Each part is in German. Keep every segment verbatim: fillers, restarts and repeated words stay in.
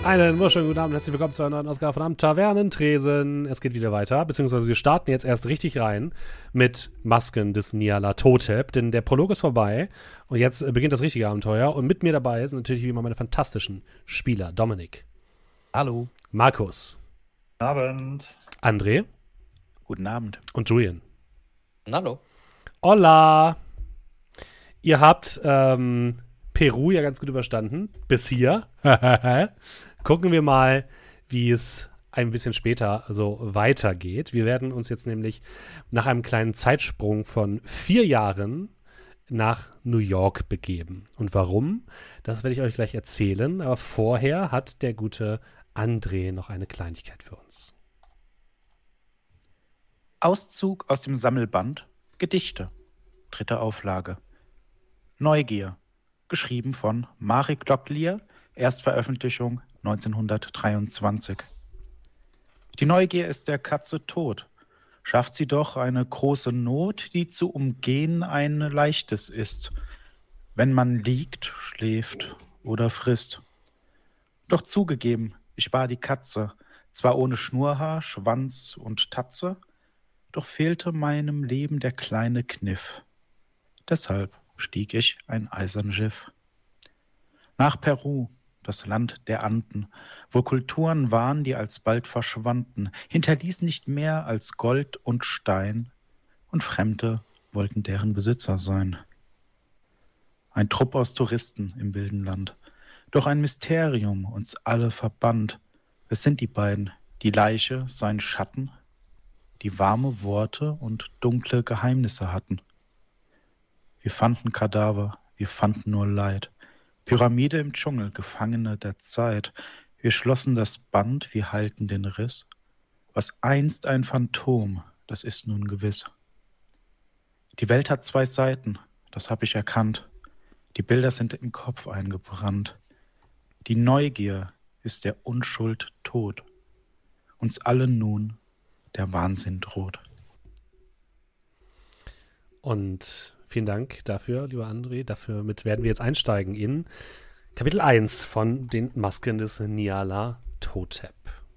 Einen wunderschönen guten Abend, herzlich willkommen zu einer neuen Ausgabe von Am Tavernentresen. Es geht wieder weiter, beziehungsweise wir starten jetzt erst richtig rein mit Masken des Nyarlathotep, denn der Prolog ist vorbei und jetzt beginnt das richtige Abenteuer und mit mir dabei sind natürlich wie immer meine fantastischen Spieler. Dominik. Hallo. Markus. Guten Abend. André. Guten Abend. Und Julian. Hallo. Hola. Ihr habt ähm, Peru ja ganz gut überstanden, bis hier. Gucken wir mal, wie es ein bisschen später so weitergeht. Wir werden uns jetzt nämlich nach einem kleinen Zeitsprung von vier Jahren nach New York begeben. Und warum? Das werde ich euch gleich erzählen. Aber vorher hat der gute André noch eine Kleinigkeit für uns. Auszug aus dem Sammelband Gedichte. Dritte Auflage. Neugier. Geschrieben von Marek Locklear. Erstveröffentlichung neunzehnhundertdreiundzwanzig. Die Neugier ist der Katze tot. Schafft sie doch eine große Not, die zu umgehen ein leichtes ist, wenn man liegt, schläft oder frisst. Doch zugegeben, ich war die Katze, zwar ohne Schnurrhaar, Schwanz und Tatze, doch fehlte meinem Leben der kleine Kniff. Deshalb stieg ich ein eisernes Schiff. Nach Peru, das Land der Anden, wo Kulturen waren, die alsbald verschwanden, hinterließ nicht mehr als Gold und Stein, und Fremde wollten deren Besitzer sein. Ein Trupp aus Touristen im wilden Land, doch ein Mysterium uns alle verband. Es sind die beiden, die Leiche, sein Schatten, die warme Worte und dunkle Geheimnisse hatten. Wir fanden Kadaver, wir fanden nur Leid. Pyramide im Dschungel, Gefangene der Zeit. Wir schlossen das Band, wir halten den Riss. Was einst ein Phantom, das ist nun gewiss. Die Welt hat zwei Seiten, das hab ich erkannt. Die Bilder sind im Kopf eingebrannt. Die Neugier ist der Unschuld Tod. Uns allen nun der Wahnsinn droht. Und vielen Dank dafür, lieber André. Dafür mit werden wir jetzt einsteigen in Kapitel eins von den Masken des Nyarlathotep.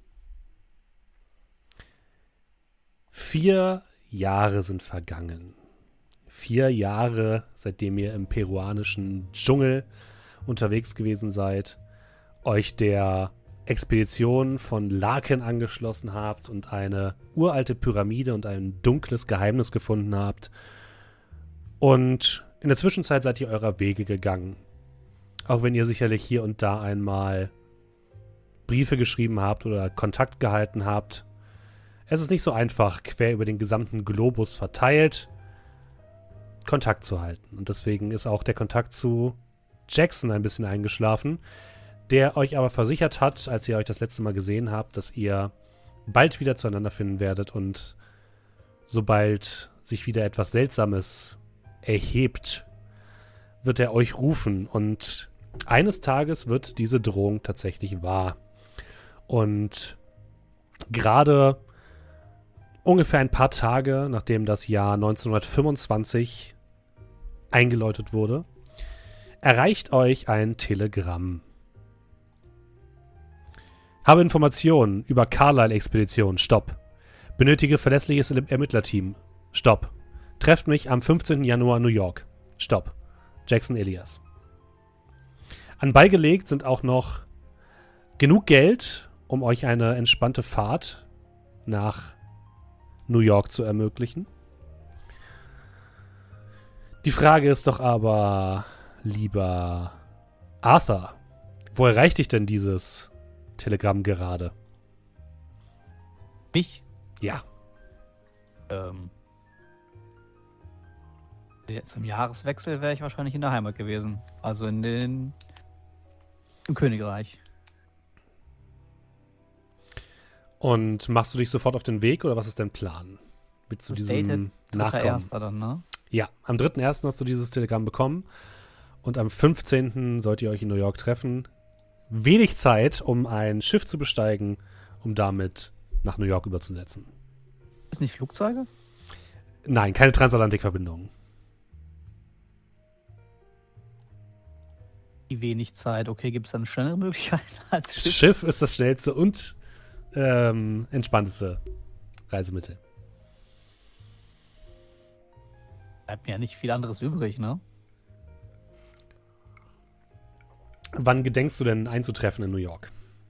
Vier Jahre sind vergangen. Vier Jahre, seitdem ihr im peruanischen Dschungel unterwegs gewesen seid, euch der Expedition von Laken angeschlossen habt und eine uralte Pyramide und ein dunkles Geheimnis gefunden habt. Und in der Zwischenzeit seid ihr eurer Wege gegangen. Auch wenn ihr sicherlich hier und da einmal Briefe geschrieben habt oder Kontakt gehalten habt. Es ist nicht so einfach, quer über den gesamten Globus verteilt, Kontakt zu halten. Und deswegen ist auch der Kontakt zu Jackson ein bisschen eingeschlafen, der euch aber versichert hat, als ihr euch das letzte Mal gesehen habt, dass ihr bald wieder zueinander finden werdet und sobald sich wieder etwas Seltsames erhebt, wird er euch rufen und eines Tages wird diese Drohung tatsächlich wahr. Und gerade ungefähr ein paar Tage, nachdem das Jahr neunzehnhundertfünfundzwanzig eingeläutet wurde, erreicht euch ein Telegramm. Habe Informationen über Carlyle-Expedition. Stopp. Benötige verlässliches Ermittlerteam. Stopp. Trefft mich am fünfzehnten Januar New York. Stopp. Jackson Elias. Anbei gelegt sind auch noch genug Geld, um euch eine entspannte Fahrt nach New York zu ermöglichen. Die Frage ist doch aber, lieber Arthur, wo erreicht dich denn dieses Telegramm gerade? Mich? Ja. Ähm. Zum Jahreswechsel wäre ich wahrscheinlich in der Heimat gewesen. Also in den. Im Königreich. Und machst du dich sofort auf den Weg oder was ist dein Plan? Willst du diesem nachkommen? Erster dann, ne? Ja, am dritten ersten hast du dieses Telegramm bekommen und am fünfzehnten sollt ihr euch in New York treffen. Wenig Zeit, um ein Schiff zu besteigen, um damit nach New York überzusetzen. Ist nicht Flugzeuge? Nein, keine Transatlantikverbindung. Die wenig Zeit. Okay, gibt es dann schnellere Möglichkeiten als Das Schiff? Schiff ist das schnellste und ähm, entspannteste Reisemittel. Bleibt mir ja nicht viel anderes übrig, ne? Wann gedenkst du denn einzutreffen in New York?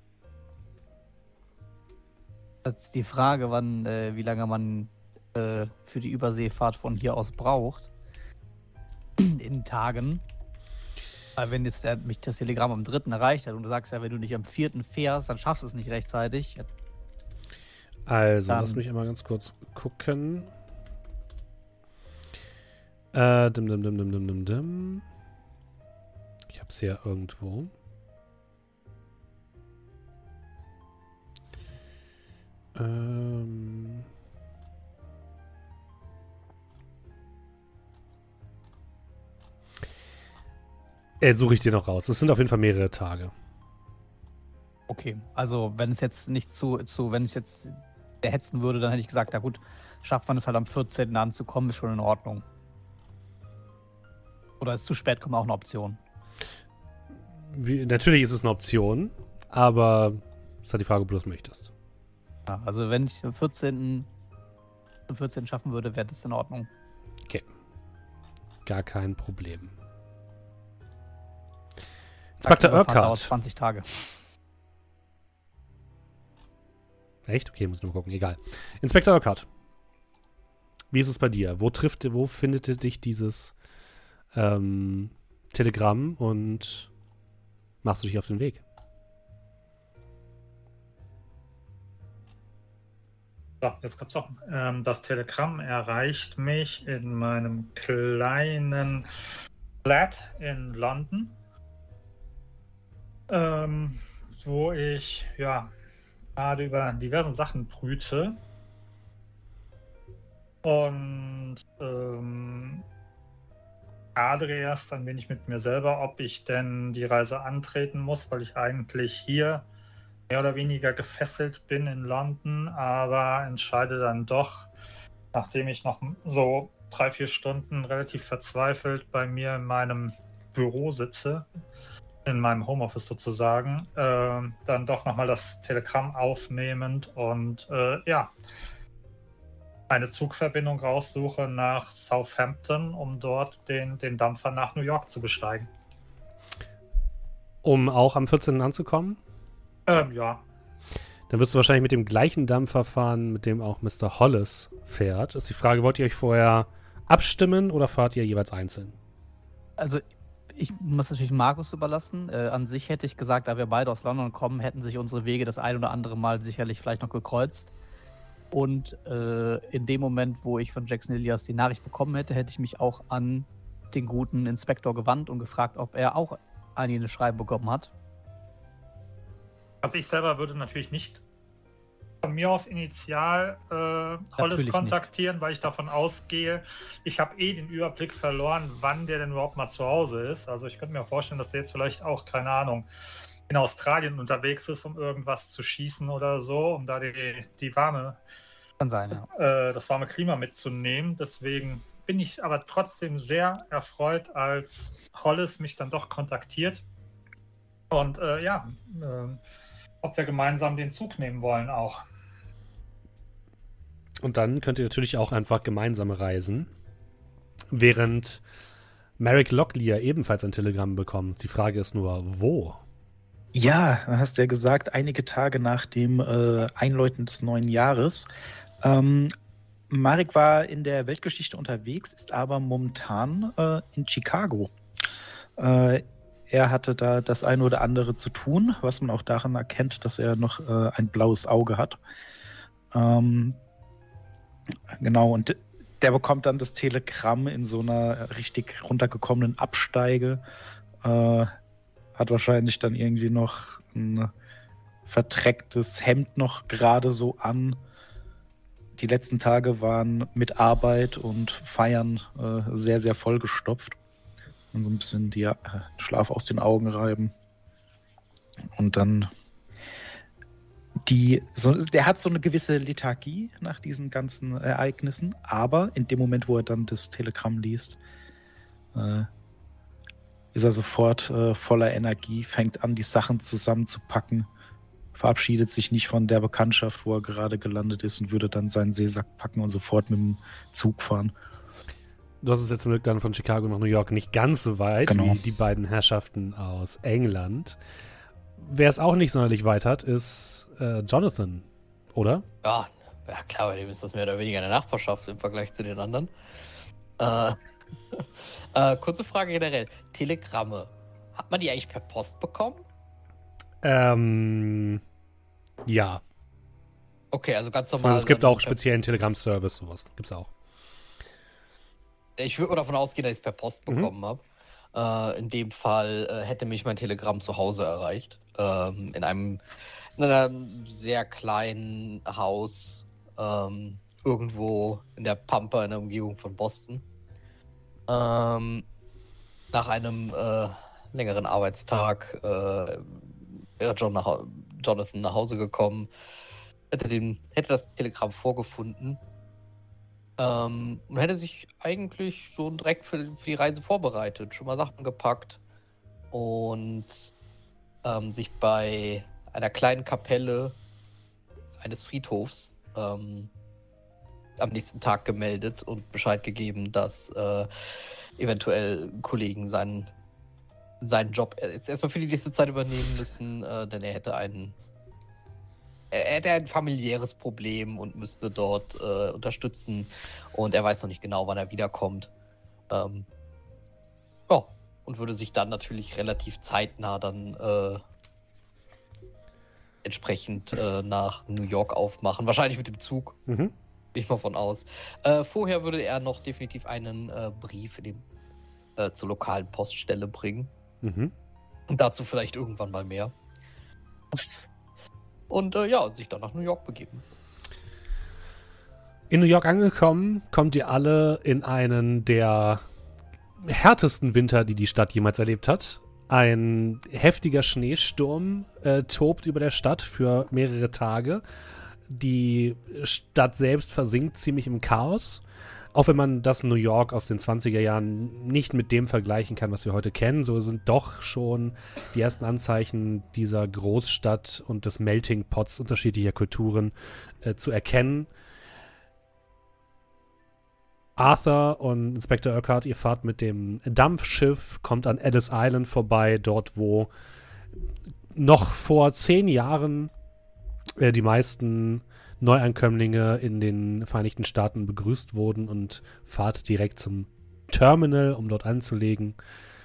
Das ist die Frage, wann, äh, wie lange man äh, für die Überseefahrt von hier aus braucht. In Tagen. Weil wenn jetzt der, mich das Telegramm am dritten erreicht hat und du sagst ja, wenn du nicht am vierten fährst, dann schaffst du es nicht rechtzeitig. Also, Dann- lass mich einmal ganz kurz gucken. Äh, dim, dim, dim, dim, dim, dim, dim. Ich hab's hier irgendwo. Ähm. Äh, suche ich dir noch raus. Das sind auf jeden Fall mehrere Tage. Okay, also wenn es jetzt nicht zu, zu wenn ich jetzt erhetzen würde, dann hätte ich gesagt, ja gut, schafft man es halt am vierzehnten anzukommen, ist schon in Ordnung. Oder ist zu spät, kommt auch eine Option. Wie, natürlich ist es eine Option, aber es ist halt die Frage, ob du das möchtest. Ja, also wenn ich am vierzehnten am vierzehnten schaffen würde, wäre das in Ordnung. Gar kein Problem. Sagt, Inspektor die Überfahrt dauert Urquhart. zwanzig Tage. Echt? Okay, muss ich nur gucken. Egal. Inspektor Urquhart. Wie ist es bei dir? Wo trifft, wo findet dich dieses ähm, Telegramm und machst du dich auf den Weg? So, jetzt kommt's auch. Ähm, das Telegramm erreicht mich in meinem kleinen Flat in London, ähm, wo ich ja gerade über diverse Sachen brüte und ähm, hadere erst ein wenig mit mir selber, ob ich denn die Reise antreten muss, weil ich eigentlich hier mehr oder weniger gefesselt bin in London, aber entscheide dann doch, nachdem ich noch so drei, vier Stunden relativ verzweifelt bei mir in meinem Büro sitze, in meinem Homeoffice sozusagen, äh, dann doch nochmal das Telegramm aufnehmend und äh, ja, eine Zugverbindung raussuche nach Southampton, um dort den, den Dampfer nach New York zu besteigen. Um auch am vierzehnten anzukommen? Ähm, ja. Dann wirst du wahrscheinlich mit dem gleichen Dampfer fahren, mit dem auch Mister Hollis fährt. Ist die Frage, wollt ihr euch vorher abstimmen oder fahrt ihr jeweils einzeln? Also ich muss natürlich Markus überlassen. Äh, an sich hätte ich gesagt, da wir beide aus London kommen, hätten sich unsere Wege das ein oder andere Mal sicherlich vielleicht noch gekreuzt. Und äh, in dem Moment, wo ich von Jackson Elias die Nachricht bekommen hätte, hätte ich mich auch an den guten Inspektor gewandt und gefragt, ob er auch eine Schreiben bekommen hat. Also ich selber würde natürlich nicht von mir aus initial äh, Hollis Natürlich kontaktieren, weil ich davon ausgehe, ich habe eh den Überblick verloren, wann der denn überhaupt mal zu Hause ist. Also ich könnte mir vorstellen, dass der jetzt vielleicht auch, keine Ahnung, in Australien unterwegs ist, um irgendwas zu schießen oder so, um da die, die warme, Kann sein, ja. äh, das warme Klima mitzunehmen. Deswegen bin ich aber trotzdem sehr erfreut, als Hollis mich dann doch kontaktiert. Und äh, ja, äh, ob wir gemeinsam den Zug nehmen wollen auch. Und dann könnt ihr natürlich auch einfach gemeinsam reisen, während Merrick Locklear ebenfalls ein Telegramm bekommt. Die Frage ist nur, wo? Ja, hast ja gesagt, einige Tage nach dem äh, Einläuten des neuen Jahres. Ähm, Marek war in der Weltgeschichte unterwegs, ist aber momentan äh, in Chicago. Äh, er hatte da das eine oder andere zu tun, was man auch daran erkennt, dass er noch äh, ein blaues Auge hat. Ähm, genau, und der bekommt dann das Telegramm in so einer richtig runtergekommenen Absteige. Äh, hat wahrscheinlich dann irgendwie noch ein verdrecktes Hemd noch gerade so an. Die letzten Tage waren mit Arbeit und Feiern äh, sehr, sehr vollgestopft. Und so ein bisschen die äh, Schlaf aus den Augen reiben. Und dann die, so, der hat so eine gewisse Lethargie nach diesen ganzen Ereignissen, aber in dem Moment, wo er dann das Telegramm liest, äh, ist er sofort äh, voller Energie, fängt an, die Sachen zusammenzupacken, verabschiedet sich nicht von der Bekanntschaft, wo er gerade gelandet ist und würde dann seinen Seesack packen und sofort mit dem Zug fahren. Du hast es jetzt zum Glück dann von Chicago nach New York nicht ganz so weit Genau. wie die beiden Herrschaften aus England. Wer es auch nicht sonderlich weit hat, ist äh, Jonathan, oder? Ja, ja, klar, bei dem ist das mehr oder weniger eine Nachbarschaft im Vergleich zu den anderen. Äh, äh, kurze Frage generell. Telegramme. Hat man die eigentlich per Post bekommen? Ähm, ja. Okay, also ganz normal. Also es gibt dann auch per- speziellen Telegram-Service, sowas gibt's auch. Ich würde mal davon ausgehen, dass ich es per Post Mhm. bekommen habe. Äh, in dem Fall äh, hätte mich mein Telegramm zu Hause erreicht. Ähm, in einem in einem sehr kleinen Haus ähm, irgendwo in der Pampa in der Umgebung von Boston. Ähm, nach einem äh, längeren Arbeitstag äh, wäre John nach, Hau- Jonathan nach Hause gekommen, hätte, den, hätte das Telegramm vorgefunden ähm, und hätte sich eigentlich schon direkt für, für die Reise vorbereitet, schon mal Sachen gepackt und ähm, sich bei einer kleinen Kapelle eines Friedhofs ähm, am nächsten Tag gemeldet und Bescheid gegeben, dass äh, eventuell Kollegen seinen, seinen Job jetzt erstmal für die nächste Zeit übernehmen müssen, äh, denn er hätte ein er hätte ein familiäres Problem und müsste dort äh, unterstützen und er weiß noch nicht genau, wann er wiederkommt. Ähm, ja, und würde sich dann natürlich relativ zeitnah dann äh, entsprechend äh, nach New York aufmachen. Wahrscheinlich mit dem Zug, Mhm. gehe ich mal von aus. Äh, vorher würde er noch definitiv einen äh, Brief in den, äh, zur lokalen Poststelle bringen. Mhm. Und dazu vielleicht irgendwann mal mehr. Und äh, ja, und sich dann nach New York begeben. In New York angekommen, kommt ihr alle in einen der härtesten Winter, die die Stadt jemals erlebt hat. Ein heftiger Schneesturm äh, tobt über der Stadt für mehrere Tage. Die Stadt selbst versinkt ziemlich im Chaos. Auch wenn man das New York aus den zwanziger Jahren nicht mit dem vergleichen kann, was wir heute kennen, so sind doch schon die ersten Anzeichen dieser Großstadt und des Melting Pots unterschiedlicher Kulturen äh, zu erkennen. Arthur und Inspektor Urquhart, ihr fahrt mit dem Dampfschiff, kommt an Ellis Island vorbei, dort wo noch vor zehn Jahren äh, die meisten Neuankömmlinge in den Vereinigten Staaten begrüßt wurden, und fahrt direkt zum Terminal, um dort anzulegen.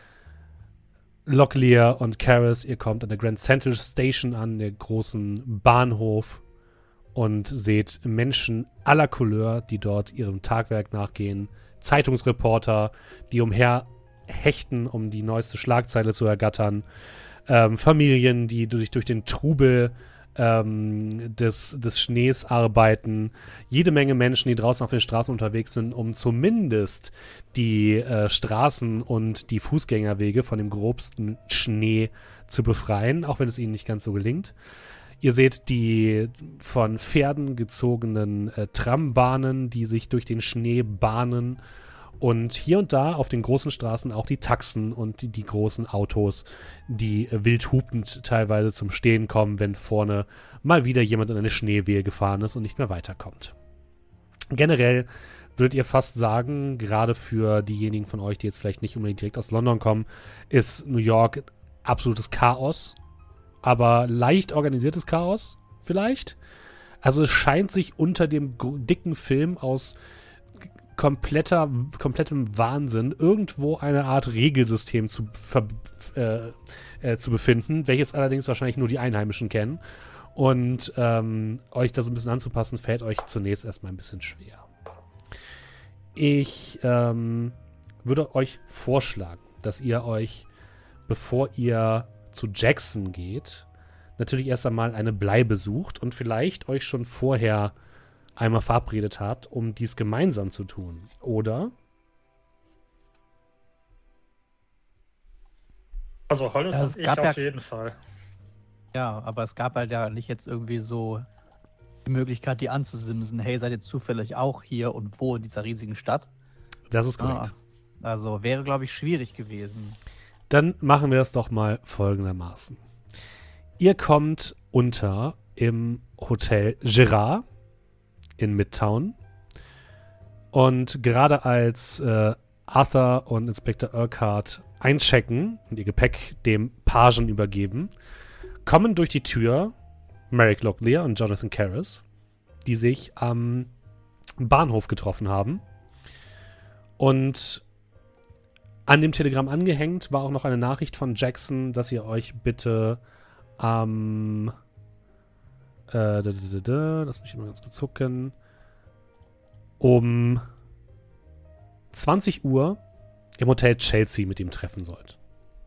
Locklear und Karras, ihr kommt an der Grand Central Station an, der großen Bahnhof, und seht Menschen aller Couleur, die dort ihrem Tagwerk nachgehen. Zeitungsreporter, die umherhechten, um die neueste Schlagzeile zu ergattern. Ähm, Familien, die sich durch den Trubel ähm, des, des Schnees arbeiten. Jede Menge Menschen, die draußen auf den Straßen unterwegs sind, um zumindest die äh, Straßen und die Fußgängerwege von dem grobsten Schnee zu befreien, auch wenn es ihnen nicht ganz so gelingt. Ihr seht die von Pferden gezogenen äh, Trambahnen, die sich durch den Schnee bahnen. Und hier und da auf den großen Straßen auch die Taxen und die, die großen Autos, die äh, wild hupend teilweise zum Stehen kommen, wenn vorne mal wieder jemand in eine Schneewehe gefahren ist und nicht mehr weiterkommt. Generell würdet ihr fast sagen, gerade für diejenigen von euch, die jetzt vielleicht nicht unbedingt direkt aus London kommen, ist New York absolutes Chaos. Aber leicht organisiertes Chaos vielleicht. Also es scheint sich unter dem gr- dicken Film aus kompletter, komplettem Wahnsinn irgendwo eine Art Regelsystem zu, ver, äh, äh, zu befinden, welches allerdings wahrscheinlich nur die Einheimischen kennen. Und ähm, euch das ein bisschen anzupassen, fällt euch zunächst erstmal ein bisschen schwer. Ich ähm, würde euch vorschlagen, dass ihr euch, bevor ihr zu Jackson geht, natürlich erst einmal eine Bleibe sucht und vielleicht euch schon vorher einmal verabredet habt, um dies gemeinsam zu tun. Oder? Also Hollis Ja, und es ich gab auf ja- jeden Fall. Ja, aber es gab halt ja nicht jetzt irgendwie so die Möglichkeit, die anzusimsen. Hey, seid ihr zufällig auch hier und wo in dieser riesigen Stadt? Das ist korrekt. Ah, also wäre, glaube ich, schwierig gewesen. Dann machen wir es doch mal folgendermaßen. Ihr kommt unter im Hotel Gerard in Midtown. Und gerade als äh, Arthur und Inspektor Urquhart einchecken und ihr Gepäck dem Pagen übergeben, kommen durch die Tür Merrick Locklear und Jonathan Karras, die sich am Bahnhof getroffen haben. Und an dem Telegramm angehängt war auch noch eine Nachricht von Jackson, dass ihr euch bitte am ähm, äh, da, da, da, da, lass mich mal ganz kurz gucken, um zwanzig Uhr im Hotel Chelsea mit ihm treffen sollt.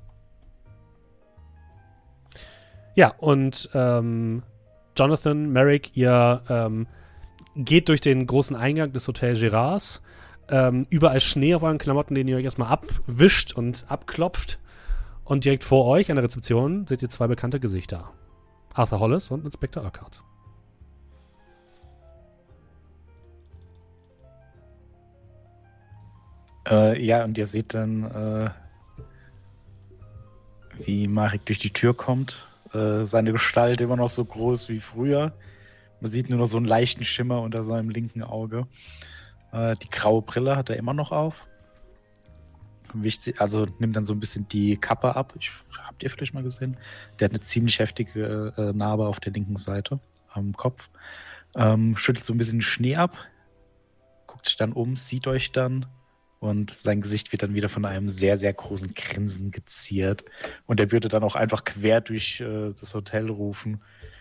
Ja, und ähm, Jonathan, Merrick, ihr ähm, geht durch den großen Eingang des Hotel Gerards. Ähm, überall Schnee auf euren Klamotten, den ihr euch erstmal abwischt und abklopft. Und direkt vor euch an der Rezeption seht ihr zwei bekannte Gesichter. Arthur Hollis und Inspektor Urquhart. Äh, ja, und ihr seht dann, äh, wie Marek durch die Tür kommt. Äh, seine Gestalt immer noch so groß wie früher. Man sieht nur noch so einen leichten Schimmer unter seinem linken Auge. Äh, die graue Brille hat er immer noch auf. Wichtig, also nimmt dann so ein bisschen die Kappe ab. Ich, habt ihr vielleicht mal gesehen? Der hat eine ziemlich heftige äh, Narbe auf der linken Seite am Kopf. Ähm, schüttelt so ein bisschen Schnee ab. Guckt sich dann um, sieht euch dann. Und sein Gesicht wird dann wieder von einem sehr, sehr großen Grinsen geziert. Und er würde dann auch einfach quer durch äh, das Hotel rufen.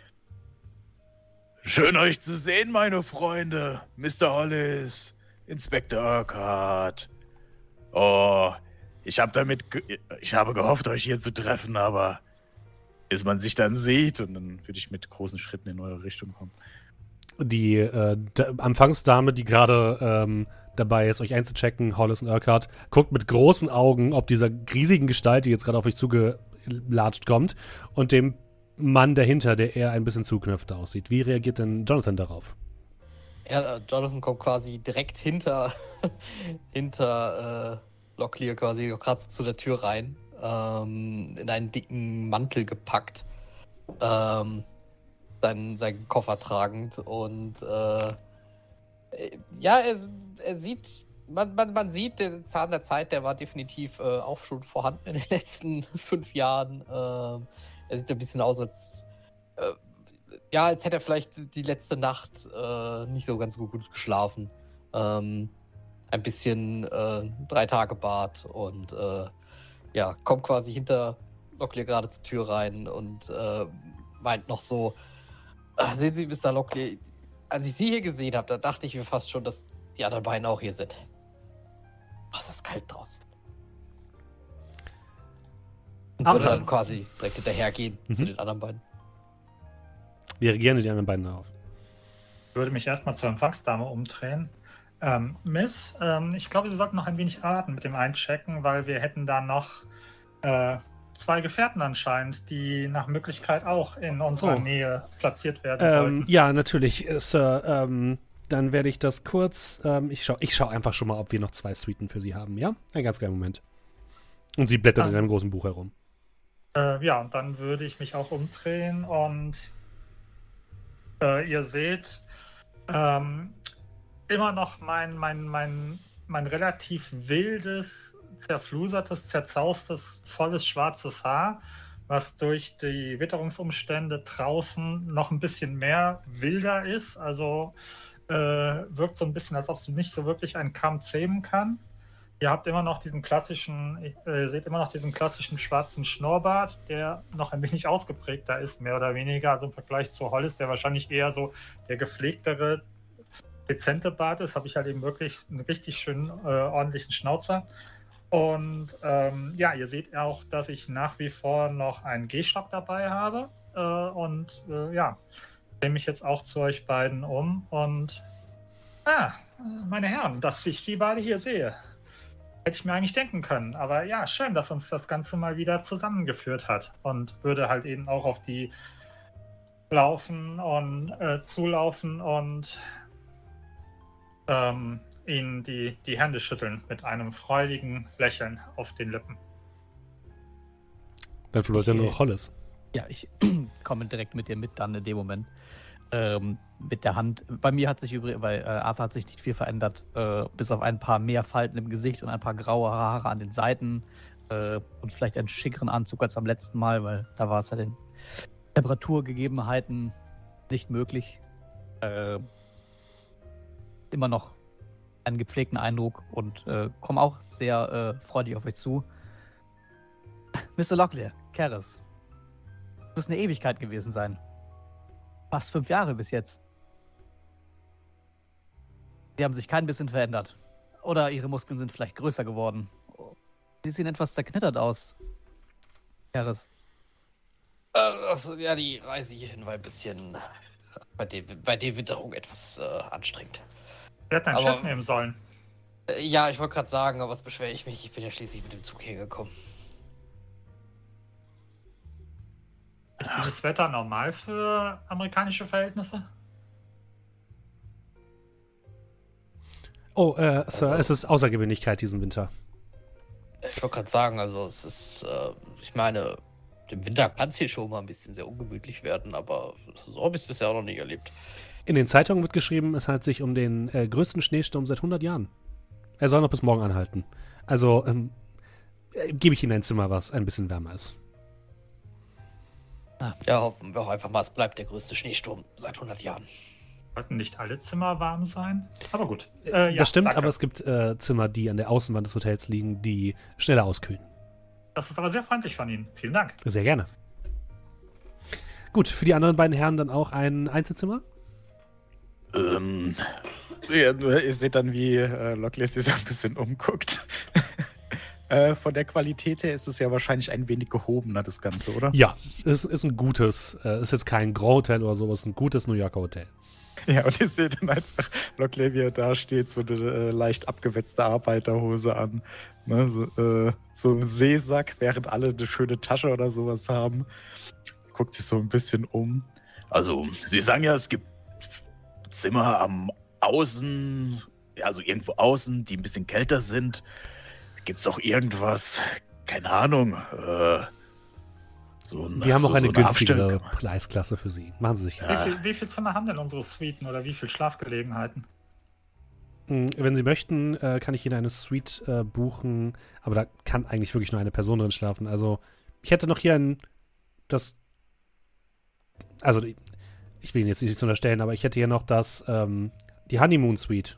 Schön euch zu sehen, meine Freunde. Mister Hollis, Inspektor Urquhart. Oh, ich habe damit, ge- ich habe gehofft, euch hier zu treffen, aber bis man sich dann sieht, und dann würde ich mit großen Schritten in eure Richtung kommen. Die äh, D- Empfangsdame, die gerade ähm, dabei ist, euch einzuchecken, Hollis und Urquhart, guckt mit großen Augen, ob dieser riesigen Gestalt, die jetzt gerade auf euch zugelatscht kommt, und dem Mann dahinter, der eher ein bisschen zuknöpfter aussieht. Wie reagiert denn Jonathan darauf? Ja, Jonathan kommt quasi direkt hinter, hinter äh, Locklear quasi gerade zu der Tür rein, ähm, in einen dicken Mantel gepackt, ähm, seinen, seinen Koffer tragend und äh, ja, er, er sieht, man, man, man sieht, der Zahn der Zeit, der war definitiv äh, auch schon vorhanden in den letzten fünf Jahren. Ähm, er sieht ein bisschen aus, als äh, ja, als hätte er vielleicht die letzte Nacht äh, nicht so ganz gut, gut geschlafen. Ähm, ein bisschen äh, drei Tage Bart und äh, ja, kommt quasi hinter Locklear gerade zur Tür rein und äh, meint noch so, ach, sehen Sie, Mister Locklear, als ich Sie hier gesehen habe, da dachte ich mir fast schon, dass die anderen beiden auch hier sind. Ach, ist das kalt draußen. Und würde dann quasi direkt hinterhergehen Mhm. zu den anderen beiden. Wie reagieren die anderen beiden darauf? Ich würde mich erstmal zur Empfangsdame umdrehen. Ähm, Miss, ähm, ich glaube, Sie sollten noch ein wenig warten mit dem Einchecken, weil wir hätten da noch äh, zwei Gefährten anscheinend, die nach Möglichkeit auch in unserer Oh. Nähe platziert werden Ähm, sollten. ja, natürlich, äh, Sir. Ähm, dann werde ich das kurz. Ähm, ich schaue ich schau einfach schon mal, ob wir noch zwei Suiten für Sie haben, ja? Ein ganz kleinen Moment. Und sie blättert Ah. in einem großen Buch herum. Äh, ja, und dann würde ich mich auch umdrehen und äh, ihr seht ähm, immer noch mein, mein, mein, mein relativ wildes, zerflusertes, zerzaustes, volles schwarzes Haar, was durch die Witterungsumstände draußen noch ein bisschen mehr wilder ist. Also äh, wirkt so ein bisschen, als ob sie nicht so wirklich einen Kamm zähmen kann. Ihr habt immer noch diesen klassischen, äh, seht immer noch diesen klassischen schwarzen Schnurrbart, der noch ein wenig ausgeprägter ist, mehr oder weniger. Also im Vergleich zu Hollis, der wahrscheinlich eher so der gepflegtere, dezente Bart ist, habe ich halt eben wirklich einen richtig schönen, äh, ordentlichen Schnauzer. Und ähm, ja, ihr seht auch, dass ich nach wie vor noch einen Gehstock dabei habe. Äh, und äh, ja, drehe mich jetzt auch zu euch beiden um. Und ah, meine Herren, dass ich Sie beide hier sehe. Hätte ich mir eigentlich denken können. Aber ja, schön, dass uns das Ganze mal wieder zusammengeführt hat. Und würde halt eben auch auf die laufen und äh, zulaufen und ähm, ihnen die, die Hände schütteln mit einem freudigen Lächeln auf den Lippen. Dann verläuft ja nur noch Hollis. Ja, ich komme direkt mit dir mit dann in dem Moment. Ähm, mit der Hand. Bei mir hat sich übrigens, weil äh, Arthur hat sich nicht viel verändert, äh, bis auf ein paar mehr Falten im Gesicht und ein paar graue Haare an den Seiten äh, und vielleicht einen schickeren Anzug als beim letzten Mal, weil da war es ja den Temperaturgegebenheiten nicht möglich. Äh, immer noch einen gepflegten Eindruck und äh, komme auch sehr äh, freudig auf euch zu. Mister Locklear, Keres, das muss eine Ewigkeit gewesen sein. Fast fünf Jahre bis jetzt. Sie haben sich kein bisschen verändert. Oder ihre Muskeln sind vielleicht größer geworden. Sie sehen etwas zerknittert aus. Keres. Äh, also, ja, die Reise hierhin war ein bisschen bei, der, bei der Witterung etwas äh, anstrengend. Sie hätten einen Aber- Chef nehmen sollen. Äh, ja, ich wollte gerade sagen, aber was beschwere ich mich? Ich bin ja schließlich mit dem Zug hergekommen. Ist dieses Wetter normal für amerikanische Verhältnisse? Oh, äh, Sir, Also- es ist Außergewöhnlichkeit diesen Winter. Ich wollte gerade sagen, also es ist, äh, ich meine, im Winter kann es hier schon mal ein bisschen sehr ungemütlich werden, aber so habe ich es bisher auch noch nie erlebt. In den Zeitungen wird geschrieben, es handelt sich um den äh, größten Schneesturm seit hundert Jahren. Er soll noch bis morgen anhalten. Also, ähm, äh, gebe ich Ihnen ein Zimmer, was ein bisschen wärmer ist. Ja, hoffen wir auch einfach mal, es bleibt der größte Schneesturm seit hundert Jahren. Sollten nicht alle Zimmer warm sein? Aber gut. Äh, ja, das stimmt, danke. aber es gibt äh, Zimmer, die an der Außenwand des Hotels liegen, die schneller auskühlen. Das ist aber sehr freundlich von Ihnen. Vielen Dank. Sehr gerne. Gut, für die anderen beiden Herren dann auch ein Einzelzimmer? Ähm, ja, ihr seht dann, wie äh, Locklear sich so ein bisschen umguckt. äh, von der Qualität her ist es ja wahrscheinlich ein wenig gehobener, das Ganze, oder? Ja, es ist ein gutes, äh, ist jetzt kein Grand Hotel oder so, es ist ein gutes New Yorker Hotel. Ja, und ihr seht dann einfach Locklear, wie er da steht, so eine äh, leicht abgewetzte Arbeiterhose an. Ne, so, äh, so ein Seesack, während alle eine schöne Tasche oder sowas haben. Guckt sich so ein bisschen um. Also, Sie sagen ja, es gibt Zimmer am Außen, ja, also irgendwo außen, die ein bisschen kälter sind. Gibt es auch irgendwas, keine Ahnung, äh, so ein, Wir haben so, auch eine so günstigere Abstellkammer. Preisklasse für Sie. Machen Sie sich keine Ja. Wie, viel, wie viele Zimmer haben denn unsere Suiten oder wie viele Schlafgelegenheiten? Mm, Wenn Sie möchten, äh, kann ich Ihnen eine Suite äh, buchen, aber da kann eigentlich wirklich nur eine Person drin schlafen. Also, ich hätte noch hier ein, das, also, ich will Ihnen jetzt nichts unterstellen, aber ich hätte hier noch das, ähm, die Honeymoon Suite.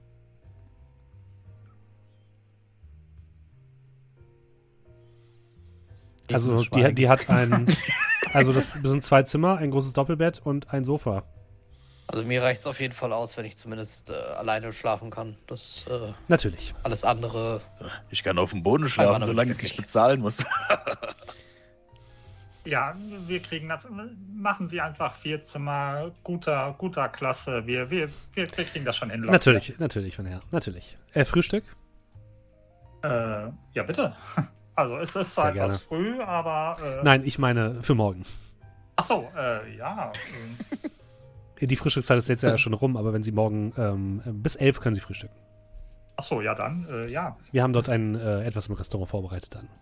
Also, die, die hat ein, also, das sind zwei Zimmer, ein großes Doppelbett und ein Sofa. Also mir reicht es auf jeden Fall aus, wenn ich zumindest äh, alleine schlafen kann. Das äh, Natürlich. alles andere. Ich kann auf dem Boden Einmal schlafen, noch solange nicht ich es nicht wirklich. bezahlen muss. Ja, wir kriegen das. Machen Sie einfach vier Zimmer guter, guter Klasse. Wir, wir, wir, wir kriegen das schon hin. Locklear. Natürlich, natürlich, von her. Natürlich. Äh, Frühstück? Äh, ja, bitte. Also, es ist zwar Sehr etwas früh, aber. Äh, Nein, ich meine für morgen. Ach so, äh, ja. äh, Die Frühstückszeit ist jetzt ja schon rum, aber wenn Sie morgen ähm, bis elf können Sie frühstücken. Ach so, ja, dann, äh, ja. Wir haben dort ein äh, etwas im Restaurant vorbereitet dann.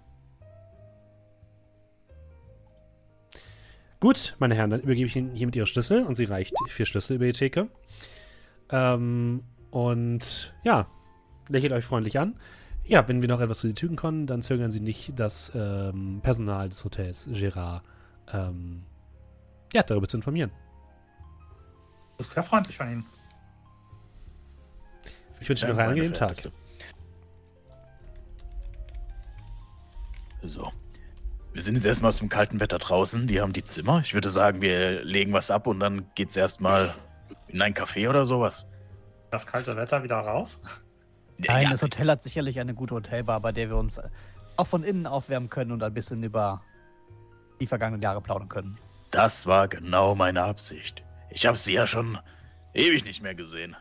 Gut, meine Herren, dann übergebe ich Ihnen hiermit Ihre Schlüssel und sie reicht vier Schlüssel über die Theke. Ähm, und ja, lächelt euch freundlich an. Ja, wenn wir noch etwas zu Sie tügen können, dann zögern Sie nicht, das ähm, Personal des Hotels Gérard ähm, ja, darüber zu informieren. Das ist sehr freundlich von Ihnen. Ich wünsche Ihnen noch einen angenehmen Tag. So. Wir sind jetzt erstmal aus dem kalten Wetter draußen. Die haben die Zimmer. Ich würde sagen, wir legen was ab und dann geht's erstmal in ein Café oder sowas. Das kalte Wetter wieder raus. Nein, Ja, das Hotel hat sicherlich eine gute Hotelbar, bei der wir uns auch von innen aufwärmen können und ein bisschen über die vergangenen Jahre plaudern können. das war genau meine Absicht. Ich habe sie ja schon ewig nicht mehr gesehen.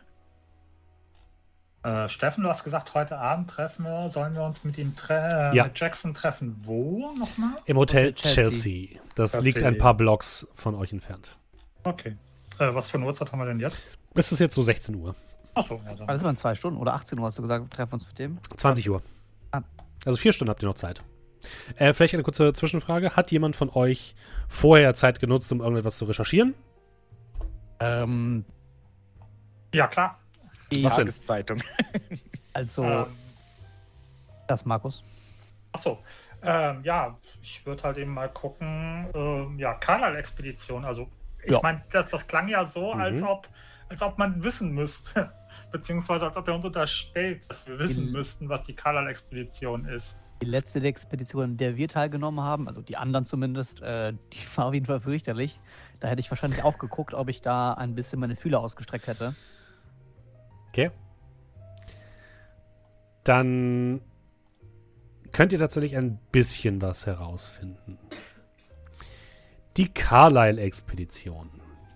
Äh, Steffen, du hast gesagt, heute Abend treffen wir. Sollen wir uns mit ihm tre äh, Ja. mit Jackson treffen? Wo nochmal? Im Hotel Hotel Chelsea. Chelsea. Das Chelsea. liegt ein paar Blocks von euch entfernt. Okay. Äh, was für eine Uhrzeit haben wir denn jetzt? Es ist jetzt so sechzehn Uhr. Achso, ja, dann. Also immer in zwei Stunden oder achtzehn Uhr hast du gesagt, wir treffen uns mit dem. zwanzig Uhr. Ah. Also vier Stunden habt ihr noch Zeit. Äh, vielleicht eine kurze Zwischenfrage. Hat jemand von euch vorher Zeit genutzt, um irgendetwas zu recherchieren? Ähm, Ja, klar. Die Was denn? Tageszeitung. also, Ähm, das, Markus. Achso. Ähm, ja, ich würde halt eben mal gucken. Ähm, ja, Carlisle-Expedition. Also, ich Ja. meine, das, das klang ja so, Mhm. als ob, als ob man wissen müsste. Beziehungsweise als ob er uns unterstellt, dass wir wissen Mhm. müssten, was die Carlisle-Expedition ist. Die letzte Expedition, an der wir teilgenommen haben, also die anderen zumindest, äh, die war auf jeden Fall fürchterlich. Da hätte ich wahrscheinlich auch geguckt, ob ich da ein bisschen meine Fühler ausgestreckt hätte. Okay. Dann könnt ihr tatsächlich ein bisschen was herausfinden. Die Carlisle-Expedition.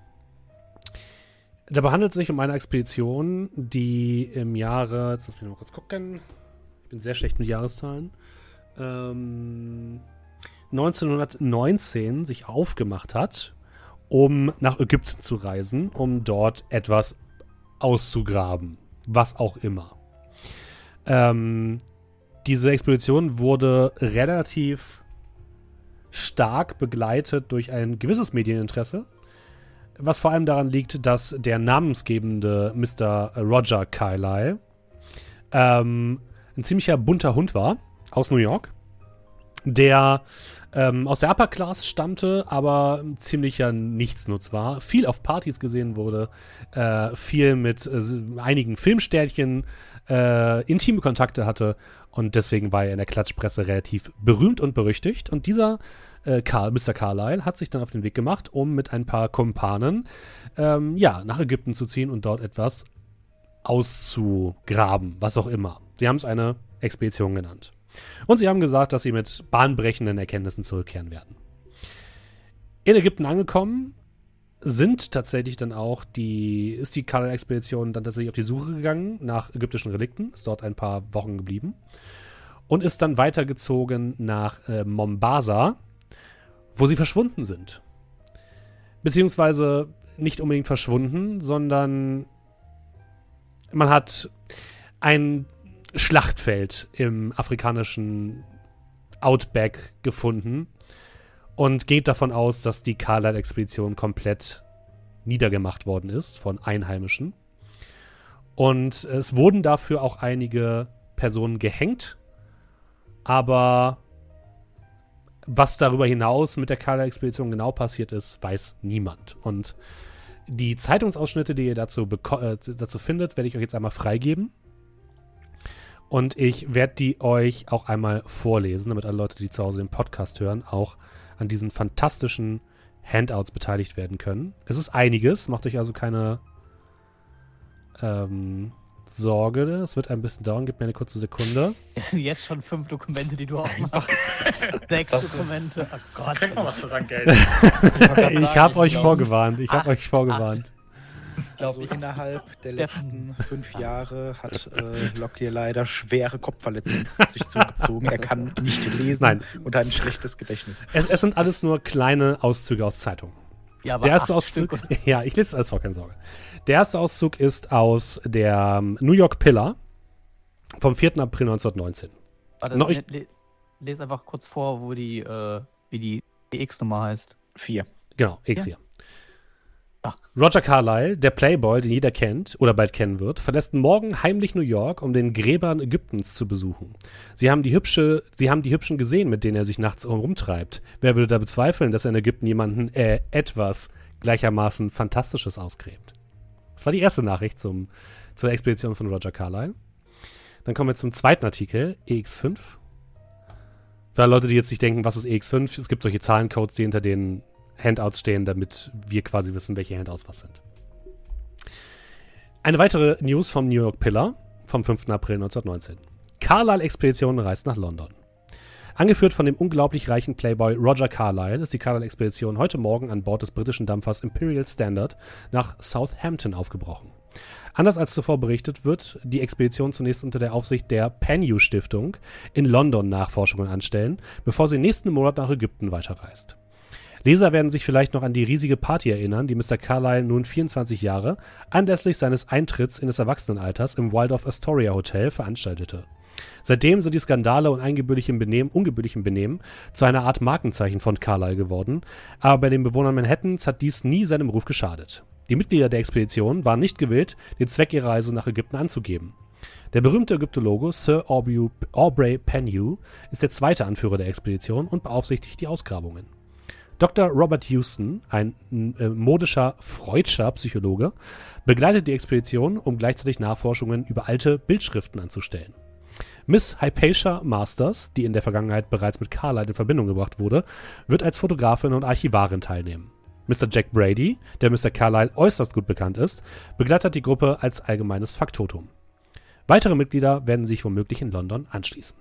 Dabei handelt es sich um eine Expedition, die im Jahre, jetzt lass mich mal kurz gucken, ich bin sehr schlecht mit Jahreszahlen, ähm, neunzehnhundertneunzehn sich aufgemacht hat, um nach Ägypten zu reisen, um dort etwas auszugraben. Was auch immer. Ähm, diese Expedition wurde relativ stark begleitet durch ein gewisses Medieninteresse, was vor allem daran liegt, dass der namensgebende Mister Roger Carlyle ähm, ein ziemlicher bunter Hund war, aus New York, der ähm, aus der Upper Class stammte, aber ein ziemlicher Nichtsnutz war, viel auf Partys gesehen wurde, äh, viel mit äh, einigen Filmsternchen äh, intime Kontakte hatte und deswegen war er in der Klatschpresse relativ berühmt und berüchtigt. Und dieser äh, Karl, Mister Carlyle hat sich dann auf den Weg gemacht, um mit ein paar Kumpanen ähm, ja, nach Ägypten zu ziehen und dort etwas auszugraben, was auch immer. Sie haben es eine Expedition genannt. Und sie haben gesagt, dass sie mit bahnbrechenden Erkenntnissen zurückkehren werden. In Ägypten angekommen, sind tatsächlich dann auch die, ist die Carlyle-Expedition dann tatsächlich auf die Suche gegangen nach ägyptischen Relikten, ist dort ein paar Wochen geblieben und ist dann weitergezogen nach äh, Mombasa, wo sie verschwunden sind. Beziehungsweise nicht unbedingt verschwunden, sondern man hat ein Schlachtfeld im afrikanischen Outback gefunden und geht davon aus, dass die Carlyle-Expedition komplett niedergemacht worden ist von Einheimischen. Und es wurden dafür auch einige Personen gehängt, aber was darüber hinaus mit der Carlyle-Expedition genau passiert ist, weiß niemand. Und die Zeitungsausschnitte, die ihr dazu, beko- äh, dazu findet, werde ich euch jetzt einmal freigeben. Und ich werde die euch auch einmal vorlesen, damit alle Leute, die zu Hause den Podcast hören, auch an diesen fantastischen Handouts beteiligt werden können. Es ist einiges, macht euch also keine ähm, Sorge. Es wird ein bisschen dauern, gebt mir eine kurze Sekunde. Es sind jetzt schon fünf Dokumente, die du aufmachst. Sechs Das ist- Dokumente. Oh Gott. Kriegt man was für sein Geld. Ich habe euch vorgewarnt, ich habe euch vorgewarnt. glaub, Also ich- innerhalb der Der- letzten fünf Jahre hat äh, Locklear leider schwere Kopfverletzungen sich zugezogen. Er kann nicht lesen Nein. und hat ein schlechtes Gedächtnis. Es, es sind alles nur kleine Auszüge aus Zeitungen. Ja, aber Der erste acht Auszug, Stück oder- ja, ich lese es alles vor, keine Sorge. Der erste Auszug ist aus der ähm, New York Pillar vom vierten April neunzehnhundertneunzehn. Warte, Noch ich- le- le- les einfach kurz vor, wo die, äh, wie die D X-Nummer heißt. Vier. Genau, X vier. Ah. Roger Carlyle, der Playboy, den jeder kennt oder bald kennen wird, verlässt morgen heimlich New York, um den Gräbern Ägyptens zu besuchen. Sie haben die hübsche, sie haben die Hübschen gesehen, mit denen er sich nachts rumtreibt. Wer würde da bezweifeln, dass er in Ägypten jemanden äh, etwas gleichermaßen Fantastisches ausgräbt? Das war die erste Nachricht zum, zur Expedition von Roger Carlyle. Dann kommen wir zum zweiten Artikel, E X fünf. Für alle Leute, die jetzt nicht denken, was ist E X fünf? Es gibt solche Zahlencodes, die hinter den Handouts stehen, damit wir quasi wissen, welche Handouts was sind. Eine weitere News vom New York Pillar vom fünften April neunzehnhundertneunzehn. Carlyle-Expedition reist nach London. Angeführt von dem unglaublich reichen Playboy Roger Carlyle ist die Carlyle-Expedition heute Morgen an Bord des britischen Dampfers Imperial Standard nach Southampton aufgebrochen. Anders als zuvor berichtet, wird die Expedition zunächst unter der Aufsicht der Pennew-Stiftung in London Nachforschungen anstellen, bevor sie nächsten Monat nach Ägypten weiterreist. Leser werden sich vielleicht noch an die riesige Party erinnern, die Mister Carlyle nun vierundzwanzig Jahre anlässlich seines Eintritts in das Erwachsenenalters im Waldorf Astoria Hotel veranstaltete. Seitdem sind die Skandale und ungebührlichem Benehmen, ungebührlichem Benehmen zu einer Art Markenzeichen von Carlyle geworden, aber bei den Bewohnern Manhattans hat dies nie seinem Ruf geschadet. Die Mitglieder der Expedition waren nicht gewillt, den Zweck ihrer Reise nach Ägypten anzugeben. Der berühmte Ägyptologe Sir Aubrey, Aubrey Penhew ist der zweite Anführer der Expedition und beaufsichtigt die Ausgrabungen. Doktor Robert Houston, ein äh, modischer Freudscher Psychologe, begleitet die Expedition, um gleichzeitig Nachforschungen über alte Bildschriften anzustellen. Miss Hypatia Masters, die in der Vergangenheit bereits mit Carlyle in Verbindung gebracht wurde, wird als Fotografin und Archivarin teilnehmen. Mister Jack Brady, der Mister Carlyle äußerst gut bekannt ist, begleitet die Gruppe als allgemeines Faktotum. Weitere Mitglieder werden sich womöglich in London anschließen.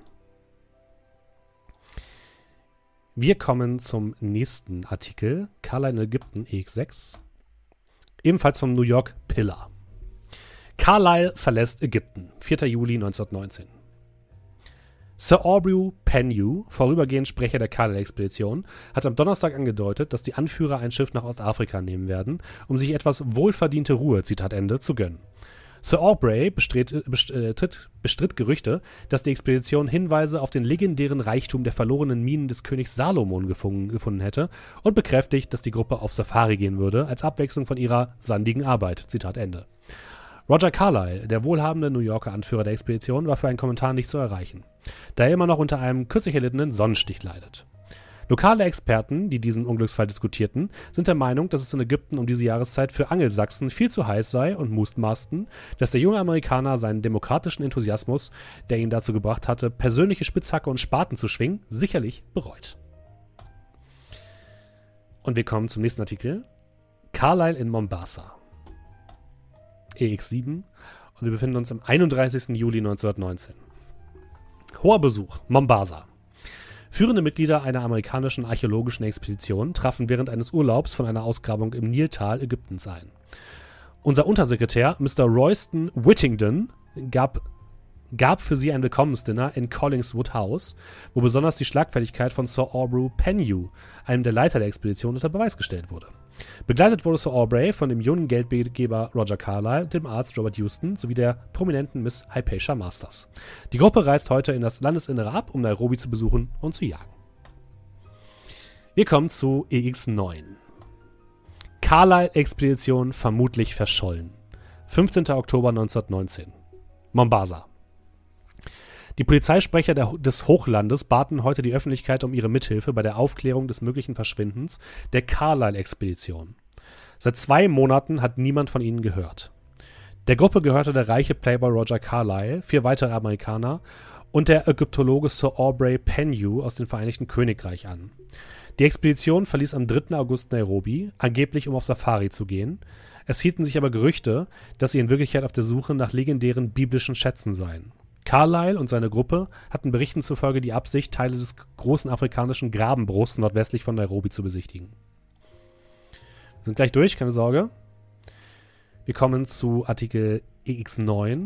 Wir kommen zum nächsten Artikel, Carlyle in Ägypten, E X sechs. Ebenfalls vom New York Pillar. Carlyle verlässt Ägypten, vierter Juli neunzehnhundertneunzehn. Sir Aubrey Penhew, vorübergehend Sprecher der Carlyle-Expedition, hat am Donnerstag angedeutet, dass die Anführer ein Schiff nach Ostafrika nehmen werden, um sich etwas wohlverdiente Ruhe, Zitat Ende, zu gönnen. Sir Aubrey bestritt, bestritt, bestritt Gerüchte, dass die Expedition Hinweise auf den legendären Reichtum der verlorenen Minen des Königs Salomon gefunden, gefunden hätte und bekräftigt, dass die Gruppe auf Safari gehen würde, als Abwechslung von ihrer sandigen Arbeit, Zitat Ende. Roger Carlyle, der wohlhabende New Yorker Anführer der Expedition, war für einen Kommentar nicht zu erreichen, da er immer noch unter einem kürzlich erlittenen Sonnenstich leidet. Lokale Experten, die diesen Unglücksfall diskutierten, sind der Meinung, dass es in Ägypten um diese Jahreszeit für Angelsachsen viel zu heiß sei und mutmaßten, dass der junge Amerikaner seinen demokratischen Enthusiasmus, der ihn dazu gebracht hatte, persönliche Spitzhacke und Spaten zu schwingen, sicherlich bereut. Und wir kommen zum nächsten Artikel. Carlyle in Mombasa. E X sieben und wir befinden uns am einunddreißigsten Juli neunzehnhundertneunzehn. Hoher Besuch, Mombasa. Führende Mitglieder einer amerikanischen archäologischen Expedition trafen während eines Urlaubs von einer Ausgrabung im Niltal Ägyptens ein. Unser Untersekretär, Mister Royston Whittington, gab, gab für sie ein Willkommensdinner in Collingswood House, wo besonders die Schlagfertigkeit von Sir Aubrey Penhew, einem der Leiter der Expedition, unter Beweis gestellt wurde. Begleitet wurde Sir Aubrey von dem jungen Geldgeber Roger Carlyle, dem Arzt Robert Houston sowie der prominenten Miss Hypatia Masters. Die Gruppe reist heute in das Landesinnere ab, um Nairobi zu besuchen und zu jagen. Wir kommen zu E X neun. Carlyle-Expedition vermutlich verschollen. fünfzehnter Oktober neunzehnhundertneunzehn. Mombasa. Die Polizeisprecher der, des Hochlandes baten heute die Öffentlichkeit um ihre Mithilfe bei der Aufklärung des möglichen Verschwindens der Carlyle-Expedition. Seit zwei Monaten hat niemand von ihnen gehört. Der Gruppe gehörte der reiche Playboy Roger Carlyle, vier weitere Amerikaner und der Ägyptologe Sir Aubrey Penhew aus dem Vereinigten Königreich an. Die Expedition verließ am dritten August Nairobi, angeblich um auf Safari zu gehen. Es hielten sich aber Gerüchte, dass sie in Wirklichkeit auf der Suche nach legendären biblischen Schätzen seien. Carlyle und seine Gruppe hatten Berichten zufolge die Absicht, Teile des großen afrikanischen Grabenbruchs nordwestlich von Nairobi zu besichtigen. Wir sind gleich durch, keine Sorge. Wir kommen zu Artikel E X neun.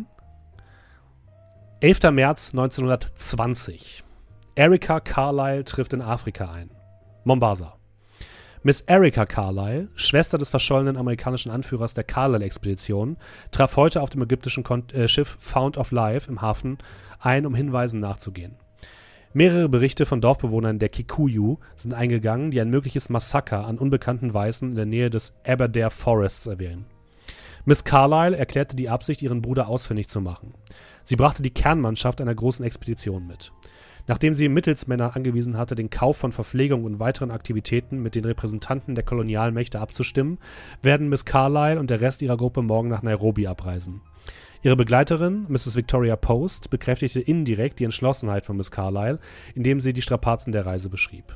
elfter März neunzehnhundertzwanzig. Erica Carlyle trifft in Afrika ein. Mombasa. Miss Erica Carlyle, Schwester des verschollenen amerikanischen Anführers der Carlyle-Expedition, traf heute auf dem ägyptischen Kon- äh, Schiff Fount of Life im Hafen ein, um Hinweisen nachzugehen. Mehrere Berichte von Dorfbewohnern der Kikuyu sind eingegangen, die ein mögliches Massaker an unbekannten Weißen in der Nähe des Aberdare Forests erwähnen. Miss Carlyle erklärte die Absicht, ihren Bruder ausfindig zu machen. Sie brachte die Kernmannschaft einer großen Expedition mit. Nachdem sie Mittelsmänner angewiesen hatte, den Kauf von Verpflegung und weiteren Aktivitäten mit den Repräsentanten der Kolonialmächte abzustimmen, werden Miss Carlyle und der Rest ihrer Gruppe morgen nach Nairobi abreisen. Ihre Begleiterin, Misses Victoria Post, bekräftigte indirekt die Entschlossenheit von Miss Carlyle, indem sie die Strapazen der Reise beschrieb.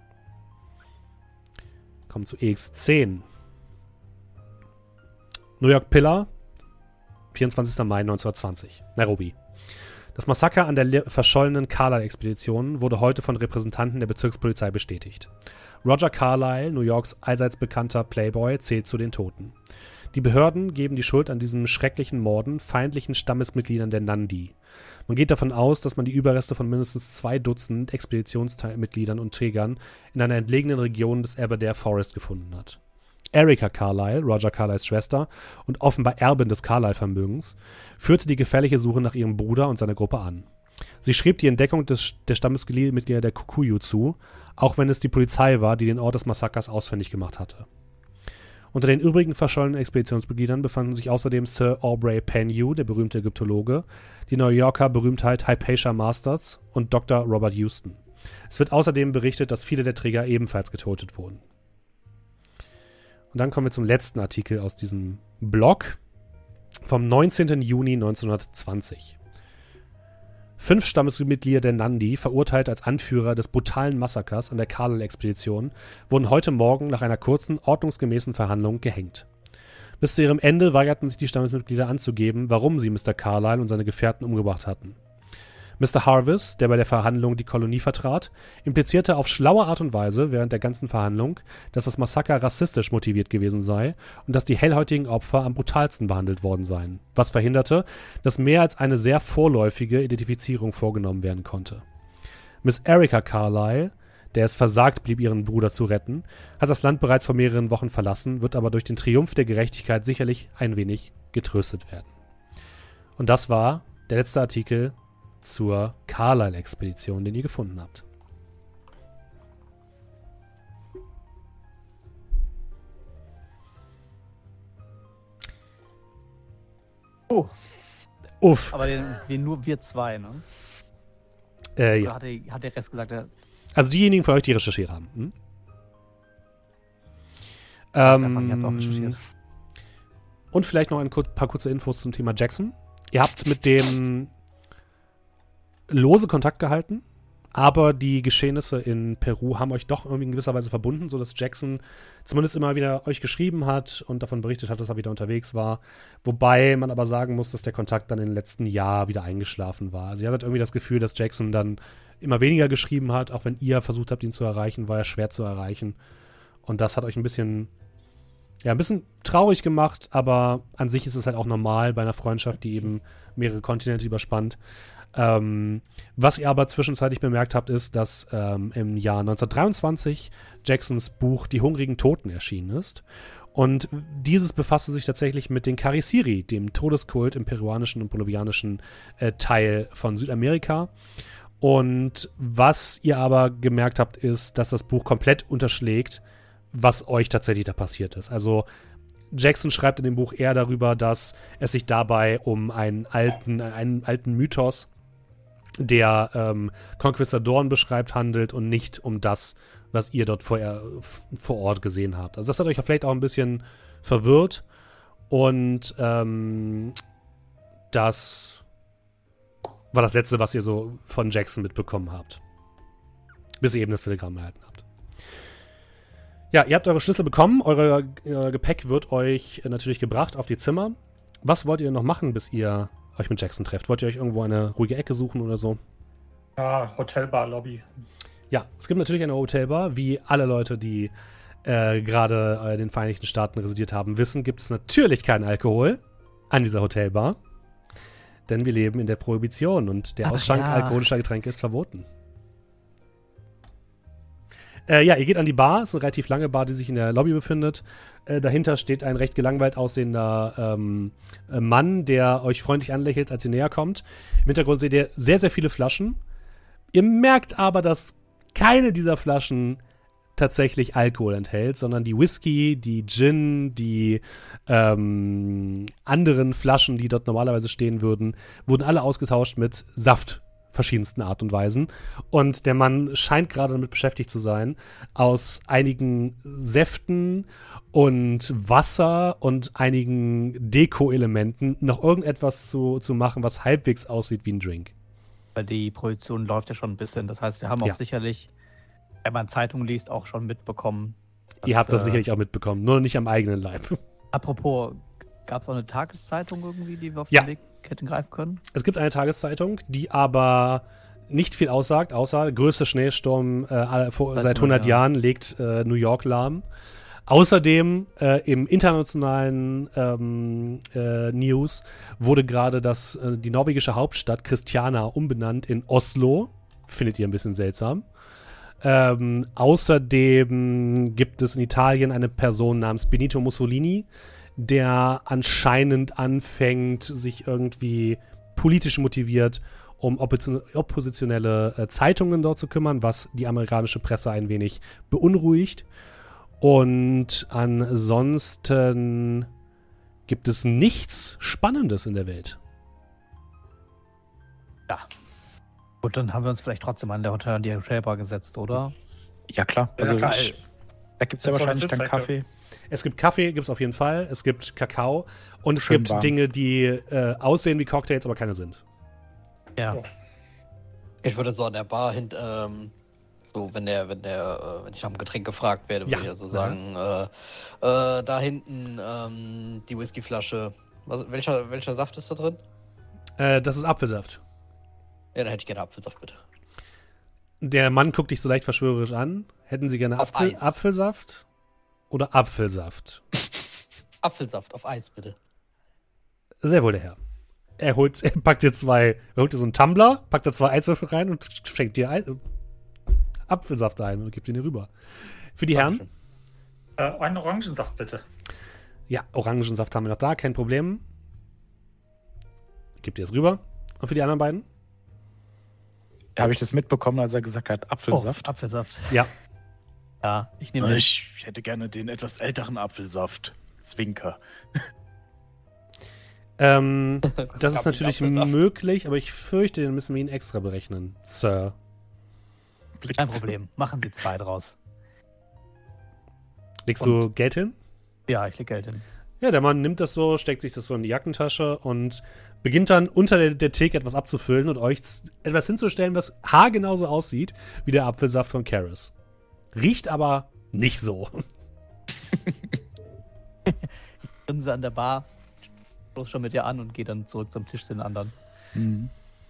Kommen zu E X zehn. New York Pillar, vierundzwanzigster Mai neunzehnhundertzwanzig, Nairobi. Das Massaker an der le- verschollenen Carlyle-Expedition wurde heute von Repräsentanten der Bezirkspolizei bestätigt. Roger Carlyle, New Yorks allseits bekannter Playboy, zählt zu den Toten. Die Behörden geben die Schuld an diesen schrecklichen Morden feindlichen Stammesmitgliedern der Nandi. Man geht davon aus, dass man die Überreste von mindestens zwei Dutzend Expeditionsmitgliedern und Trägern in einer entlegenen Region des Aberdare Forest gefunden hat. Erica Carlyle, Roger Carlyles Schwester und offenbar Erbin des Carlyle-Vermögens, führte die gefährliche Suche nach ihrem Bruder und seiner Gruppe an. Sie schrieb die Entdeckung des, der Stammesmitglieder der Kikuyu zu, auch wenn es die Polizei war, die den Ort des Massakers ausfindig gemacht hatte. Unter den übrigen verschollenen Expeditionsmitgliedern befanden sich außerdem Sir Aubrey Penhew, der berühmte Ägyptologe, die New Yorker Berühmtheit Hypatia Masters und Doktor Robert Houston. Es wird außerdem berichtet, dass viele der Träger ebenfalls getötet wurden. Und dann kommen wir zum letzten Artikel aus diesem Blog vom neunzehnten Juni neunzehnhundertzwanzig. Fünf Stammesmitglieder der Nandi, verurteilt als Anführer des brutalen Massakers an der Carlisle-Expedition, wurden heute Morgen nach einer kurzen, ordnungsgemäßen Verhandlung gehängt. Bis zu ihrem Ende weigerten sich die Stammesmitglieder anzugeben, warum sie Mister Carlyle und seine Gefährten umgebracht hatten. Mister Harvis, der bei der Verhandlung die Kolonie vertrat, implizierte auf schlaue Art und Weise während der ganzen Verhandlung, dass das Massaker rassistisch motiviert gewesen sei und dass die hellhäutigen Opfer am brutalsten behandelt worden seien, was verhinderte, dass mehr als eine sehr vorläufige Identifizierung vorgenommen werden konnte. Miss Erica Carlyle, der es versagt blieb, ihren Bruder zu retten, hat das Land bereits vor mehreren Wochen verlassen, wird aber durch den Triumph der Gerechtigkeit sicherlich ein wenig getröstet werden. Und das war der letzte Artikel zur Carlisle-Expedition, den ihr gefunden habt. Oh. Uff. Aber den, den nur wir zwei, ne? Äh, ja. Oder hat der, hat der Rest gesagt, der, Also diejenigen von euch, die recherchiert haben. Hm? ähm, ich hab auch recherchiert. Und vielleicht noch ein kur- paar kurze Infos zum Thema Jackson. Ihr habt mit dem lose Kontakt gehalten, aber die Geschehnisse in Peru haben euch doch irgendwie in gewisser Weise verbunden, sodass Jackson zumindest immer wieder euch geschrieben hat und davon berichtet hat, dass er wieder unterwegs war. Wobei man aber sagen muss, dass der Kontakt dann im letzten Jahr wieder eingeschlafen war. Also ihr hattet irgendwie das Gefühl, dass Jackson dann immer weniger geschrieben hat, auch wenn ihr versucht habt, ihn zu erreichen, war er schwer zu erreichen. Und das hat euch ein bisschen, ja, ein bisschen traurig gemacht, aber an sich ist es halt auch normal bei einer Freundschaft, die eben mehrere Kontinente überspannt. Ähm, was ihr aber zwischenzeitlich bemerkt habt, ist, dass ähm, im Jahr neunzehnhundertdreiundzwanzig Jacksons Buch Die hungrigen Toten erschienen ist. Und dieses befasste sich tatsächlich mit den Kariciri, dem Todeskult im peruanischen und bolivianischen äh, Teil von Südamerika. Und was ihr aber gemerkt habt, ist, dass das Buch komplett unterschlägt, was euch tatsächlich da passiert ist. Also Jackson schreibt in dem Buch eher darüber, dass es sich dabei um einen alten, einen alten Mythos, der ähm, Konquistadoren beschreibt, handelt und nicht um das, was ihr dort vor, vor Ort gesehen habt. Also das hat euch ja vielleicht auch ein bisschen verwirrt und ähm, das war das Letzte, was ihr so von Jackson mitbekommen habt. Bis ihr eben das Telegramm erhalten habt. Ja, ihr habt eure Schlüssel bekommen, euer äh, Gepäck wird euch äh, natürlich gebracht auf die Zimmer. Was wollt ihr noch machen, bis ihr euch mit Jackson trefft? Wollt ihr euch irgendwo eine ruhige Ecke suchen oder so? Ja, Hotelbar, Lobby. Ja, es gibt natürlich eine Hotelbar. Wie alle Leute, die äh, gerade äh, in den Vereinigten Staaten residiert haben, wissen, gibt es natürlich keinen Alkohol an dieser Hotelbar. Denn wir leben in der Prohibition und der Ach Ausschank ja. alkoholischer Getränke ist verboten. Äh, ja, ihr geht an die Bar. Es ist eine relativ lange Bar, die sich in der Lobby befindet. Äh, dahinter steht ein recht gelangweilt aussehender ähm, äh, Mann, der euch freundlich anlächelt, als ihr näher kommt. Im Hintergrund seht ihr sehr, sehr viele Flaschen. Ihr merkt aber, dass keine dieser Flaschen tatsächlich Alkohol enthält, sondern die Whisky, die Gin, die ähm, anderen Flaschen, die dort normalerweise stehen würden, wurden alle ausgetauscht mit Saft verschiedensten Art und Weisen. Und der Mann scheint gerade damit beschäftigt zu sein, aus einigen Säften und Wasser und einigen Deko-Elementen noch irgendetwas zu, zu machen, was halbwegs aussieht wie ein Drink. Weil die Produktion läuft ja schon ein bisschen. Das heißt, wir haben auch Ja. sicherlich, wenn man Zeitungen liest, auch schon mitbekommen. dass, Ihr habt das äh, sicherlich auch mitbekommen, nur nicht am eigenen Leib. Apropos, gab es auch eine Tageszeitung irgendwie, die wir auf Ja. den Weg hätten greifen können? Es gibt eine Tageszeitung, die aber nicht viel aussagt, außer größter Schneesturm äh, alle- vor, Seit seit hundert Jahren. Jahren legt äh, New York lahm. Außerdem äh, im internationalen ähm, äh, News wurde gerade das, äh, die norwegische Hauptstadt Christiania umbenannt in Oslo. Findet ihr ein bisschen seltsam. Ähm, außerdem gibt es in Italien eine Person namens Benito Mussolini, der anscheinend anfängt, sich irgendwie politisch motiviert um opposi- oppositionelle äh, Zeitungen dort zu kümmern, was die amerikanische Presse ein wenig beunruhigt. Und ansonsten gibt es nichts Spannendes in der Welt. Ja. Gut, dann haben wir uns vielleicht trotzdem an der Hotel an die Hotelbar gesetzt, oder? Ja, klar. Also, klar. ich, da gibt es ja Das war wahrscheinlich das dann Sitzecke. Kaffee. Es gibt Kaffee, gibt es auf jeden Fall. Es gibt Kakao. Und es Schön gibt warm. Dinge, die äh, aussehen wie Cocktails, aber keine sind. Ja. Oh. Ich würde so an der Bar hin, ähm, so wenn der, wenn der, äh, wenn ich nach dem Getränk gefragt werde, würde Ja. ich ja so sagen, äh, äh, da hinten ähm, die Whiskyflasche. Was, welcher, welcher Saft ist da drin? Äh, das ist Apfelsaft. Ja, dann hätte ich gerne Apfelsaft, bitte. Der Mann guckt dich so leicht verschwörerisch an. Hätten Sie gerne Auf Apfel, Eis. Apfelsaft oder Apfelsaft? Apfelsaft auf Eis, bitte. Sehr wohl, der Herr. Er holt, er packt dir zwei, er holt dir so einen Tumbler, packt da zwei Eiswürfel rein und schenkt dir Eis, Apfelsaft ein und gibt ihn dir rüber. Für die Herren? Äh, einen Orangensaft bitte. Ja, Orangensaft haben wir noch da, kein Problem. Gibt ihr es rüber. Und für die anderen beiden? Habe ich das mitbekommen, als er gesagt hat, Apfelsaft? Oh, Apfelsaft. Ja. Ja, ich nehme den. Ich hätte gerne den etwas älteren Apfelsaft. Zwinker. Ähm, das gab ist nicht natürlich Apfelsaft. möglich, aber ich fürchte, den müssen wir ihn extra berechnen, Sir. Kein Problem. Machen Sie zwei draus. Legst du Geld hin? Ja, ich leg Geld hin. Ja, der Mann nimmt das so, steckt sich das so in die Jackentasche und beginnt dann unter der, der Theke etwas abzufüllen und euch z- etwas hinzustellen, was haargenauso aussieht wie der Apfelsaft von Karis. Riecht aber nicht so. Grinse an der Bar, bloß schon mit dir an und gehe dann zurück zum Tisch zu den anderen. Mhm.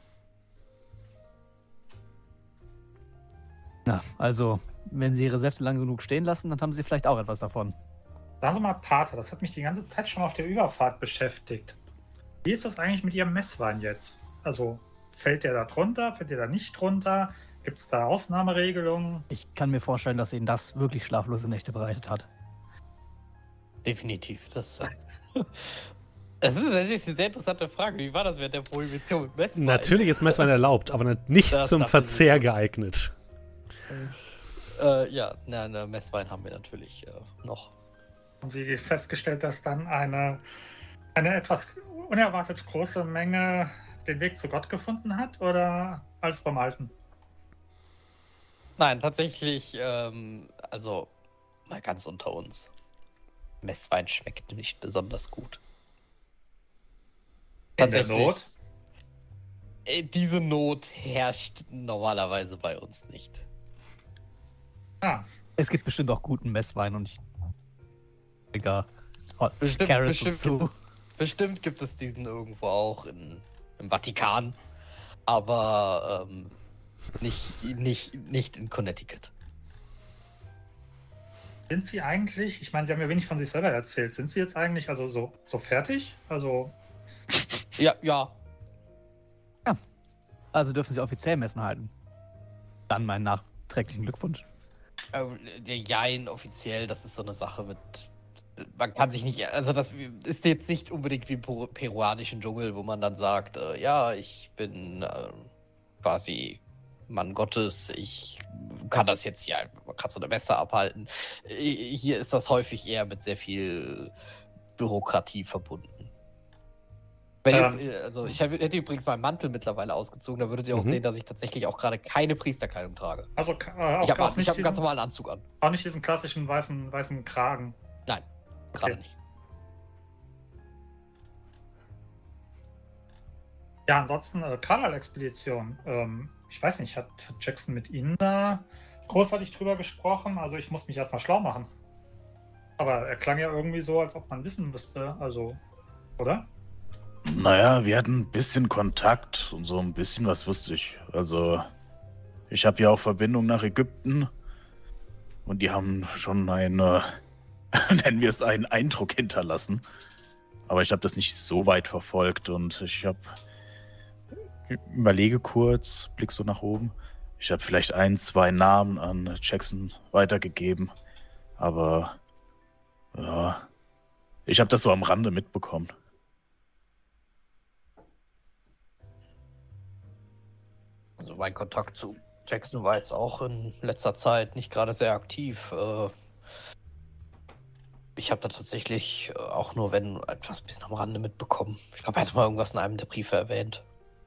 Na, also, wenn Sie Ihre Säfte lang genug stehen lassen, dann haben Sie vielleicht auch etwas davon. Sagen Sie mal, Pater, das hat mich die ganze Zeit schon auf der Überfahrt beschäftigt. Wie ist das eigentlich mit Ihrem Messwein jetzt? Also, fällt der da drunter? Fällt der da nicht drunter? Gibt es da Ausnahmeregelungen? Ich kann mir vorstellen, dass Ihnen das wirklich schlaflose Nächte bereitet hat. Definitiv. Das, das, ist, das ist eine sehr interessante Frage. Wie war das während der Prohibition mit Messwein? Natürlich ist Messwein erlaubt, aber nicht Das zum dachte ich Verzehr mir. geeignet. Äh, ja, na, na, Messwein haben wir natürlich äh, noch. Haben Sie festgestellt, dass dann eine, eine etwas unerwartet große Menge den Weg zu Gott gefunden hat? Oder alles beim Alten? Nein, tatsächlich, ähm, also mal ganz unter uns. Messwein schmeckt nicht besonders gut. In der Not? Äh, Diese Not herrscht normalerweise bei uns nicht. Ah, Es gibt bestimmt auch guten Messwein und ich. Egal. Oh, Bestimmt, Karis bestimmt, dazu. gibt es, bestimmt gibt es diesen irgendwo auch in, im Vatikan, aber ähm, nicht, nicht, nicht in Connecticut. sind Sie eigentlich, ich meine, Sie haben ja wenig von sich selber erzählt, sind Sie jetzt eigentlich also so, so fertig? Also, Ja, ja. Also dürfen Sie offiziell Messen halten. Dann meinen nachträglichen Glückwunsch. Ähm, der Jein offiziell, das ist so eine Sache mit. Man kann sich nicht. Also, das ist jetzt nicht unbedingt wie im peru- peruanischen Dschungel, wo man dann sagt: äh, Ja, ich bin äh, quasi Mann Gottes, ich kann das jetzt hier, man kann so eine Messe abhalten. Äh, Hier ist das häufig eher mit sehr viel Bürokratie verbunden. Wenn Ähm. ihr, also, ich hab, hätte übrigens meinen Mantel mittlerweile ausgezogen, da würdet ihr auch Mhm. sehen, dass ich tatsächlich auch gerade keine Priesterkleidung trage. also äh, auch, Ich habe auch, ich nicht hab einen ganz diesen, normalen Anzug an. auch nicht diesen klassischen weißen, weißen Kragen. Nein, gerade Okay. nicht. Ja, ansonsten äh, Carlisle-Expedition. Ähm, ich weiß nicht, hat, hat Jackson mit Ihnen da großartig drüber gesprochen? Also ich muss mich erstmal schlau machen. Aber er klang ja irgendwie so, als ob man wissen müsste. Also, oder? Naja, wir hatten ein bisschen Kontakt und so ein bisschen was wusste ich. Also, ich habe ja auch Verbindung nach Ägypten und die haben schon eine, nennen wir es, einen Eindruck hinterlassen. Aber ich habe das nicht so weit verfolgt und ich habe, überlege kurz, blick so nach oben. Ich habe vielleicht ein, zwei Namen an Jackson weitergegeben, aber ja, ich habe das so am Rande mitbekommen. also mein Kontakt zu Jackson war jetzt auch in letzter Zeit nicht gerade sehr aktiv. Äh, ich habe da tatsächlich auch nur, wenn etwas ein bisschen am Rande mitbekommen. Ich glaube, er hat mal irgendwas in einem der Briefe erwähnt.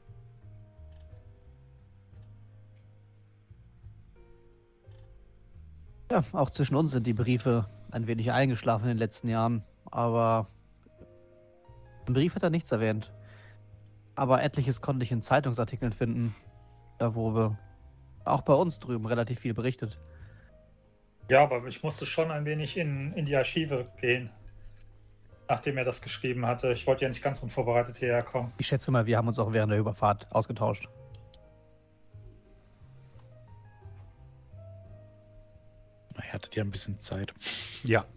Ja, auch zwischen uns sind die Briefe ein wenig eingeschlafen in den letzten Jahren, aber im Brief hat er nichts erwähnt. Aber etliches konnte ich in Zeitungsartikeln finden. Da wurde auch bei uns drüben relativ viel berichtet. Ja, aber ich musste schon ein wenig in, in die Archive gehen, nachdem er das geschrieben hatte. Ich wollte ja nicht ganz unvorbereitet hierher kommen. Ich schätze mal, wir haben uns auch während der Überfahrt ausgetauscht. Ihr hattet ja ein bisschen Zeit. Ja.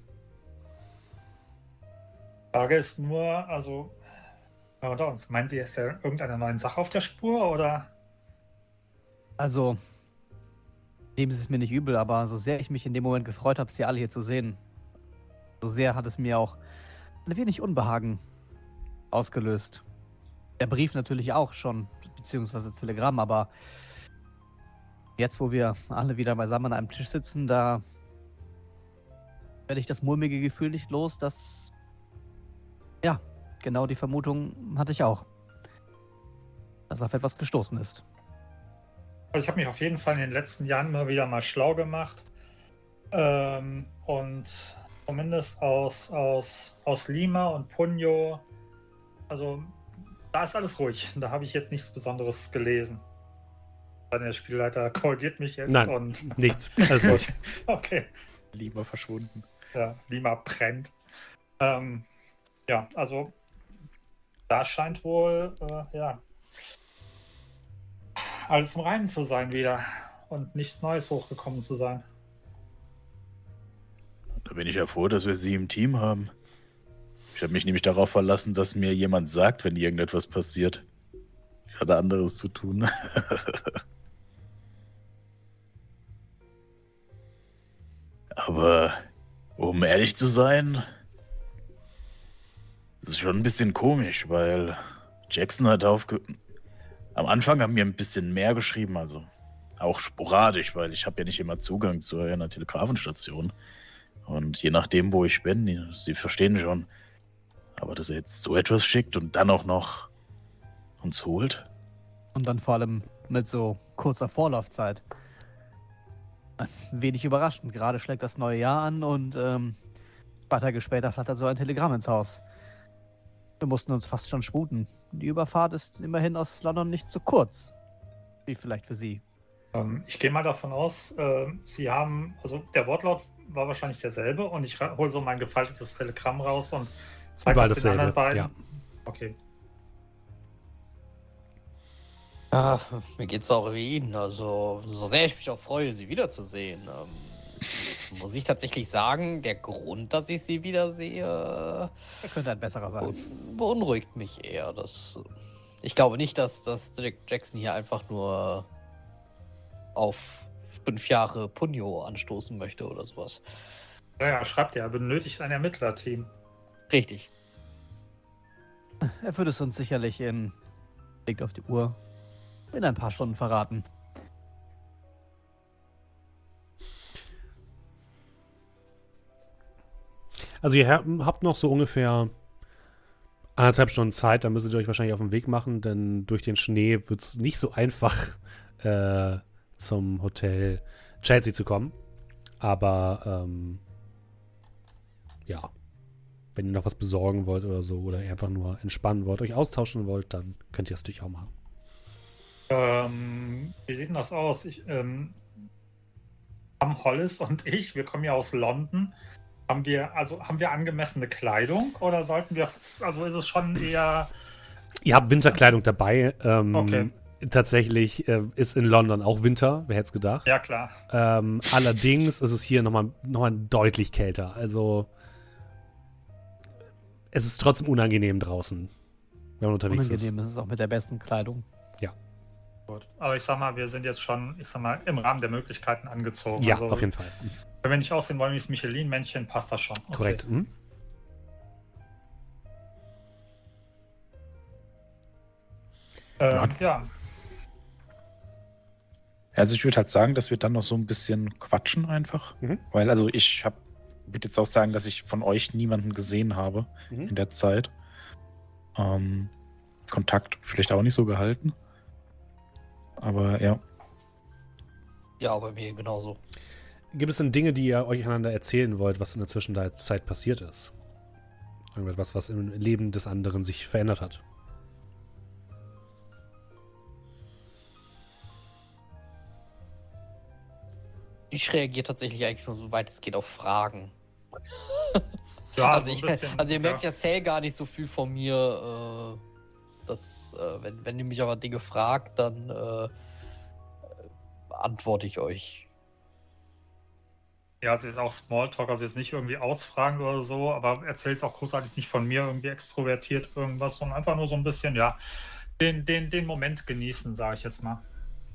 Die Frage ist nur, also, unter uns, meinen Sie, ist ja irgendeiner neuen Sache auf der Spur, oder? Also, nehmen Sie es mir nicht übel, aber so sehr ich mich in dem Moment gefreut habe, Sie alle hier zu sehen, so sehr hat es mir auch ein wenig Unbehagen ausgelöst. Der Brief natürlich auch schon, beziehungsweise das Telegramm, aber jetzt, wo wir alle wieder beisammen an einem Tisch sitzen, da werde ich das mulmige Gefühl nicht los, dass, ja, genau die Vermutung hatte ich auch, dass auf etwas gestoßen ist. Also ich habe mich auf jeden Fall in den letzten Jahren immer wieder mal schlau gemacht. Ähm, und zumindest aus, aus, aus Lima und Puño, also da ist alles ruhig. Da habe ich jetzt nichts Besonderes gelesen. Der Spielleiter korrigiert mich jetzt. Nein, und nichts. Alles gut. Okay. Lima verschwunden. Ja, Lima brennt. Ähm, ja, also da scheint wohl, äh, ja, alles im Reinen zu sein wieder und nichts Neues hochgekommen zu sein. Da bin ich ja froh, dass wir sie im Team haben. Ich habe mich nämlich darauf verlassen, dass mir jemand sagt, wenn irgendetwas passiert. Ich hatte anderes zu tun. Aber um ehrlich zu sein, es ist schon ein bisschen komisch, weil Jackson hat aufge... Am Anfang haben wir ein bisschen mehr geschrieben, also auch sporadisch, weil ich habe ja nicht immer Zugang zu einer Telegrafenstation. Und je nachdem, wo ich bin, Sie verstehen schon. Aber dass er jetzt so etwas schickt und dann auch noch uns holt. Und dann vor allem mit so kurzer Vorlaufzeit. Wenig überraschend. Gerade schlägt das neue Jahr an und ähm, zwei Tage später flattert so ein Telegramm ins Haus. Wir mussten uns fast schon sputen. Die Überfahrt ist immerhin aus London nicht so kurz. Wie vielleicht für Sie. Ähm, ich gehe mal davon aus, äh, Sie haben, also der Wortlaut war wahrscheinlich derselbe und ich hole so mein gefaltetes Telegramm raus und zeige Überall das den anderen dasselbe, beiden. ja. Okay. Ja, mir geht's auch wie Ihnen. Also, so sehr ich mich auch freue, Sie wiederzusehen. Ähm, muss ich tatsächlich sagen, der Grund, dass ich Sie wiedersehe, Der könnte ein besserer sein. beunruhigt mich eher. Das, ich glaube nicht, dass, dass Jack Jackson hier einfach nur auf fünf Jahre Puño anstoßen möchte oder sowas. Naja, schreibt ja, er benötigt ein Ermittlerteam. Richtig. Er würde es uns sicherlich in, legt auf die Uhr, in ein paar Stunden verraten. Also ihr habt noch so ungefähr anderthalb Stunden Zeit, dann müsstet ihr euch wahrscheinlich auf den Weg machen, denn durch den Schnee wird es nicht so einfach, äh, zum Hotel Chelsea zu kommen. Aber ähm, ja, wenn ihr noch was besorgen wollt oder so oder ihr einfach nur entspannen wollt, euch austauschen wollt, dann könnt ihr das natürlich auch machen. Ähm, wie sieht denn das aus? Ich, ähm, haben Hollis und ich, wir kommen ja aus London, haben wir, also haben wir angemessene Kleidung oder sollten wir, also ist es schon eher... Ihr habt Winterkleidung dabei. Ähm, Okay. Tatsächlich äh, ist in London auch Winter, wer hätte es gedacht. Ja, klar. Ähm, allerdings ist es hier nochmal noch mal deutlich kälter. Also es ist trotzdem unangenehm draußen, wenn man unterwegs Unangenehm ist es auch mit der besten Kleidung. Gut. Aber ich sag mal, wir sind jetzt schon, ich sag mal, im Rahmen der Möglichkeiten angezogen. ist. Ja, also, auf jeden Fall. wenn wir nicht aussehen wollen wie das Michelin-Männchen, passt das schon. Okay. Korrekt. Hm? Ähm, ja. Also ich würde halt sagen, dass wir dann noch so ein bisschen quatschen einfach. Mhm. Weil also ich habe, würde jetzt auch sagen, dass ich von euch niemanden gesehen habe Mhm. in der Zeit. Ähm, Kontakt vielleicht auch nicht so gehalten. Aber ja. Ja, bei mir genauso. Gibt es denn Dinge, die ihr euch einander erzählen wollt, was in der Zwischenzeit passiert ist? Irgendwas, was im Leben des anderen sich verändert hat? Ich reagiere tatsächlich eigentlich nur so weit es geht auf Fragen. Ja, also, so ein ich, bisschen, also ihr merkt, ich ja. erzähle gar nicht so viel von mir. Äh, dass, äh, wenn, wenn ihr mich aber Dinge fragt, dann äh, antworte ich euch. Ja, also jetzt auch Smalltalk, also jetzt nicht irgendwie ausfragen oder so, aber erzähl's auch großartig nicht von mir irgendwie extrovertiert irgendwas, sondern einfach nur so ein bisschen, ja, den, den, den Moment genießen, sage ich jetzt mal.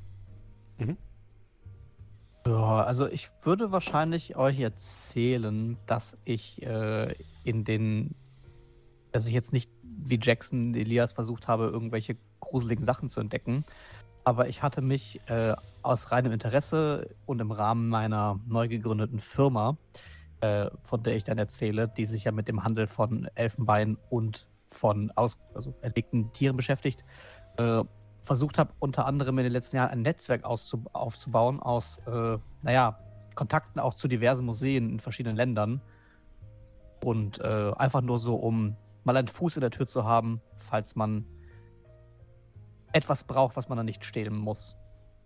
Ja, also ich würde wahrscheinlich euch erzählen, dass ich äh, in den, dass ich jetzt nicht wie Jackson Elias versucht habe, irgendwelche gruseligen Sachen zu entdecken, aber ich hatte mich äh, aus reinem Interesse und im Rahmen meiner neu gegründeten Firma, äh, von der ich dann erzähle, die sich ja mit dem Handel von Elfenbein und von aus, also erlegten Tieren beschäftigt, äh, versucht habe, unter anderem in den letzten Jahren ein Netzwerk auszu- aufzubauen aus, äh, naja, Kontakten auch zu diversen Museen in verschiedenen Ländern. Und äh, einfach nur so, um mal einen Fuß in der Tür zu haben, falls man etwas braucht, was man dann nicht stehlen muss.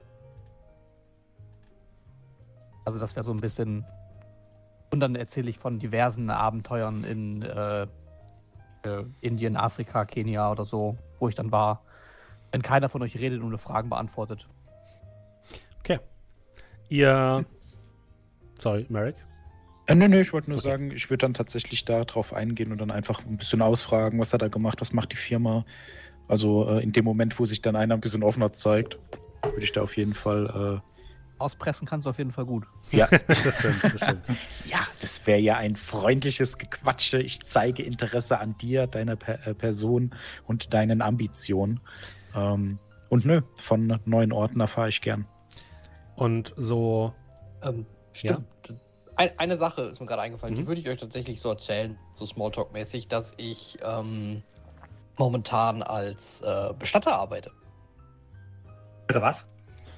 Also das wäre so ein bisschen... Und dann erzähle ich von diversen Abenteuern in äh, äh, Indien, Afrika, Kenia oder so, wo ich dann war. Wenn keiner von euch redet und nur Fragen beantwortet. Okay. Ihr... Sorry, Merrick? Äh, nee, nee, ich wollte nur Okay. sagen, ich würde dann tatsächlich da drauf eingehen und dann einfach ein bisschen ausfragen, was hat er gemacht, was macht die Firma. Also äh, in dem Moment, wo sich dann einer ein bisschen offener zeigt, würde ich da auf jeden Fall... Auspressen kannst du auf jeden Fall gut. Äh, ja, Das stimmt, das stimmt. ja, das wäre ja ein freundliches Gequatsche. Ich zeige Interesse an dir, deiner per äh, Person und deinen Ambitionen. Ähm, und nö, von neuen Orten erfahre ich gern. Und so... Ähm, stimmt. Ein, eine Sache ist mir gerade eingefallen, Mhm. die würde ich euch tatsächlich so erzählen, so Smalltalk-mäßig, dass ich ähm, momentan als äh, Bestatter arbeite. Bitte was?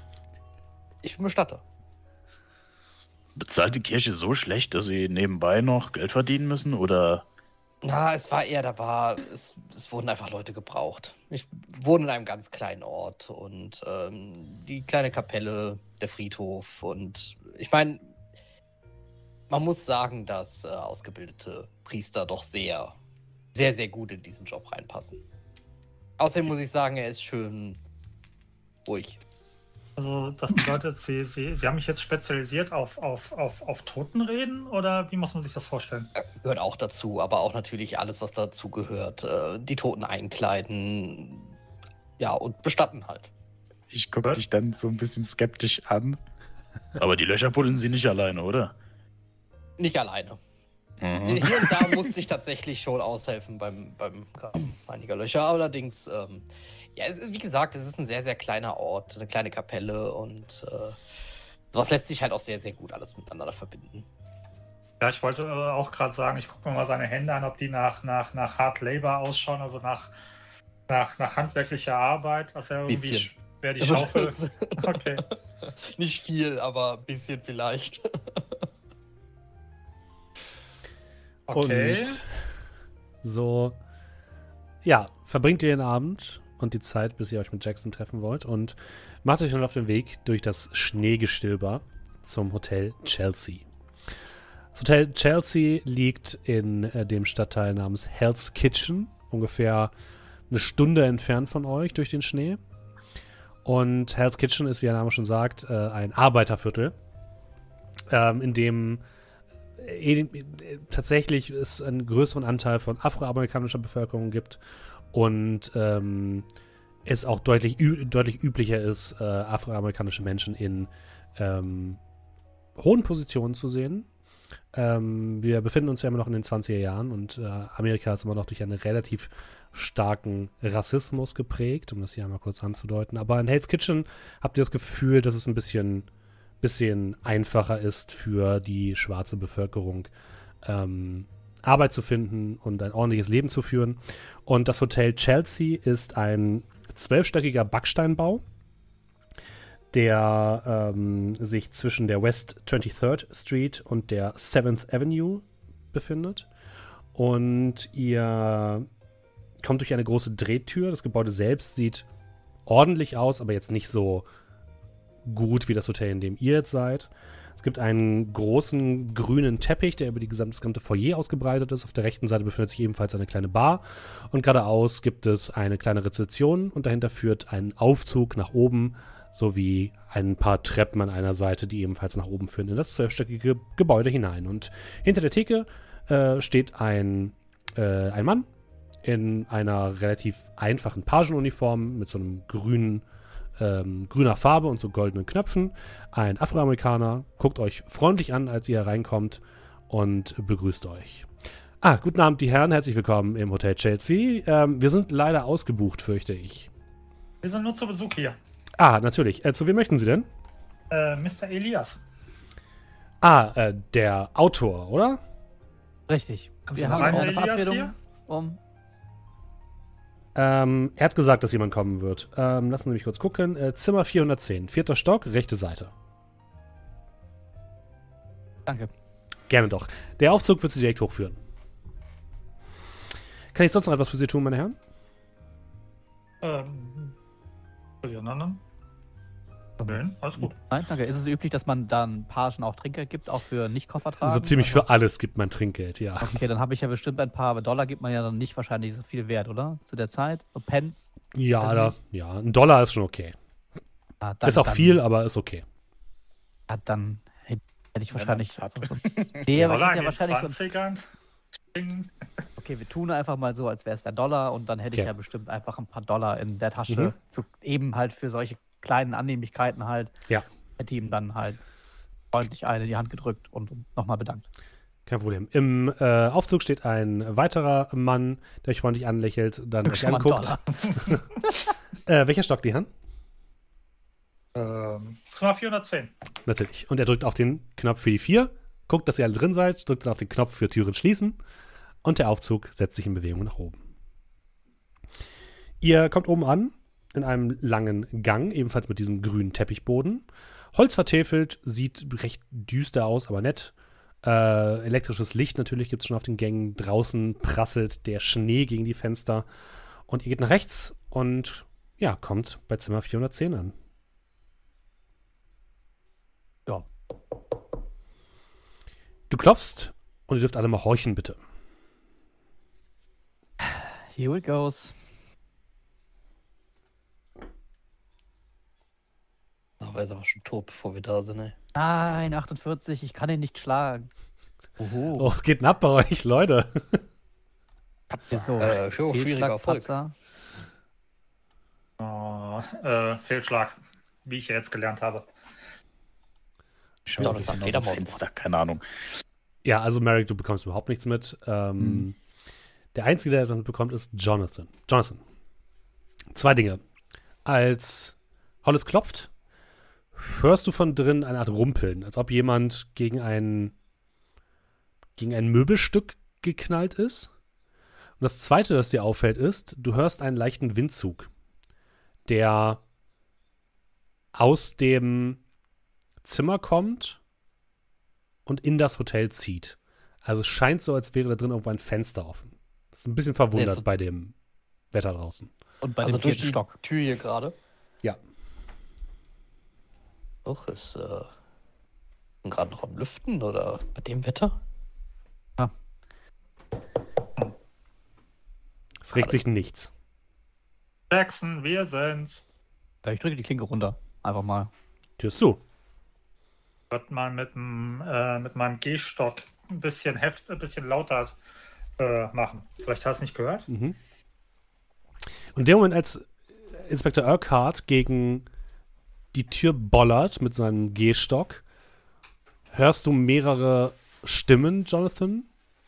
Ich bin Bestatter. Bezahlt die Kirche so schlecht, dass sie nebenbei noch Geld verdienen müssen? Oder Na, es war eher, da war, es, es wurden einfach Leute gebraucht. Ich wohne in einem ganz kleinen Ort und ähm, die kleine Kapelle, der Friedhof und ich meine, man muss sagen, dass äh, ausgebildete Priester doch sehr, sehr, sehr gut in diesen Job reinpassen. Außerdem muss ich sagen, er ist schön ruhig. Also das bedeutet, Sie, Sie, Sie haben mich jetzt spezialisiert auf, auf, auf, auf Totenreden oder wie muss man sich das vorstellen? Gehört auch dazu, aber auch natürlich alles, was dazu gehört. Äh, die Toten einkleiden, ja, und bestatten halt. Ich gucke Was? dich dann so ein bisschen skeptisch an. aber die Löcher buddeln sie nicht alleine, oder? Nicht alleine. Mhm. Hier und da musste ich tatsächlich schon aushelfen beim, beim Graben einiger Löcher. Allerdings, ähm, ja, es- wie gesagt, es ist ein sehr, sehr kleiner Ort, eine kleine Kapelle und äh, sowas lässt sich halt auch sehr, sehr gut alles miteinander verbinden. Ja, ich wollte äh, auch gerade sagen, ich gucke mir mal seine Hände an, ob die nach, nach, nach Hard Labor ausschauen, also nach, nach, nach handwerklicher Arbeit, was er irgendwie Bisschen. wäre die Schaufel. Okay. Nicht viel, aber ein bisschen vielleicht. Okay. Und so, ja, verbringt ihr den Abend und die Zeit, bis ihr euch mit Jackson treffen wollt und macht euch dann auf den Weg durch das Schneegestöber zum Hotel Chelsea. Das Hotel Chelsea liegt in äh, dem Stadtteil namens Hell's Kitchen, ungefähr eine Stunde entfernt von euch durch den Schnee. Und Hell's Kitchen ist, wie der Name schon sagt, äh, ein Arbeiterviertel, ähm, in dem äh, äh, tatsächlich es einen größeren Anteil von afroamerikanischer Bevölkerung gibt und ähm, es auch deutlich, ü- deutlich üblicher ist, äh, afroamerikanische Menschen in ähm, hohen Positionen zu sehen. Ähm, wir befinden uns ja immer noch in den zwanziger Jahren und äh, Amerika ist immer noch durch einen relativ starken Rassismus geprägt, um das hier einmal kurz anzudeuten. Aber in Hell's Kitchen habt ihr das Gefühl, dass es ein bisschen, bisschen einfacher ist für die schwarze Bevölkerung, ähm, Arbeit zu finden und ein ordentliches Leben zu führen. Und das Hotel Chelsea ist ein zwölfstöckiger Backsteinbau, der ähm, sich zwischen der West twenty-third Street und der seventh Avenue befindet. Und ihr kommt durch eine große Drehtür. Das Gebäude selbst sieht ordentlich aus, aber jetzt nicht so gut wie das Hotel, in dem ihr jetzt seid. Es gibt einen großen grünen Teppich, der über die gesamte, das gesamte Foyer ausgebreitet ist. Auf der rechten Seite befindet sich ebenfalls eine kleine Bar. Und geradeaus gibt es eine kleine Rezeption und dahinter führt ein Aufzug nach oben sowie ein paar Treppen an einer Seite, die ebenfalls nach oben führen in das zwölfstöckige Gebäude hinein. Und hinter der Theke äh, steht ein, äh, ein Mann in einer relativ einfachen Pagenuniform mit so einem grünen Ähm, grüner Farbe und so goldenen Knöpfen. Ein Afroamerikaner guckt euch freundlich an, als ihr reinkommt und begrüßt euch. Ah, guten Abend, die Herren. Herzlich willkommen im Hotel Chelsea. Ähm, wir sind leider ausgebucht, fürchte ich. Wir sind nur zu Besuch hier. Ah, natürlich. Äh, zu wem möchten Sie denn? Äh, Mister Elias. Ah, äh, der Autor, oder? Richtig. Kommst Wir du haben rein, auch eine Elias, Verabredung hier? um. Ähm, er hat gesagt, dass jemand kommen wird. Ähm, lassen Sie mich kurz gucken. Äh, Zimmer vierhundertzehn, vierter Stock, rechte Seite. Danke. Gerne doch. Der Aufzug wird Sie direkt hochführen. Kann ich sonst noch etwas für Sie tun, meine Herren? Ähm, für die anderen? Nein, alles gut. Nein, danke. Ist es üblich, dass man dann Pagen auch Trinkgeld gibt, auch für Nicht-Koffertragen? So ziemlich Also- für alles gibt man Trinkgeld, ja. Okay, dann habe ich ja bestimmt ein paar, aber Dollar gibt man ja dann nicht wahrscheinlich so viel Wert, oder? Zu der Zeit? So Pence? Ja, Also da, nicht- ja, ein Dollar ist schon okay. Ah, dann, Ist auch dann, viel, aber ist okay. Ja, dann hätte hätte ich Wenn wahrscheinlich. man's hat. So, nee, aber ich Dollar hätte ja in wahrscheinlich so. zwanzigern. Ding. Okay, wir tun einfach mal so, als wäre es der Dollar und dann hätte Okay. ich ja bestimmt einfach ein paar Dollar in der Tasche. Mhm. Für, eben halt für solche kleinen Annehmlichkeiten halt. Ja. Hätte ihm dann halt freundlich eine in die Hand gedrückt und nochmal bedankt. Kein Problem. Im äh, Aufzug steht ein weiterer Mann, der euch freundlich anlächelt, dann euch Schon mal ein anguckt. Dollar. Äh, welcher Stock, die Hand? Ähm, Zimmer vierhundertzehn. Natürlich. Und er drückt auf den Knopf für die vier, guckt, dass ihr alle drin seid, drückt dann auf den Knopf für Türen schließen und der Aufzug setzt sich in Bewegung nach oben. Ihr kommt oben an, in einem langen Gang, ebenfalls mit diesem grünen Teppichboden. Holz vertäfelt, sieht recht düster aus, aber nett. Äh, elektrisches Licht natürlich gibt es schon auf den Gängen. Draußen prasselt der Schnee gegen die Fenster. Und ihr geht nach rechts und ja, kommt bei Zimmer vierhundertzehn an. Ja. Du klopfst und ihr dürft alle mal horchen, bitte. Here it goes. Aber er ist aber schon tot, bevor wir da sind, ey. Nein, achtundvierzig, ich kann ihn nicht schlagen. Oho. Oh, es geht denn ab bei euch, Leute. So, Äh, schon schwieriger Fehlschlag, Erfolg. Patzer. Oh, äh, Fehlschlag. Wie ich ja jetzt gelernt habe. Ich schau Ja, ein das bisschen sagt aus dem jeder Fenster, keine Ahnung. Ja, also Merrick, du bekommst überhaupt nichts mit. Ähm, Hm. Der Einzige, der damit bekommt, ist Jonathan. Jonathan. Zwei Dinge. Als Hollis klopft, hörst du von drin eine Art Rumpeln, als ob jemand gegen ein, gegen ein Möbelstück geknallt ist. Und das Zweite, das dir auffällt, ist, du hörst einen leichten Windzug, der aus dem Zimmer kommt und in das Hotel zieht. Also es scheint so, als wäre da drin irgendwo ein Fenster offen. Das ist ein bisschen verwundert Jetzt- bei dem Wetter draußen. Und bei Also dem durch vierten die Stock. Tür hier gerade. Ja. Doch, ist äh, gerade noch am Lüften oder bei dem Wetter? Es regt sich nichts. Jackson, wir sind's. Ja, ich drücke die Klinke runter. Einfach mal. Tür ist zu. Ich würde mal mit, dem, äh, mit meinem Gehstock ein bisschen, heft, ein bisschen lauter äh, machen. Vielleicht hast du nicht gehört. Mhm. Und in dem Moment, als Inspektor Urquhart gegen die Tür bollert mit seinem Gehstock, hörst du mehrere Stimmen, Jonathan.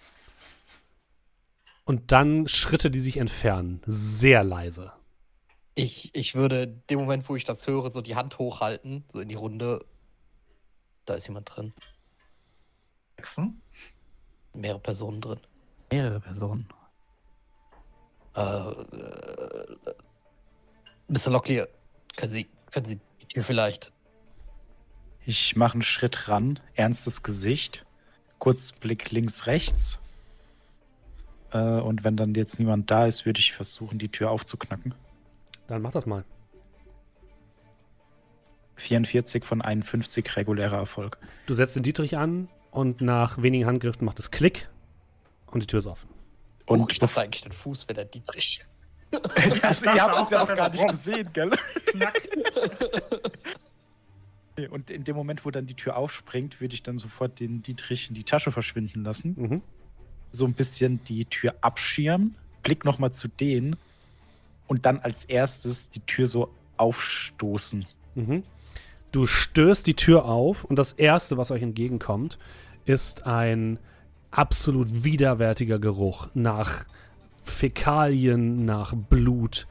Und dann Schritte, die sich entfernen. Sehr leise. Ich, ich würde dem Moment, wo ich das höre, so die Hand hochhalten, so in die Runde. Da ist jemand drin. Jackson? Mehrere Personen drin. Mehrere Personen. Äh, äh, Mister Locklear, können Sie, können Sie die Tür vielleicht? Ich mache einen Schritt ran, ernstes Gesicht, kurz Blick links, rechts. Äh, und wenn dann jetzt niemand da ist, würde ich versuchen, die Tür aufzuknacken. Dann mach das mal. vierundvierzig von einundfünfzig regulärer Erfolg. Du setzt den Dietrich an und nach wenigen Handgriffen macht es Klick und die Tür ist offen. Und oh, ich dachte eigentlich, den Fuß wäre der Dietrich. also, ihr habt es ja auch gar nicht gesehen, gell? Knack. Und in dem Moment, wo dann die Tür aufspringt, würde ich dann sofort den Dietrich in die Tasche verschwinden lassen. Mhm. So ein bisschen die Tür abschirmen, Blick nochmal zu denen und dann als erstes die Tür so aufstoßen. Mhm. Du stößt die Tür auf und das Erste, was euch entgegenkommt, ist ein absolut widerwärtiger Geruch nach Fäkalien, nach Blut.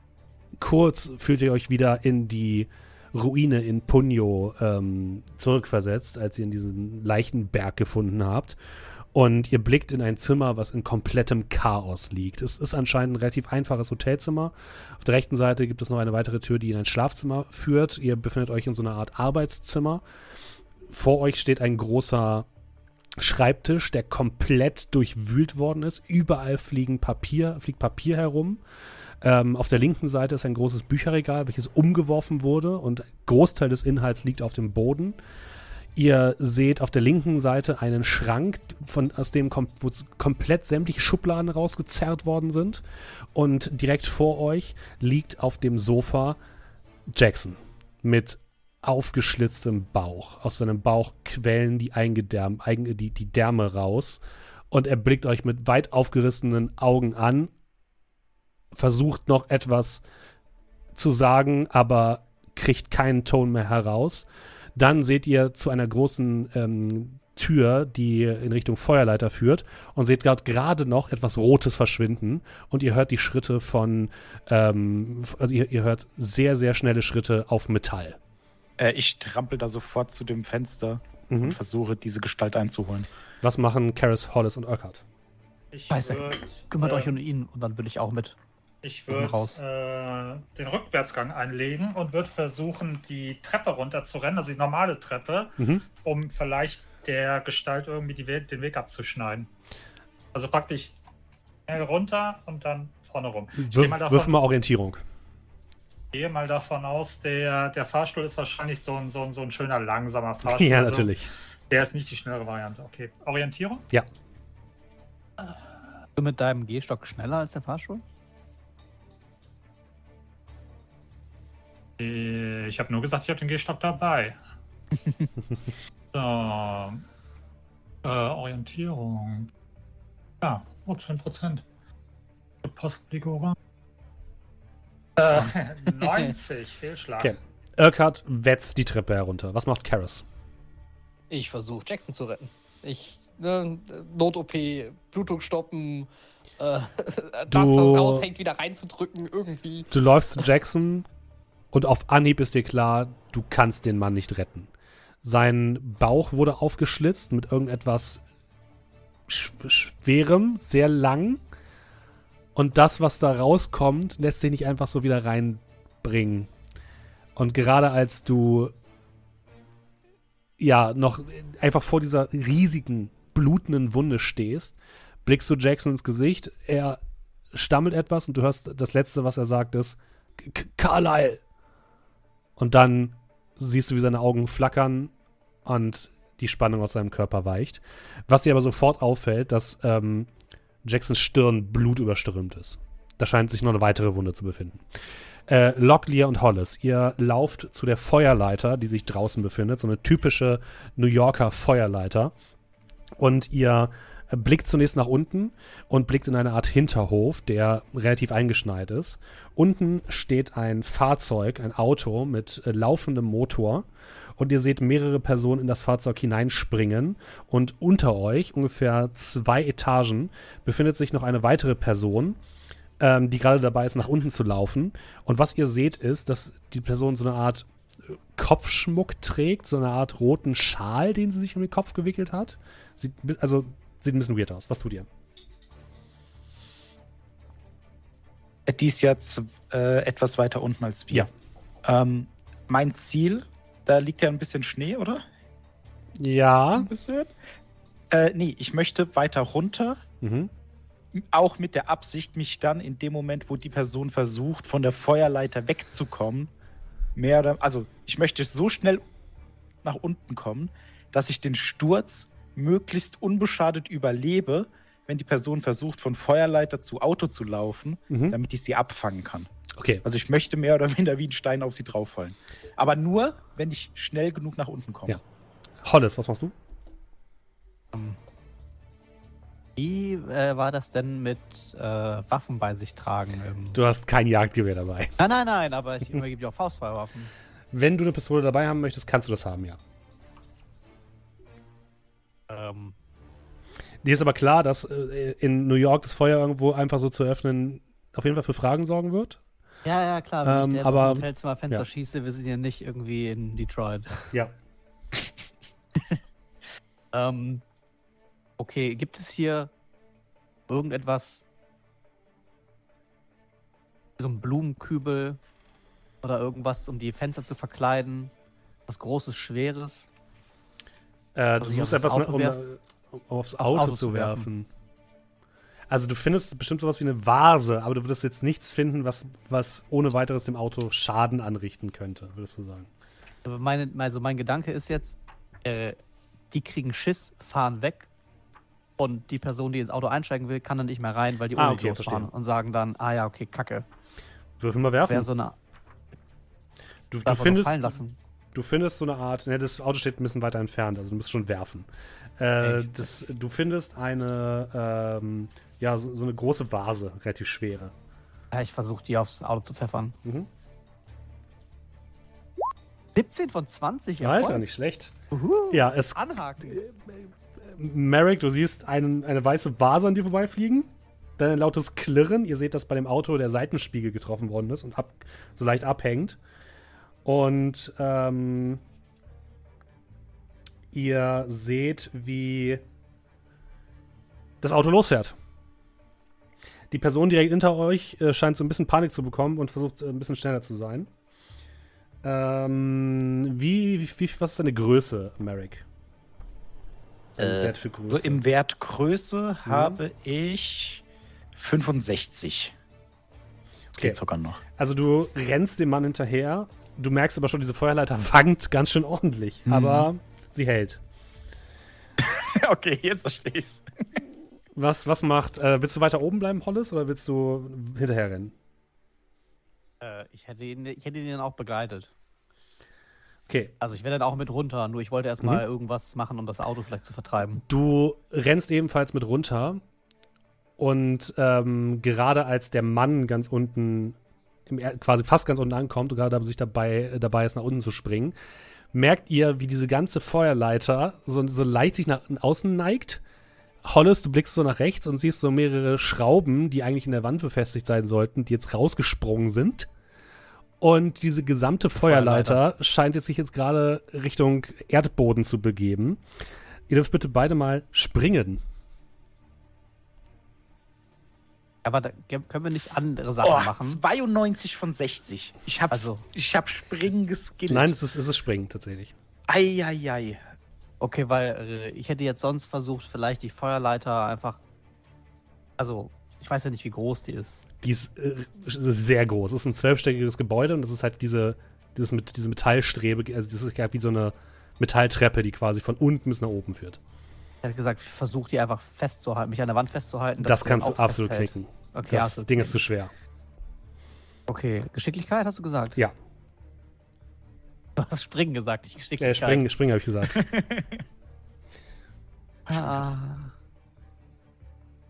Kurz fühlt ihr euch wieder in die Ruine in Punjo ähm, zurückversetzt, als ihr in diesen Leichenberg gefunden habt. Und ihr blickt in ein Zimmer, was in komplettem Chaos liegt. Es ist anscheinend ein relativ einfaches Hotelzimmer. Auf der rechten Seite gibt es noch eine weitere Tür, die in ein Schlafzimmer führt. Ihr befindet euch in so einer Art Arbeitszimmer. Vor euch steht ein großer Schreibtisch, der komplett durchwühlt worden ist. Überall fliegen Papier, fliegt Papier herum. Ähm, auf der linken Seite ist ein großes Bücherregal, welches umgeworfen wurde und ein Großteil des Inhalts liegt auf dem Boden. Ihr seht auf der linken Seite einen Schrank, von, aus dem kom- wo komplett sämtliche Schubladen rausgezerrt worden sind. Und direkt vor euch liegt auf dem Sofa Jackson mit aufgeschlitztem Bauch. Aus seinem Bauch quellen die, Eingedärm, Eigen, die, die Därme raus. Und er blickt euch mit weit aufgerissenen Augen an, versucht noch etwas zu sagen, aber kriegt keinen Ton mehr heraus. Dann seht ihr zu einer großen ähm, Tür, die in Richtung Feuerleiter führt und seht gerade noch etwas Rotes verschwinden und ihr hört die Schritte von, ähm, also ihr, ihr hört sehr, sehr schnelle Schritte auf Metall. Äh, ich trampel da sofort zu dem Fenster Mhm. und versuche, diese Gestalt einzuholen. Was machen Karis, Hollis und Urquhart? Ich Scheiße, würd, kümmert äh, euch um ihn und dann will ich auch mit. Ich bin würde raus. äh, den Rückwärtsgang einlegen und würde versuchen, die Treppe runter zu rennen, also die normale Treppe, Mhm. um vielleicht der Gestalt irgendwie die We- den Weg abzuschneiden. Also praktisch schnell runter und dann vorne rum. Ich gehe Wirf, mal, wirf davon- mal Orientierung. gehe mal davon aus, der, der Fahrstuhl ist wahrscheinlich so ein, so ein, so ein schöner, langsamer Fahrstuhl. Ja, Also, natürlich. der ist nicht die schnellere Variante. Okay, Orientierung? Ja. Bist du mit deinem Gehstock schneller als der Fahrstuhl? Äh, Ich habe nur gesagt, ich habe den Gehstock dabei. So. Äh, Orientierung. Ja, oh, zehn Prozent. Possibly go wrong. Äh, neunzig, Fehlschlag. Okay. Urquhart wetzt die Treppe herunter. Was macht Karis? Ich versuche Jackson zu retten. Ich, ne, Not-O P, Blutung stoppen, äh, das, Du- was raushängt, wieder reinzudrücken, irgendwie. Du läufst zu Jackson und auf Anhieb ist dir klar, du kannst den Mann nicht retten. Sein Bauch wurde aufgeschlitzt mit irgendetwas sch- Schwerem, sehr lang. Und das, was da rauskommt, lässt sich nicht einfach so wieder reinbringen. Und gerade als du ja noch einfach vor dieser riesigen, blutenden Wunde stehst, blickst du Jackson ins Gesicht, er stammelt etwas und du hörst, das Letzte, was er sagt, ist K- Carlyle. Und dann siehst du, wie seine Augen flackern und die Spannung aus seinem Körper weicht. Was dir aber sofort auffällt, dass ähm, Jacksons Stirn blutüberströmt ist. Da scheint sich noch eine weitere Wunde zu befinden. Äh, Locklear und Hollis, ihr lauft zu der Feuerleiter, die sich draußen befindet, so eine typische New Yorker Feuerleiter. Und ihr blickt zunächst nach unten und blickt in eine Art Hinterhof, der relativ eingeschneit ist. Unten steht ein Fahrzeug, ein Auto mit äh, laufendem Motor und ihr seht mehrere Personen in das Fahrzeug hineinspringen und unter euch, ungefähr zwei Etagen, befindet sich noch eine weitere Person, ähm, die gerade dabei ist, nach unten zu laufen. Und was ihr seht ist, dass die Person so eine Art Kopfschmuck trägt, so eine Art roten Schal, den sie sich um den Kopf gewickelt hat. Sieht, also sieht ein bisschen weird aus. Was tut ihr? Die ist jetzt äh, etwas weiter unten als wir. Ja. Ähm, mein Ziel, da liegt ja ein bisschen Schnee, oder? Ja. Ein bisschen. Äh, nee, ich möchte weiter runter. Mhm. Auch mit der Absicht, mich dann in dem Moment, wo die Person versucht, von der Feuerleiter wegzukommen, mehr oder, also ich möchte so schnell nach unten kommen, dass ich den Sturz möglichst unbeschadet überlebe, wenn die Person versucht, von Feuerleiter zu Auto zu laufen, Mhm. damit ich sie abfangen kann. Okay. Also ich möchte mehr oder minder wie ein Stein auf sie drauffallen. Aber nur, wenn ich schnell genug nach unten komme. Ja. Hollis, was machst du? Wie äh, war das denn mit äh, Waffen bei sich tragen? Im Du hast kein Jagdgewehr dabei. nein, nein, nein, aber ich übergebe dir auch Faustfeuerwaffen. Wenn du eine Pistole dabei haben möchtest, kannst du das haben, ja. Ähm, Dir ist aber klar, dass äh, in New York das Feuer irgendwo einfach so zu öffnen auf jeden Fall für Fragen sorgen wird. ja, ja, klar, wenn Ähm, ich der jetzt aber- aus dem Hotelzimmerfenster ja. schieße, wir sind ja nicht irgendwie in Detroit. Ja. Ähm, okay, gibt es hier irgendetwas, so ein Blumenkübel oder irgendwas, um die Fenster zu verkleiden? Was Großes, Schweres? Äh, du Also ich suchst auf das etwas, ne, Auto um, werfen? um aufs Aufs Auto, Auto zu zu werfen. Also du findest bestimmt sowas wie eine Vase, aber du würdest jetzt nichts finden, was, was ohne weiteres dem Auto Schaden anrichten könnte, würdest du sagen. Aber Meine, also mein Gedanke ist jetzt, äh, die kriegen Schiss, fahren weg und die Person, die ins Auto einsteigen will, kann dann nicht mehr rein, weil die Ah, ohne okay, losfahren verstehe. und sagen dann, ah ja, okay, Kacke. Würfel mal werfen. Wäre so eine, du, du, darf man findest, fallen lassen. du findest so eine Art, ne, das Auto steht ein bisschen weiter entfernt, also du musst schon werfen. Äh, Echt? das, du findest eine, ähm, ja, so, so eine große Vase, relativ schwere. Ja, ich versuche die aufs Auto zu pfeffern. Mhm. siebzehn von zwanzig, Erfolg. Alter, nicht schlecht. Uhu. Ja, es Anhaken. Merrick, du siehst einen, eine weiße Vase an dir vorbeifliegen. Dann ein lautes Klirren. Ihr seht, dass bei dem Auto der Seitenspiegel getroffen worden ist und ab, so leicht abhängt. Und ähm, ihr seht, wie das Auto losfährt. Die Person direkt hinter euch äh, scheint so ein bisschen Panik zu bekommen und versucht äh, ein bisschen schneller zu sein. Ähm, wie, wie, wie, was ist deine Größe, Merrick? Dein Äh, Wert für Größe. So im Wert Größe habe ich fünfundsechzig. Das Okay. geht sogar noch. Also du rennst dem Mann hinterher, du merkst aber schon, diese Feuerleiter wankt ganz schön ordentlich, Mhm. aber sie hält. Okay, jetzt verstehe ich's. Was, was macht, äh, willst du weiter oben bleiben, Hollis, oder willst du hinterher rennen? Äh, ich, hätte ihn, ich hätte ihn dann auch begleitet. Okay, Also ich wäre dann auch mit runter, nur ich wollte erstmal irgendwas machen, um das Auto vielleicht zu vertreiben. du rennst ebenfalls mit runter und ähm, gerade als der Mann ganz unten, im, Er- quasi fast ganz unten ankommt und gerade sich dabei, äh, dabei ist, nach unten zu springen, merkt ihr, wie diese ganze Feuerleiter so, so leicht sich nach außen neigt. Hollis, du blickst so nach rechts und siehst so mehrere Schrauben, die eigentlich in der Wand befestigt sein sollten, die jetzt rausgesprungen sind. Und diese gesamte Feuerleiter, Feuerleiter. scheint jetzt sich jetzt gerade Richtung Erdboden zu begeben. Ihr dürft bitte beide mal springen. Aber da ge- können wir nicht andere Sachen Oh, machen. zweiundneunzig von sechzig. Ich hab's, Also. ich hab Springen geskillt. Nein, es ist, es ist Springen tatsächlich. Eieiei. Okay, weil äh, ich hätte jetzt sonst versucht, vielleicht die Feuerleiter einfach. Also, ich weiß ja nicht, wie groß die ist. Die ist, äh, ist sehr groß. Es ist ein zwölfstöckiges Gebäude und das ist halt diese, dieses mit, diese Metallstrebe, also das ist halt wie so eine Metalltreppe, die quasi von unten bis nach oben führt. Ich hätte gesagt, ich versuche die einfach festzuhalten, mich an der Wand festzuhalten. Das dass sie kannst dann du auch absolut festhält. knicken. Okay, Das absolut Ding ist zu knicken. schwer. Okay, Geschicklichkeit hast du gesagt? Ja, Du hast Springen gesagt, nicht äh, Geschicklichkeit. springen, springen habe ich gesagt. Ah.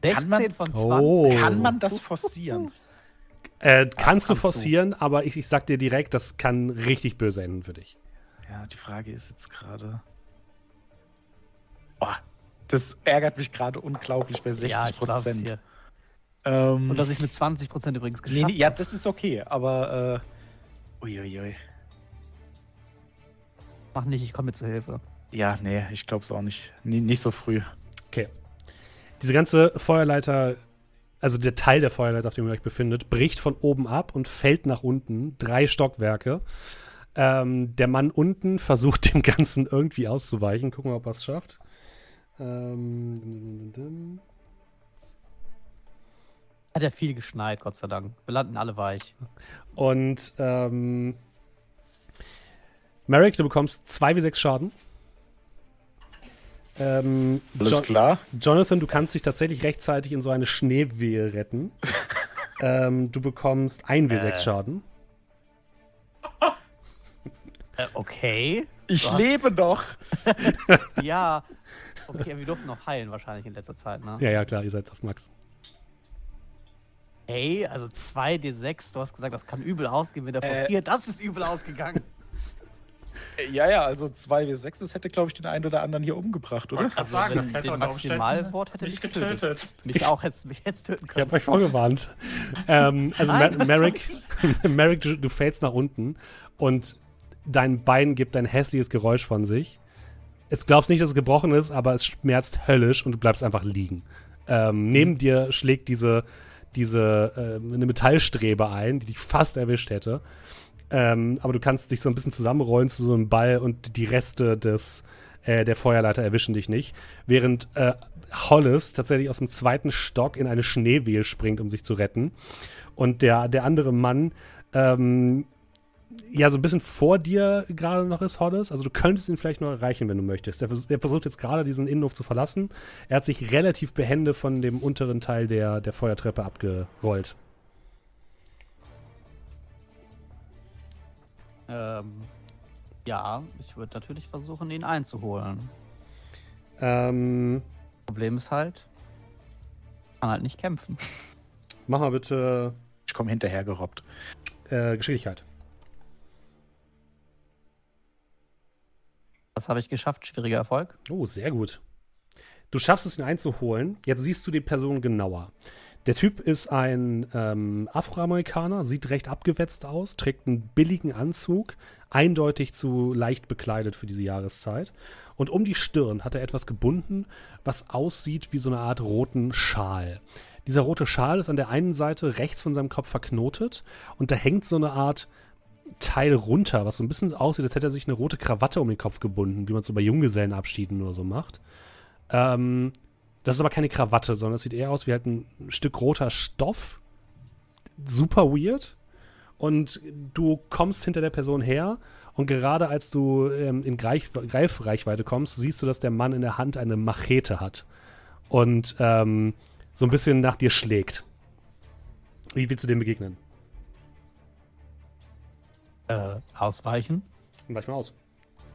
Kann man- sechzehn von Oh. zwanzig. Kann man das forcieren? Äh, kannst du kannst du. forcieren, aber ich, ich sag dir direkt, das kann richtig böse enden für dich. Ja, die Frage ist jetzt gerade. Boah, das ärgert mich gerade unglaublich bei Ja, sechzig ich glaub's Prozent. dir. ähm, Und dass ich mit zwanzig Prozent übrigens nee, geschafft nee, ja, das ist okay, aber äh, uiuiui. Mach nicht, ich komme mir zu Hilfe. Ja, nee, ich glaube es auch nicht. Nie, nicht so früh. Okay. Diese ganze Feuerleiter, also der Teil der Feuerleiter, auf dem ihr euch befindet, bricht von oben ab und fällt nach unten. Drei Stockwerke. Ähm, der Mann unten versucht dem Ganzen irgendwie auszuweichen. Gucken wir, ob er es schafft. Ähm, Hat ja viel geschneit, Gott sei Dank. Wir landen alle weich. und ähm, Merrick, du bekommst zwei wie sechs Schaden. Ähm, Jo- klar? Jonathan, du kannst dich tatsächlich rechtzeitig in so eine Schneewehe retten. ähm, du bekommst ein W sechs Äh. Schaden. Äh, okay. Ich Was? lebe noch. Ja. Okay, wir durften noch heilen wahrscheinlich in letzter Zeit, ne? Ja, ja, klar, ihr seid auf Max. Hey, also zwei D sechs, du hast gesagt, das kann übel ausgehen, wenn der Äh. forciert. Das ist übel ausgegangen. Ja, ja, also zwei W sechs, das hätte, glaube ich, den einen oder anderen hier umgebracht, oder? Wollte gerade sagen, wenn das hätte den unter Umständen Maximalwort hätte nicht dich getötet. getötet. Mich auch, hättest mich jetzt töten Ich können. habe euch vorgewarnt. ähm, also Nein, Mer das Merrick, Merrick du, du fällst nach unten und dein Bein gibt ein hässliches Geräusch von sich. Es glaubst nicht, dass es gebrochen ist, aber es schmerzt höllisch und du bleibst einfach liegen. Ähm, neben dir schlägt diese, diese äh, eine Metallstrebe ein, die dich fast erwischt hätte. Ähm, aber du kannst dich so ein bisschen zusammenrollen zu so einem Ball und die Reste des, äh, der Feuerleiter erwischen dich nicht. Während äh, Hollis tatsächlich aus dem zweiten Stock in eine Schneewehe springt, um sich zu retten. Und der, der andere Mann ähm, ja so ein bisschen vor dir gerade noch ist, Hollis. Also du könntest ihn vielleicht noch erreichen, wenn du möchtest. Der, vers- der versucht jetzt gerade diesen Innenhof zu verlassen. Er hat sich relativ behende von dem unteren Teil der, der Feuertreppe abgerollt. Ähm, ja, ich würde natürlich versuchen, ihn einzuholen. Ähm, Problem ist halt, kann halt nicht kämpfen. mach mal bitte Ich komme hinterher gerobbt. äh, Geschicklichkeit. Das habe ich geschafft, schwieriger Erfolg. Oh, sehr gut. Du schaffst es, ihn einzuholen. Jetzt siehst du die Person genauer. Der Typ ist ein ähm, Afroamerikaner, sieht recht abgewetzt aus, trägt einen billigen Anzug, eindeutig zu leicht bekleidet für diese Jahreszeit. Und um die Stirn hat er etwas gebunden, was aussieht wie so eine Art roten Schal. Dieser rote Schal ist an der einen Seite rechts von seinem Kopf verknotet und da hängt so eine Art Teil runter, was so ein bisschen aussieht, als hätte er sich eine rote Krawatte um den Kopf gebunden, wie man es so bei Junggesellenabschieden oder so macht. Ähm, das ist aber keine Krawatte, sondern es sieht eher aus wie halt ein Stück roter Stoff. Super weird. Und du kommst hinter der Person her und gerade als du ähm, in Greif Greifreichweite kommst, siehst du, dass der Mann in der Hand eine Machete hat und ähm, so ein bisschen nach dir schlägt. Wie willst du dem begegnen? Äh, ausweichen. Weich mal aus.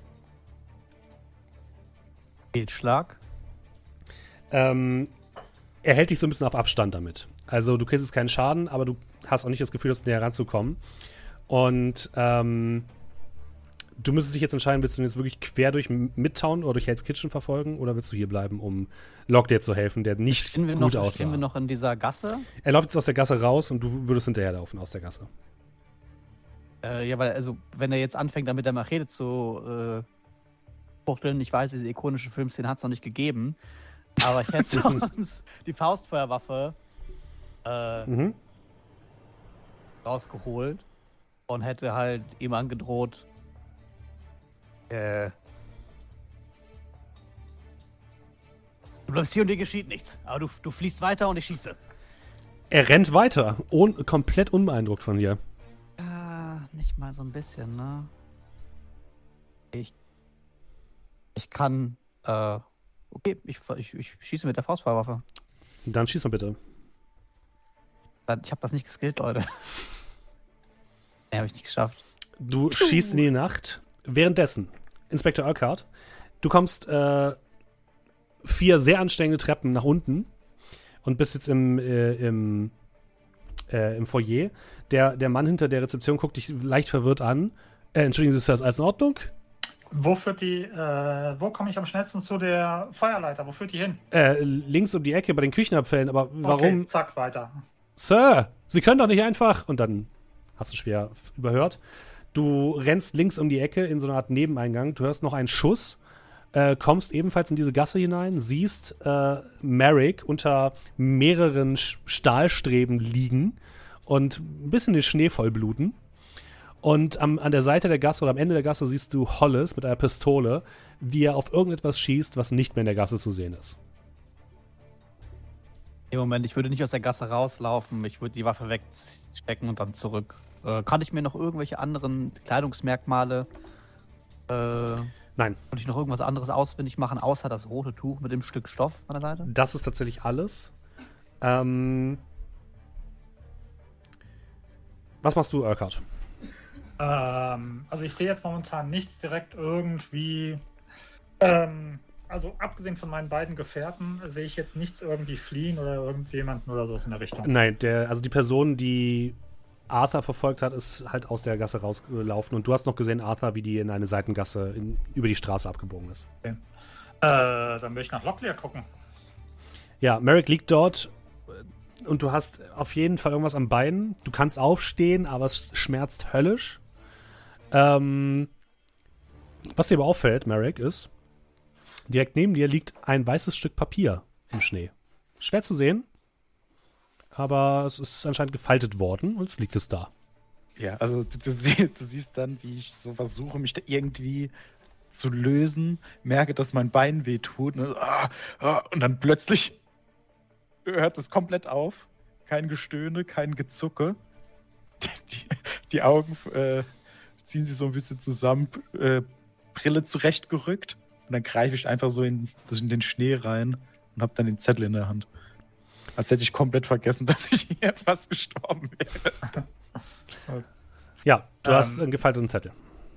Fehlschlag. Ähm, er hält dich so ein bisschen auf Abstand damit. Also du kriegst jetzt keinen Schaden, aber du hast auch nicht das Gefühl, dass näher ranzukommen. Und ähm, du müsstest dich jetzt entscheiden, willst du ihn jetzt wirklich quer durch Midtown oder durch Hell's Kitchen verfolgen oder willst du hier bleiben, um Locke dir zu helfen, der nicht Stehen wir, gut noch, aussah. stehen wir noch in dieser Gasse? Er läuft jetzt aus der Gasse raus und du würdest hinterherlaufen aus der Gasse. Äh, ja, weil, also, wenn er jetzt anfängt, dann mit der Machete zu äh, fuchteln, ich weiß, diese ikonische Filmszene hat es noch nicht gegeben, aber ich hätte sonst die Faustfeuerwaffe äh, Mhm. rausgeholt und hätte halt ihm angedroht, äh, du bleibst hier und dir geschieht nichts, aber du, du fliehst weiter und ich schieße. Er rennt weiter, un komplett unbeeindruckt von dir. Ah, nicht mal so ein bisschen, ne? Ich, ich kann, äh, okay, ich, ich, ich schieße mit der Faustfeuerwaffe. Dann schieß mal bitte. Ich habe das nicht geskillt, Leute. Nee, habe ich nicht geschafft. Du schießt in die Nacht. Währenddessen, Inspektor Urquhart, du kommst äh, vier sehr anstrengende Treppen nach unten und bist jetzt im, äh, im, äh, im Foyer. Der, der Mann hinter der Rezeption guckt dich leicht verwirrt an. Äh, Entschuldigung, ist das alles in Ordnung? Wo führt die, äh, wo komme ich am schnellsten zu der Feuerleiter? Wo führt die hin? Äh, links um die Ecke bei den Küchenabfällen, aber warum? Okay, zack, weiter. Sir, Sie können doch nicht einfach. Und dann hast du schwer überhört. Du rennst links um die Ecke in so eine Art Nebeneingang. Du hörst noch einen Schuss, äh, kommst ebenfalls in diese Gasse hinein, siehst äh, Merrick unter mehreren Sch- Stahlstreben liegen und ein bisschen den Schnee vollbluten. Und am, an der Seite der Gasse oder am Ende der Gasse siehst du Hollis mit einer Pistole, die er auf irgendetwas schießt, was nicht mehr in der Gasse zu sehen ist. Im Moment, ich würde nicht aus der Gasse rauslaufen, ich würde die Waffe wegstecken und dann zurück. Äh, kann ich mir noch irgendwelche anderen Kleidungsmerkmale, äh, Nein. Könnte ich noch irgendwas anderes ausfindig machen, außer das rote Tuch mit dem Stück Stoff an der Seite? Das ist tatsächlich alles. Ähm, was machst du, Urquhart? Ähm, also ich sehe jetzt momentan nichts direkt irgendwie, ähm, also abgesehen von meinen beiden Gefährten sehe ich jetzt nichts irgendwie fliehen oder irgendjemanden oder sowas in der Richtung. Nein, der, also die Person, die Arthur verfolgt hat, ist halt aus der Gasse rausgelaufen und du hast noch gesehen, Arthur, wie die in eine Seitengasse in, über die Straße abgebogen ist. Okay. Äh, dann will ich nach Locklear gucken. Ja, Merrick liegt dort und du hast auf jeden Fall irgendwas am Bein. Du kannst aufstehen, aber es schmerzt höllisch. Ähm, was dir aber auffällt, Merrick, ist, direkt neben dir liegt ein weißes Stück Papier im Schnee. Schwer zu sehen, aber es ist anscheinend gefaltet worden und es liegt es da. Ja, also du, du, sie, du siehst dann, wie ich so versuche, mich da irgendwie zu lösen, merke, dass mein Bein wehtut ne? ah, ah, und dann plötzlich hört es komplett auf. Kein Gestöhne, kein Gezucke. Die, die Augen äh, ziehen sich so ein bisschen zusammen, äh, Brille zurechtgerückt und dann greife ich einfach so in, in den Schnee rein und habe dann den Zettel in der Hand. Als hätte ich komplett vergessen, dass ich hier fast gestorben wäre. Ja, du Ähm, hast einen gefalteten Zettel.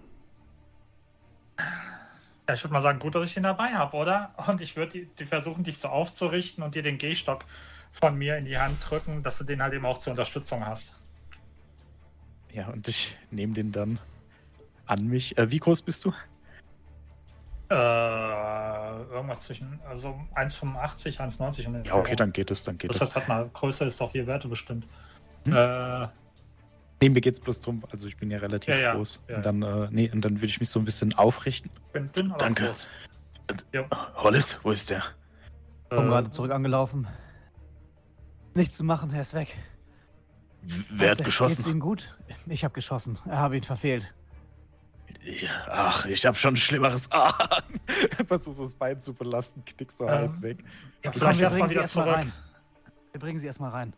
Ja, ich würde mal sagen, gut, dass ich den dabei habe, oder? Und ich würde die, die versuchen, dich so aufzurichten und dir den Gehstock von mir in die Hand drücken, dass du den halt eben auch zur Unterstützung hast. Ja, und ich nehme den dann an mich. Äh, wie groß bist du? Äh, irgendwas zwischen, also eins Komma fünfundachtzig, eins Komma neunzig. Um den Ja, okay, Euro. dann geht es, dann geht Das es. heißt, warte mal, Größe ist doch hier Werte bestimmt. Hm? Äh, Nee, mir geht's bloß drum, also ich bin ja relativ Ja, ja, groß. ja. Und dann, äh, nee, und dann würde ich mich so ein bisschen aufrichten. bin dünn, aber Danke. groß. Hollis, wo ist der? Komm Äh, gerade zurück angelaufen. Nichts zu machen, er ist weg. W- Wer hat Geht's geschossen? Ihnen gut? Ich habe geschossen. Er habe ihn verfehlt. Ja, ach, ich hab schon Schlimmeres. Ah. Versuch so das Bein zu belasten, knick so Ähm, halb weg. Ja, Komm, vielleicht wir erstmal bringen Sie wieder erstmal zurück. rein. Wir bringen Sie erstmal rein.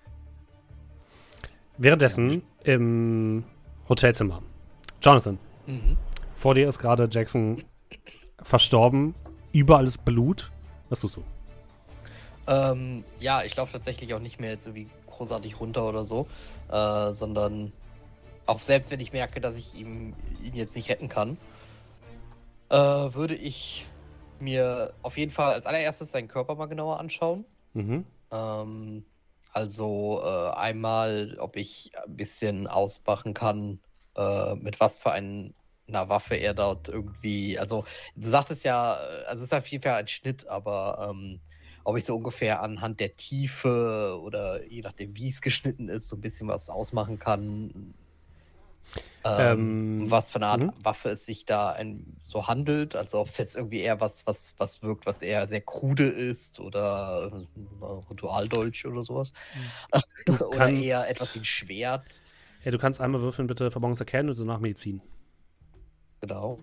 Währenddessen im Hotelzimmer. Jonathan, Mhm. vor dir ist gerade Jackson verstorben. Überall ist Blut. Was tust du? Ähm, ja, ich laufe tatsächlich auch nicht mehr jetzt irgendwie großartig runter oder so, äh, sondern auch selbst wenn ich merke, dass ich ihm, ihn jetzt nicht retten kann, äh, würde ich mir auf jeden Fall als allererstes seinen Körper mal genauer anschauen. Mhm. Ähm, also äh, einmal, ob ich ein bisschen ausmachen kann, äh, mit was für ein, einer Waffe er dort irgendwie, also du sagtest ja, äh, also es ist auf jeden Fall ein Schnitt, aber ähm, ob ich so ungefähr anhand der Tiefe oder je nachdem, wie es geschnitten ist, so ein bisschen was ausmachen kann, ähm, Ähm, um was für eine Art mhm. Waffe es sich da ein, so handelt, also ob es jetzt irgendwie eher was, was, was wirkt, was eher sehr krude ist oder ein Ritualdolch oder sowas. oder kannst- eher etwas wie ein Schwert. Ja, du kannst einmal würfeln, bitte Verborgenes Erkennen und danach Medizin. Genau.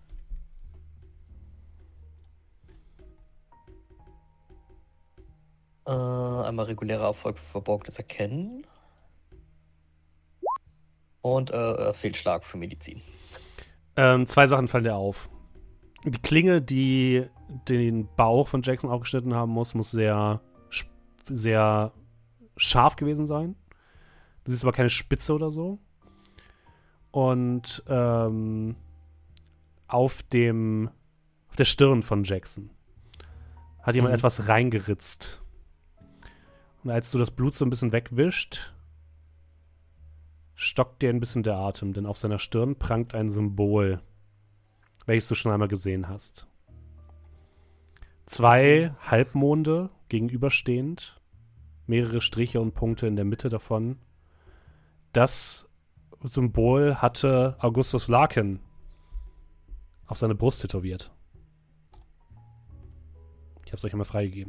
Äh, einmal regulärer Erfolg für Verborgenes Erkennen. Und äh, Fehlschlag für Medizin. Ähm, zwei Sachen fallen dir auf. Die Klinge, die den Bauch von Jackson aufgeschnitten haben muss, muss sehr, sch- sehr scharf gewesen sein. Du siehst aber keine Spitze oder so. Und ähm, auf dem auf der Stirn von Jackson hat jemand Mhm. etwas reingeritzt. Und als du das Blut so ein bisschen wegwischt, stockt dir ein bisschen der Atem, denn auf seiner Stirn prangt ein Symbol, welches du schon einmal gesehen hast. Zwei Halbmonde gegenüberstehend, mehrere Striche und Punkte in der Mitte davon. Das Symbol hatte Augustus Larkin auf seine Brust tätowiert. Ich habe es euch einmal freigegeben.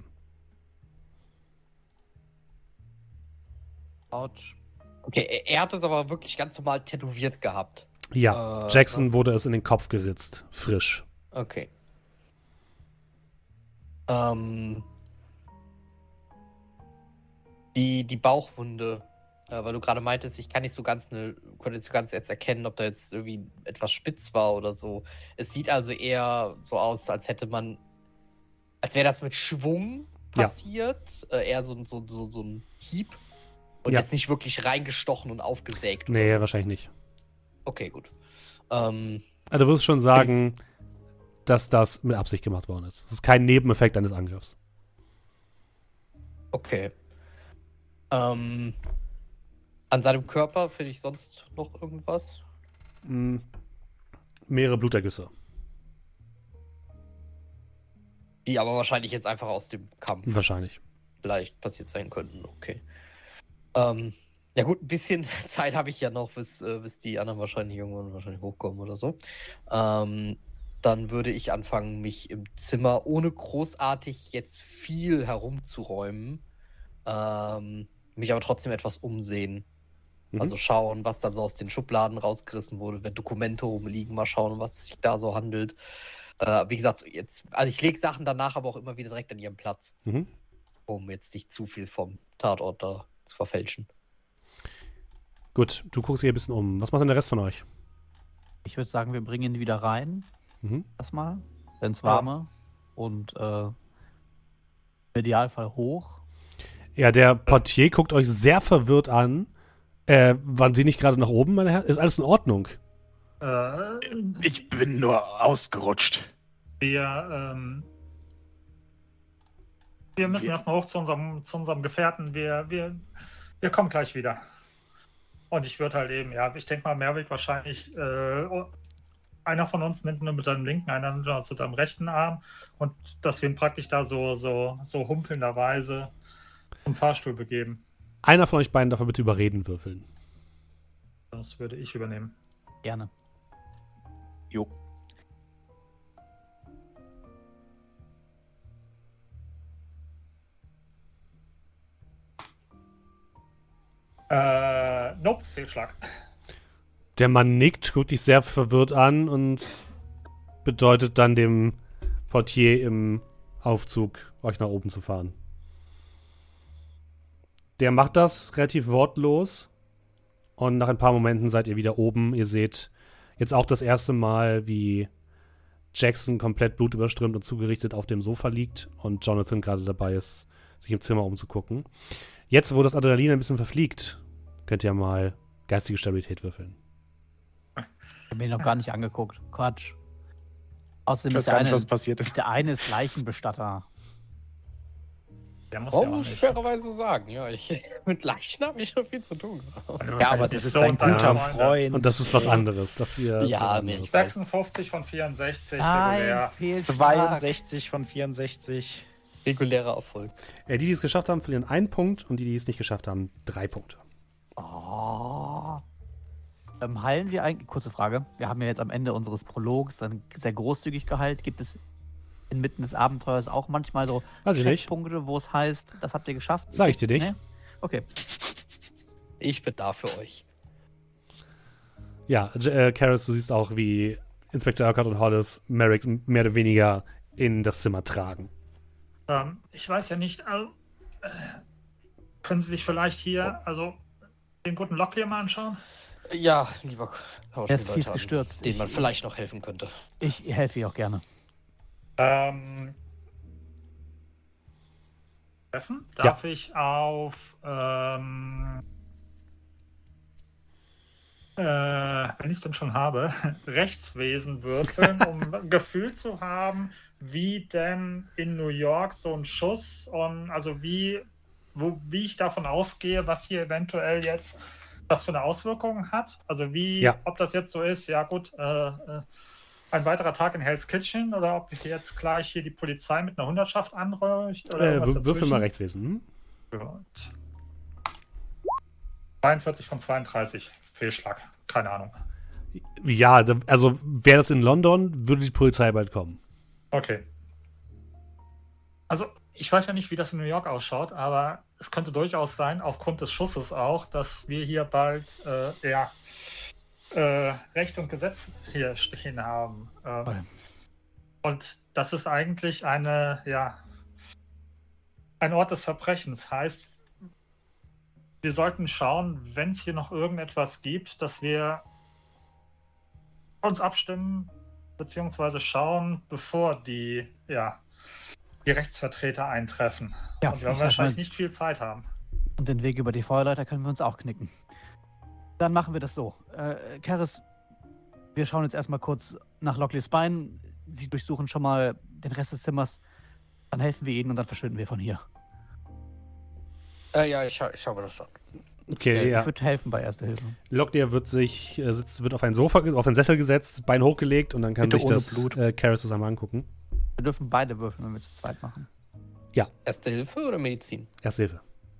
Autsch. Okay, er, er hat es aber wirklich ganz normal tätowiert gehabt. Ja, Äh, Jackson wurde es in den Kopf geritzt. Frisch. Okay. Ähm, die, die Bauchwunde, äh, weil du gerade meintest, ich kann nicht so ganz eine, konnte nicht so ganz jetzt erkennen, ob da jetzt irgendwie etwas spitz war oder so. Es sieht also eher so aus, als hätte man, als wäre das mit Schwung Ja. passiert. Äh, eher so, so, so, so ein Hieb. Und Ja. jetzt nicht wirklich reingestochen und aufgesägt. Nee, oder so. wahrscheinlich nicht. Okay, gut. Ähm, Also du würdest schon sagen, dass das mit Absicht gemacht worden ist. Es ist kein Nebeneffekt eines Angriffs. okay. Ähm, an seinem Körper finde ich sonst noch irgendwas? Mm, mehrere Blutergüsse. Die aber wahrscheinlich jetzt einfach aus dem Kampf Wahrscheinlich. vielleicht passiert sein könnten. Okay. Ähm, ja gut, ein bisschen Zeit habe ich ja noch, bis, äh, bis die anderen wahrscheinlich irgendwann wahrscheinlich hochkommen oder so. Ähm, dann würde ich anfangen, mich im Zimmer, ohne großartig jetzt viel herumzuräumen, ähm, mich aber trotzdem etwas umsehen. Mhm. Also schauen, was dann so aus den Schubladen rausgerissen wurde, wenn Dokumente rumliegen, mal schauen, was sich da so handelt. Äh, wie gesagt, jetzt, also ich lege Sachen danach aber auch immer wieder direkt an ihren Platz, Mhm. um jetzt nicht zu viel vom Tatort da zu verfälschen. Gut, du guckst hier ein bisschen um. Was macht denn der Rest von euch? Ich würde sagen, wir bringen ihn wieder rein. Mhm. Erstmal. Ins Warme. Und äh, im Idealfall hoch. Ja, der Portier guckt euch sehr verwirrt an. Äh, waren Sie nicht gerade nach oben, meine Herren? Ist alles in Ordnung? Äh, Ich bin nur ausgerutscht. wir, ähm, wir müssen Wir- erstmal hoch zu unserem, zu unserem Gefährten. Wir, wir, wir kommen gleich wieder. Und ich würde halt eben, ja, ich denke mal, Merwick wahrscheinlich, äh, einer von uns nimmt nur mit deinem linken, einer nimmt nur mit deinem rechten Arm und dass wir ihn praktisch da so, so, so humpelnderweise zum Fahrstuhl begeben. Einer von euch beiden darf er bitte überreden würfeln. Das würde ich übernehmen. Gerne. Jo. Äh, nope, Fehlschlag. Der Mann nickt, guckt dich sehr verwirrt an und bedeutet dann dem Portier im Aufzug, euch nach oben zu fahren. Der macht das relativ wortlos und nach ein paar Momenten seid ihr wieder oben. Ihr seht jetzt auch das erste Mal, wie Jackson komplett blutüberströmt und zugerichtet auf dem Sofa liegt und Jonathan gerade dabei ist, sich im Zimmer umzugucken. Jetzt, wo das Adrenalin ein bisschen verfliegt, könnt ihr mal geistige Stabilität würfeln. Ich habe mir ihn noch gar nicht angeguckt. Quatsch. Außerdem Ich weiß ist der gar nicht, eine, was passiert ist. der eine ist Leichenbestatter. Der muss Oh, ja auch muss ich nicht. fairerweise sagen, ja. Ich, mit Leichen habe ich schon viel zu tun. Ja, aber das ist ein guter Freund. Und das ist was anderes. Das hier ist Ja, was nee, anderes. ich weiß. sechsundfünfzig von vierundsechzig, Ein regulär. Fehlschlag. zweiundsechzig von vierundsechzig. Regulärer Erfolg. Äh, die, die es geschafft haben, verlieren einen Punkt und die, die es nicht geschafft haben, drei Punkte. Oh. Ähm, heilen wir eigentlich, kurze Frage, wir haben ja jetzt am Ende unseres Prologs dann sehr großzügig geheilt. Gibt es inmitten des Abenteuers auch manchmal so Weiß ich nicht. Checkpunkte, wo es heißt, das habt ihr geschafft? Sag ich dir nicht. Nee? Okay. Ich bin da für euch. Ja, J- äh, Karis, du siehst auch, wie Inspektor Urquhart und Hollis Merrick mehr oder weniger in das Zimmer tragen. Ähm, ich weiß ja nicht, also, äh, können Sie sich vielleicht hier, also den guten Locklear mal anschauen? Ja, lieber tauschen Er ist wir fies Leute an, gestürzt. denen Ich- man vielleicht noch helfen könnte. Ich helfe ihr auch gerne. Ähm, treffen? Darf ich auf ähm, äh, wenn ich es denn schon habe, Rechtswesen würfeln, um ein Gefühl zu haben, wie denn in New York so ein Schuss und also wie wo, wie ich davon ausgehe, was hier eventuell jetzt das für eine Auswirkung hat? Also wie, Ja. ob das jetzt so ist, ja gut, äh, äh, ein weiterer Tag in Hell's Kitchen oder ob jetzt gleich hier die Polizei mit einer Hundertschaft anräucht oder Äh, irgendwas wür- würfel dazwischen? mal Rechtswesen. Hm? Gut. zweiundvierzig von zweiunddreißig. Fehlschlag. Keine Ahnung. Ja, da- also wäre das in London, würde die Polizei bald kommen. Okay. Also, ich weiß ja nicht, wie das in New York ausschaut, aber es könnte durchaus sein, aufgrund des Schusses auch, dass wir hier bald äh, ja, äh, Recht und Gesetz hier stehen haben. Ähm, Voll. und das ist eigentlich eine, ja, ein Ort des Verbrechens. Heißt, wir sollten schauen, wenn es hier noch irgendetwas gibt, dass wir uns abstimmen, beziehungsweise schauen, bevor die, ja, die Rechtsvertreter eintreffen. Ja, Und wir werden ich sag wahrscheinlich mal- nicht viel Zeit haben. Und den Weg über die Feuerleiter können wir uns auch knicken. Dann machen wir das so. Äh, Karis, wir schauen jetzt erstmal kurz nach Lockleys Bein. Sie durchsuchen schon mal den Rest des Zimmers. Dann helfen wir ihnen und dann verschwinden wir von hier. Äh, ja, ich, scha ich schaue mir das an. Okay, Äh, ja. Ich würde helfen bei Erster Hilfe. Locklear wird sich, äh, sitzt, wird auf ein Sofa, ge- auf einen Sessel gesetzt, Bein hochgelegt und dann kann Bitte sich ohne das Blut. äh, Karis das einmal angucken. Wir dürfen beide würfeln, wenn wir zu zweit machen. Erste Hilfe oder Medizin? Erste Hilfe.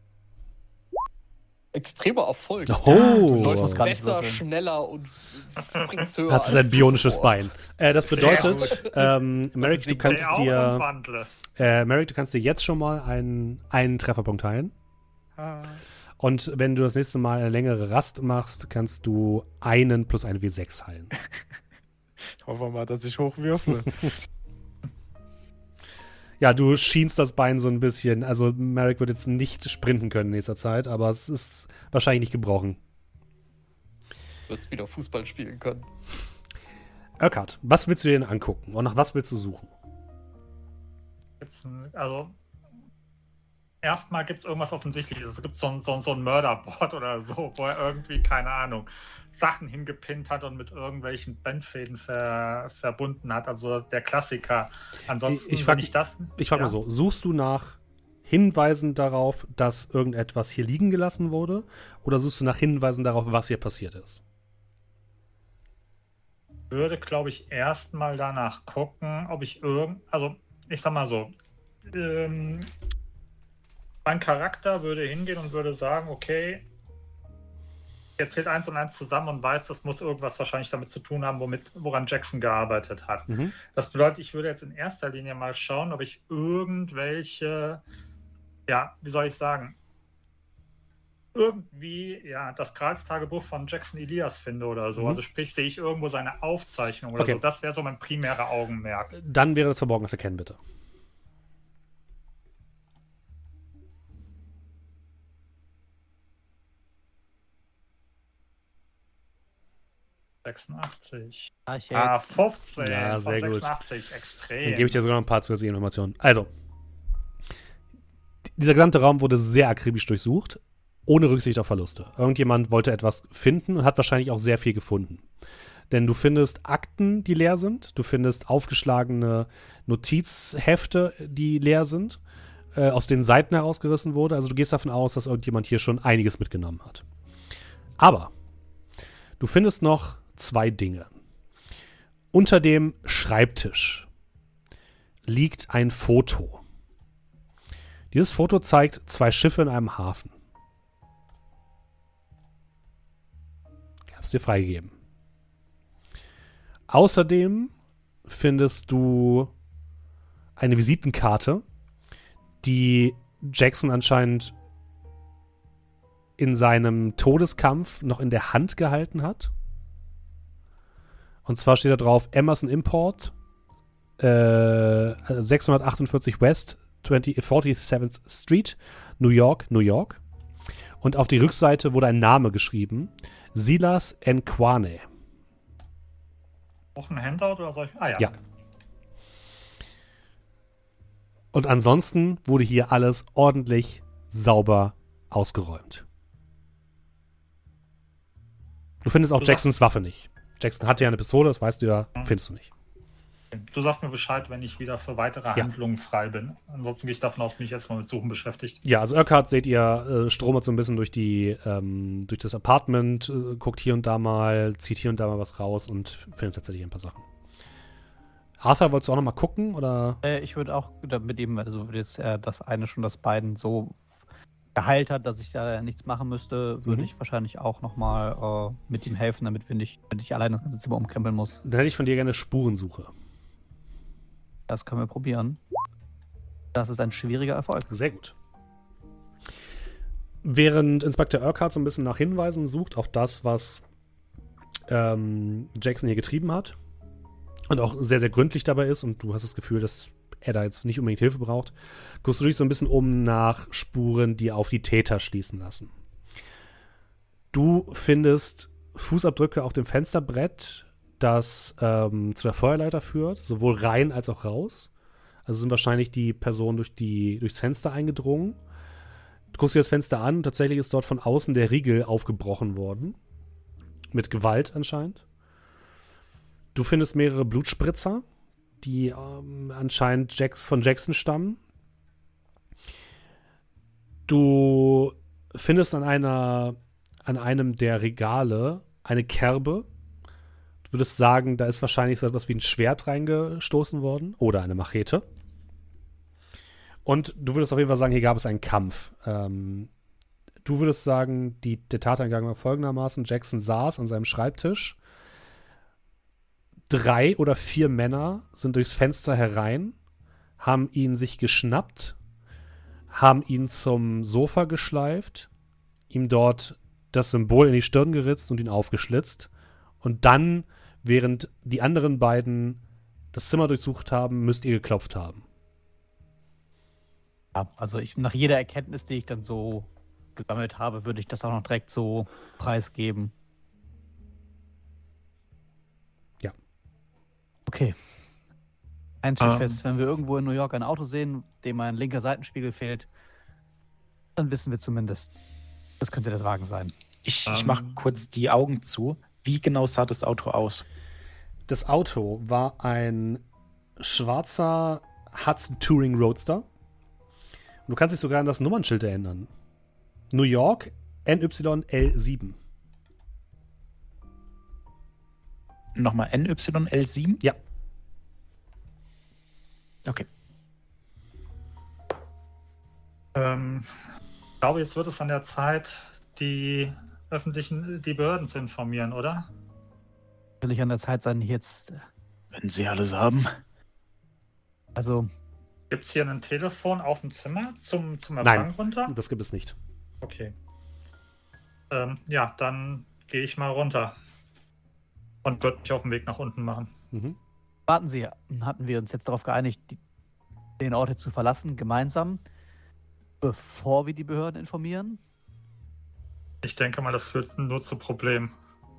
Extremer Erfolg. Oh, Du läufst muss gar nicht besser, würfeln. schneller und springst höher. hast du als sein bionisches zuvor. Bein. Äh, das Sehr bedeutet, ähm, Merrick, du sie kannst Dreh auf und dir, wandle. äh, Merrick, du kannst dir jetzt schon mal einen, einen Trefferpunkt teilen. Und wenn du das nächste Mal eine längere Rast machst, kannst du einen plus ein W sechs heilen. Ich hoffe mal, dass ich hochwürfle. Ja, du schienst das Bein so ein bisschen. Also Merrick wird jetzt nicht sprinten können in nächster Zeit, aber es ist wahrscheinlich nicht gebrochen. Du wirst wieder Fußball spielen können. Urquhart, was willst du dir denn angucken? Und nach was willst du suchen? Gibt's ein, also, erstmal gibt es irgendwas Offensichtliches. Es gibt so ein, so, ein- so ein Murderboard oder so, wo er irgendwie, keine Ahnung, Sachen hingepinnt hat und mit irgendwelchen Bandfäden ver, verbunden hat. Also der Klassiker. Ansonsten, Ich- ich frag- wenn ich das. Ich frage ja. mal so, suchst du nach Hinweisen darauf, dass irgendetwas hier liegen gelassen wurde? Oder suchst du nach Hinweisen darauf, was hier passiert ist? Würde, glaube ich, erstmal danach gucken, ob ich irgend. Also, ich sag mal so. Ähm, mein Charakter würde hingehen und würde sagen, okay, er zählt eins und eins zusammen und weiß, das muss irgendwas wahrscheinlich damit zu tun haben, womit, woran Jackson gearbeitet hat. Mhm. Das bedeutet, ich würde jetzt in erster Linie mal schauen, ob ich irgendwelche, ja, wie soll ich sagen, irgendwie, ja, das Gralstagebuch von Jackson Elias finde oder so. Mhm. Also sprich, sehe ich irgendwo seine Aufzeichnung oder Okay. so. Das wäre so mein primärer Augenmerk. Dann wäre das Verborgenes Erkennen, bitte. sechsundachtzig. Ah, ich Ah, jetzt. fünfzehn Ja, sehr von gut. sechsundachtzig. Extrem. Dann gebe ich dir sogar noch ein paar zusätzliche Informationen. Also, dieser gesamte Raum wurde sehr akribisch durchsucht, ohne Rücksicht auf Verluste. Irgendjemand wollte etwas finden und hat wahrscheinlich auch sehr viel gefunden. Denn du findest Akten, die leer sind. Du findest aufgeschlagene Notizhefte, die leer sind, äh, aus den Seiten herausgerissen wurde. Also du gehst davon aus, dass irgendjemand hier schon einiges mitgenommen hat. Aber du findest noch zwei Dinge. Unter dem Schreibtisch liegt ein Foto. Dieses Foto zeigt zwei Schiffe in einem Hafen. Ich habe es dir freigegeben. Außerdem findest du eine Visitenkarte, die Jackson anscheinend in seinem Todeskampf noch in der Hand gehalten hat. Und zwar steht da drauf Emerson Import, äh, sechshundertachtundvierzig West, forty-seventh Street, New York, New York. Und auf die Rückseite wurde ein Name geschrieben, Silas Nquane. Auch ein Handout oder soll ich? Ah ja. Ja. Und ansonsten wurde hier alles ordentlich sauber ausgeräumt. Du findest auch Du Jacksons Waffe nicht. Jackson hatte ja eine Pistole, das weißt du ja, Mhm. findest du nicht. Du sagst mir Bescheid, wenn ich wieder für weitere Ja. Handlungen frei bin. Ansonsten gehe ich davon aus, bin ich erstmal mit Suchen beschäftigt. Ja, also Urquhart seht ihr, äh, stromert so ein bisschen durch die, ähm, durch das Apartment, äh, guckt hier und da mal, zieht hier und da mal was raus und findet tatsächlich ein paar Sachen. Arthur, wolltest du auch noch mal gucken, oder? Äh, ich würde auch da mit ihm, also jetzt äh, das eine schon das beiden so geheilt hat, dass ich da nichts machen müsste, würde Mhm. ich wahrscheinlich auch nochmal äh, mit ihm helfen, damit wir nicht, wenn ich allein das ganze Zimmer umkrempeln muss. Dann hätte ich von dir gerne Spurensuche. Das können wir probieren. Das ist ein schwieriger Erfolg. Sehr gut. Während Inspektor Urquhart so ein bisschen nach Hinweisen sucht auf das, was ähm, Jackson hier getrieben hat und auch sehr, sehr gründlich dabei ist und du hast das Gefühl, dass er da jetzt nicht unbedingt Hilfe braucht, guckst du dich so ein bisschen um nach Spuren, die auf die Täter schließen lassen. Du findest Fußabdrücke auf dem Fensterbrett, das ähm, zu der Feuerleiter führt, sowohl rein als auch raus. Also sind wahrscheinlich die Personen durch die, durchs Fenster eingedrungen. Du guckst dir das Fenster an und tatsächlich ist dort von außen der Riegel aufgebrochen worden. Mit Gewalt anscheinend. Du findest mehrere Blutspritzer, die ähm, anscheinend Jacks, von Jackson stammen. Du findest an einer, an einem der Regale eine Kerbe. Du würdest sagen, da ist wahrscheinlich so etwas wie ein Schwert reingestoßen worden oder eine Machete. Und du würdest auf jeden Fall sagen, hier gab es einen Kampf. Ähm, du würdest sagen, die, der Tateingang war folgendermaßen: Jackson saß an seinem Schreibtisch. Drei oder vier Männer sind durchs Fenster herein, haben ihn sich geschnappt, haben ihn zum Sofa geschleift, ihm dort das Symbol in die Stirn geritzt und ihn aufgeschlitzt. Und dann, während die anderen beiden das Zimmer durchsucht haben, müsst ihr geklopft haben. Ja, also ich, nach jeder Erkenntnis, die ich dann so gesammelt habe, würde ich das auch noch direkt so preisgeben. Ja. Okay. Eins steht Ähm. fest, wenn wir irgendwo in New York ein Auto sehen, dem ein linker Seitenspiegel fehlt, dann wissen wir zumindest, das könnte der Wagen sein. Ich, ich Ähm. mache kurz die Augen zu. Wie genau sah das Auto aus? Das Auto war ein schwarzer Hudson Touring Roadster. Und du kannst dich sogar an das Nummernschild erinnern. New York N Y L sieben. Nochmal N Y L sieben? Ja. Okay. Ähm, ich glaube, jetzt wird es an der Zeit, die öffentlichen, die Behörden zu informieren, oder? Will ich an der Zeit sein, jetzt, Wenn sie alles haben. also Gibt es hier ein Telefon auf dem Zimmer zum, zum Empfang Nein. runter? Das gibt es nicht. Okay. Ähm, ja, dann gehe ich mal runter. Und würde mich auf den Weg nach unten machen. Mhm. warten Sie, hatten wir uns jetzt darauf geeinigt, die, den Ort hier zu verlassen, gemeinsam, bevor wir die Behörden informieren? Ich denke mal, das führt nur zu Problemen.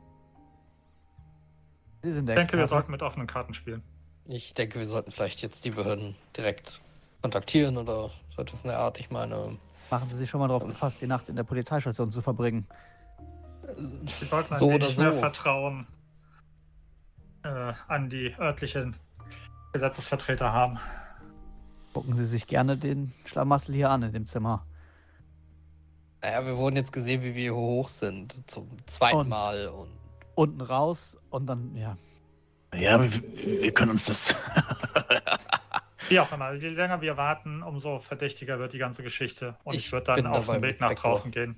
Sie sind der Ich denke, wir Experte. sollten mit offenen Karten spielen. Ich denke, wir sollten vielleicht jetzt die Behörden direkt kontaktieren oder so etwas in der Art. Ich meine, Machen Sie sich schon mal darauf gefasst, die Nacht in der Polizeistation zu verbringen. Sie sollten ein so oder wenig so. mehr Vertrauen äh, an die örtlichen Gesetzesvertreter haben. Gucken Sie sich gerne den Schlamassel hier an in dem Zimmer. Naja, wir wurden jetzt gesehen, wie wir hier hoch sind. Zum zweiten Und- Mal. Und Unten raus und dann, ja. Ja, aber wir, wir können uns das. Wie auch immer, je länger wir warten, umso verdächtiger wird die ganze Geschichte. Und ich, Ich würde dann bin auf dabei den Weg mit nach Spektor. draußen gehen.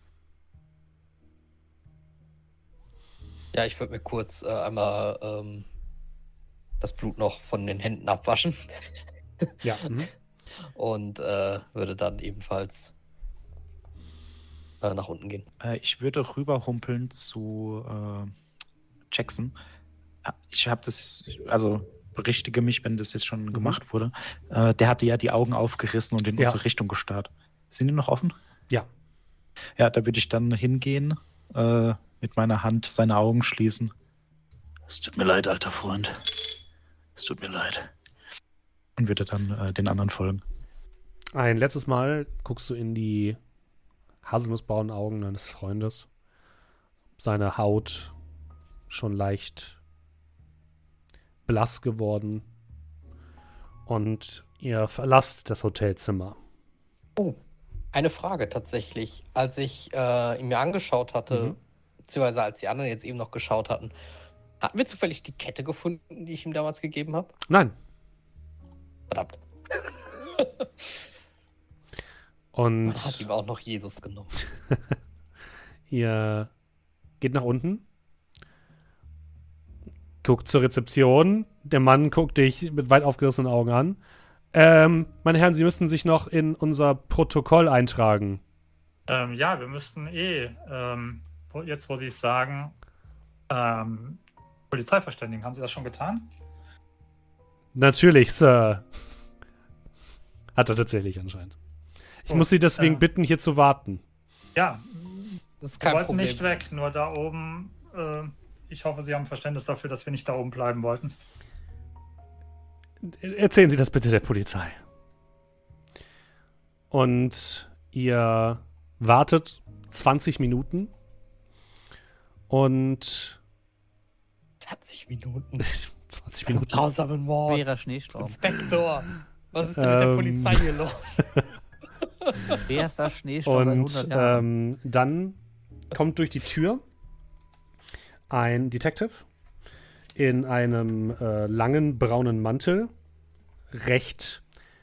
ja, ich würde mir kurz äh, einmal ähm, das Blut noch von den Händen abwaschen. Ja. Mhm. Und äh, würde dann ebenfalls äh, nach unten gehen. Äh, ich würde rüberhumpeln zu äh, Jackson. Ah, Ich habe das, also berichtige mich, wenn das jetzt schon Mhm. gemacht wurde. Äh, der hatte ja die Augen aufgerissen und in Ja. unsere Richtung gestarrt. Sind die noch offen? Ja. Ja, da würde ich dann hingehen, äh, mit meiner Hand seine Augen schließen. Es tut mir leid, alter Freund. Es tut mir leid. Und würde dann äh, den anderen folgen. Ein letztes Mal guckst du in die haselnussbraunen Augen deines Freundes. Seine Haut schon leicht blass geworden. Und ihr verlasst das Hotelzimmer. Oh, eine Frage tatsächlich. Als ich äh, ihn mir angeschaut hatte, Mhm. beziehungsweise als die anderen jetzt eben noch geschaut hatten, hatten wir zufällig die Kette gefunden, die ich ihm damals gegeben habe? Nein. Verdammt. Und Man hat ihm auch noch Jesus genommen. ihr geht nach unten. Guckt zur Rezeption. Der Mann guckt dich mit weit aufgerissenen Augen an. Ähm, meine Herren, Sie müssen sich noch in unser Protokoll eintragen. Ähm, ja, wir müssten eh, ähm, wo, jetzt wo Sie es sagen, ähm, Polizei verständigen. Haben Sie das schon getan? Natürlich, Sir. Hat er tatsächlich anscheinend. Ich Gut, muss Sie deswegen äh, bitten, hier zu warten. Ja, Das ist wir kein wollten Problem. nicht weg, nur da oben, äh, ich hoffe, Sie haben Verständnis dafür, dass wir nicht da oben bleiben wollten. Erzählen Sie das bitte der Polizei. Und ihr wartet zwanzig Minuten und zwanzig Minuten. zwanzig Minuten. Grausamen Mord. Schwerer Schneesturm. Inspektor. Was ist denn mit der Ähm. Polizei hier los? Schwerster Schneesturm seit Und hundert Jahren. ähm, dann kommt durch die Tür ein Detective in einem äh, langen braunen Mantel, recht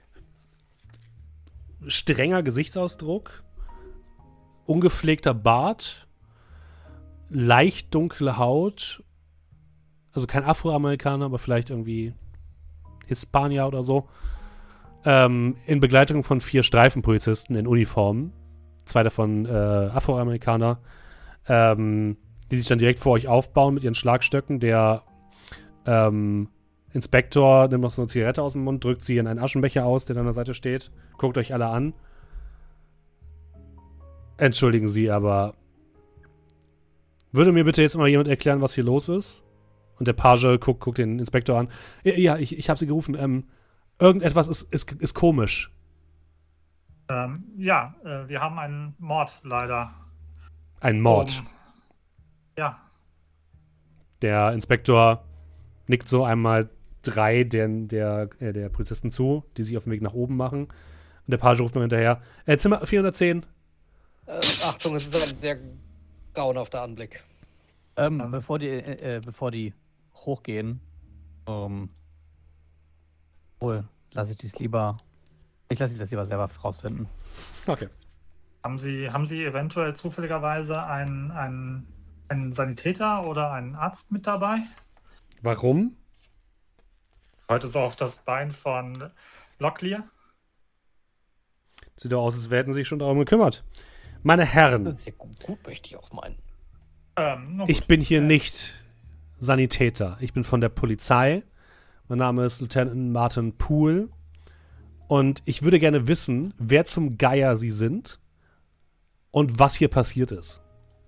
strenger Gesichtsausdruck, ungepflegter Bart, leicht dunkle Haut, also kein Afroamerikaner, aber vielleicht irgendwie Hispanier oder so, ähm, in Begleitung von vier Streifenpolizisten in Uniform, zwei davon äh, Afroamerikaner, ähm, die sich dann direkt vor euch aufbauen mit ihren Schlagstöcken. Der ähm, Inspektor nimmt noch so eine Zigarette aus dem Mund, drückt sie in einen Aschenbecher aus, der an der Seite steht, guckt euch alle an. Entschuldigen Sie, aber würde mir bitte jetzt mal jemand erklären, was hier los ist? Und der Page guckt, guckt den Inspektor an. Ja, ja ich, ich habe Sie gerufen. Ähm, irgendetwas ist, ist, ist komisch. Ähm, ja, äh, wir haben einen Mord leider. Ein Mord. Um, ja, Der Inspektor nickt so einmal drei der, der, äh, der Polizisten zu, die sich auf dem Weg nach oben machen. Und der Page ruft noch hinterher. Äh, Zimmer vierhundertzehn. Äh, Achtung, es ist aber ein sehr grauenhafter Anblick. Ähm, ähm, bevor die, äh, äh, bevor die hochgehen, ähm, wohl, lasse ich dies lieber, ich lasse das lieber selber rausfinden. Okay. haben Sie, haben Sie eventuell zufälligerweise einen, einen, einen Sanitäter oder einen Arzt mit dabei? Warum? Heute so auf das Bein von Locklear. Sieht doch aus, als hätten sie sich schon darum gekümmert. Meine Herren, Sehr gut, gut, möchte ich auch meinen. Ähm, nun ich gut. bin hier nicht Sanitäter. Ich bin von der Polizei. Mein Name ist Lieutenant Martin Poole. Und ich würde gerne wissen, wer zum Geier Sie sind und was hier passiert ist.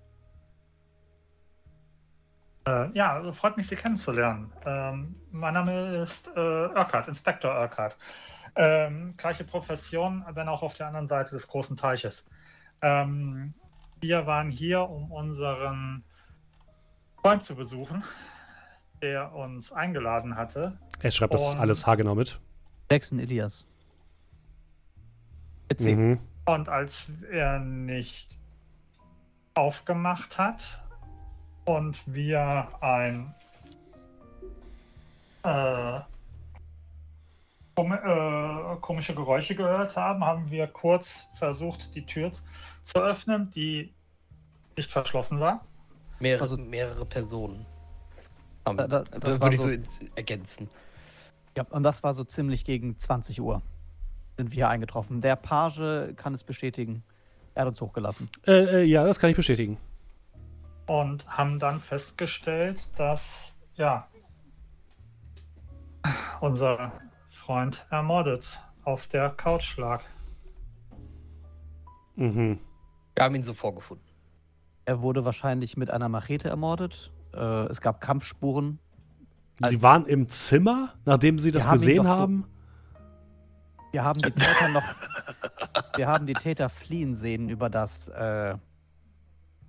Äh, ja, freut mich, Sie kennenzulernen. Ähm, mein Name ist äh, Urquhart, Inspektor Urquhart. Ähm, gleiche Profession, wenn auch auf der anderen Seite des großen Teiches. Ähm, wir waren hier, um unseren Freund zu besuchen, der uns eingeladen hatte. Er schreibt das Und- alles haargenau mit. Jackson Elias. Erzähl. Mhm. Und als er nicht aufgemacht hat und wir ein äh, kom äh, komische Geräusche gehört haben, haben wir kurz versucht, die Tür zu öffnen, die nicht verschlossen war. Mehrere, Also- mehrere Personen. Um, Da- da- das würde war ich so- so ins- ergänzen. Ja, und das war so ziemlich gegen zwanzig Uhr. Sind wir hier eingetroffen. Der Page kann es bestätigen. Er hat uns hochgelassen. Äh, äh, ja, das kann ich bestätigen. Und haben dann festgestellt, dass ja unser Freund ermordet auf der Couch lag. Mhm. Wir haben ihn so vorgefunden. Er wurde wahrscheinlich mit einer Machete ermordet. Äh, es gab Kampfspuren. Sie Als- waren im Zimmer, nachdem Sie das haben ihn gesehen doch so- haben? Wir haben die Täter noch. Wir haben die Täter fliehen sehen über das. Äh,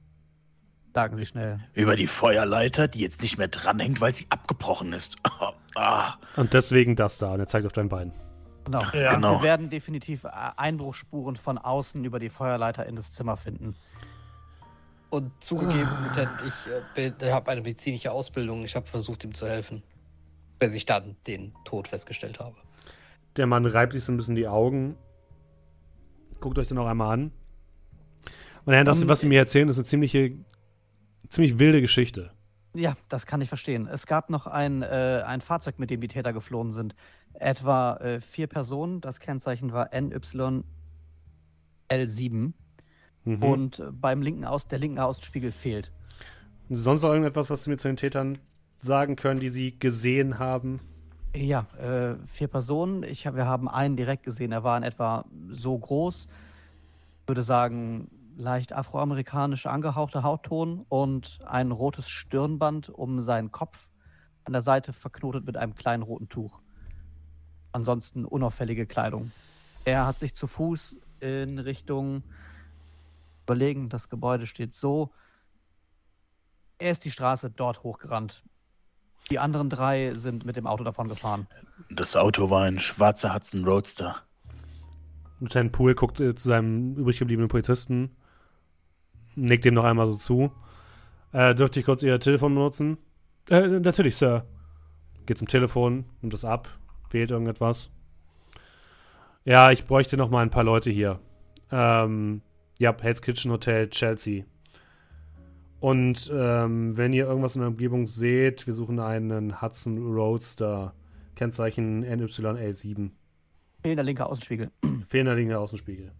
sagen Sie schnell. Über die Feuerleiter, die jetzt nicht mehr dranhängt, weil sie abgebrochen ist. Ah, Und deswegen das da. Und er zeigt auf dein Bein. Genau. Ja. Genau. Sie werden definitiv äh, Einbruchsspuren von außen über die Feuerleiter in das Zimmer finden. Und zugegeben, Lieutenant, ich äh, habe eine medizinische Ausbildung. Ich habe versucht, ihm zu helfen. Bis ich dann den Tod festgestellt habe. Der Mann reibt sich so ein bisschen die Augen. Guckt euch den noch einmal an. Und ja, das, Um, was Sie mir erzählen, ist eine ziemliche, ziemlich wilde Geschichte. Ja, das kann ich verstehen. Es gab noch ein, äh, ein Fahrzeug, mit dem die Täter geflohen sind. Etwa äh, vier Personen. Das Kennzeichen war N Y L sieben. Mhm. Und äh, beim linken Aus, der linke Außenspiegel fehlt. Sonst noch irgendetwas, was Sie mir zu den Tätern sagen können, die Sie gesehen haben? Ja, äh, vier Personen. Ich, hab- wir haben einen direkt gesehen. Er war in etwa so groß. Ich würde sagen, leicht afroamerikanische angehauchte Hautton und ein rotes Stirnband um seinen Kopf. An der Seite verknotet mit einem kleinen roten Tuch. Ansonsten unauffällige Kleidung. Er hat sich zu Fuß in Richtung überlegen, das Gebäude steht so. Er ist die Straße dort hochgerannt. Die anderen drei sind mit dem Auto davon gefahren. das Auto war ein schwarzer Hudson Roadster. Lieutenant Poole guckt äh, zu seinem übrig gebliebenen Polizisten, nickt dem noch einmal so zu. Äh, dürfte ich kurz Ihr Telefon benutzen? Äh, natürlich, Sir. Geht zum Telefon, nimmt es ab, wählt irgendetwas. Ja, ich bräuchte noch mal ein paar Leute hier. Ähm, ja, Hell's Kitchen Hotel, Chelsea. Und ähm, wenn ihr irgendwas in der Umgebung seht, wir suchen einen Hudson Roadster. Kennzeichen N Y L sieben. Fehlender linker Außenspiegel. Fehlender linker Außenspiegel.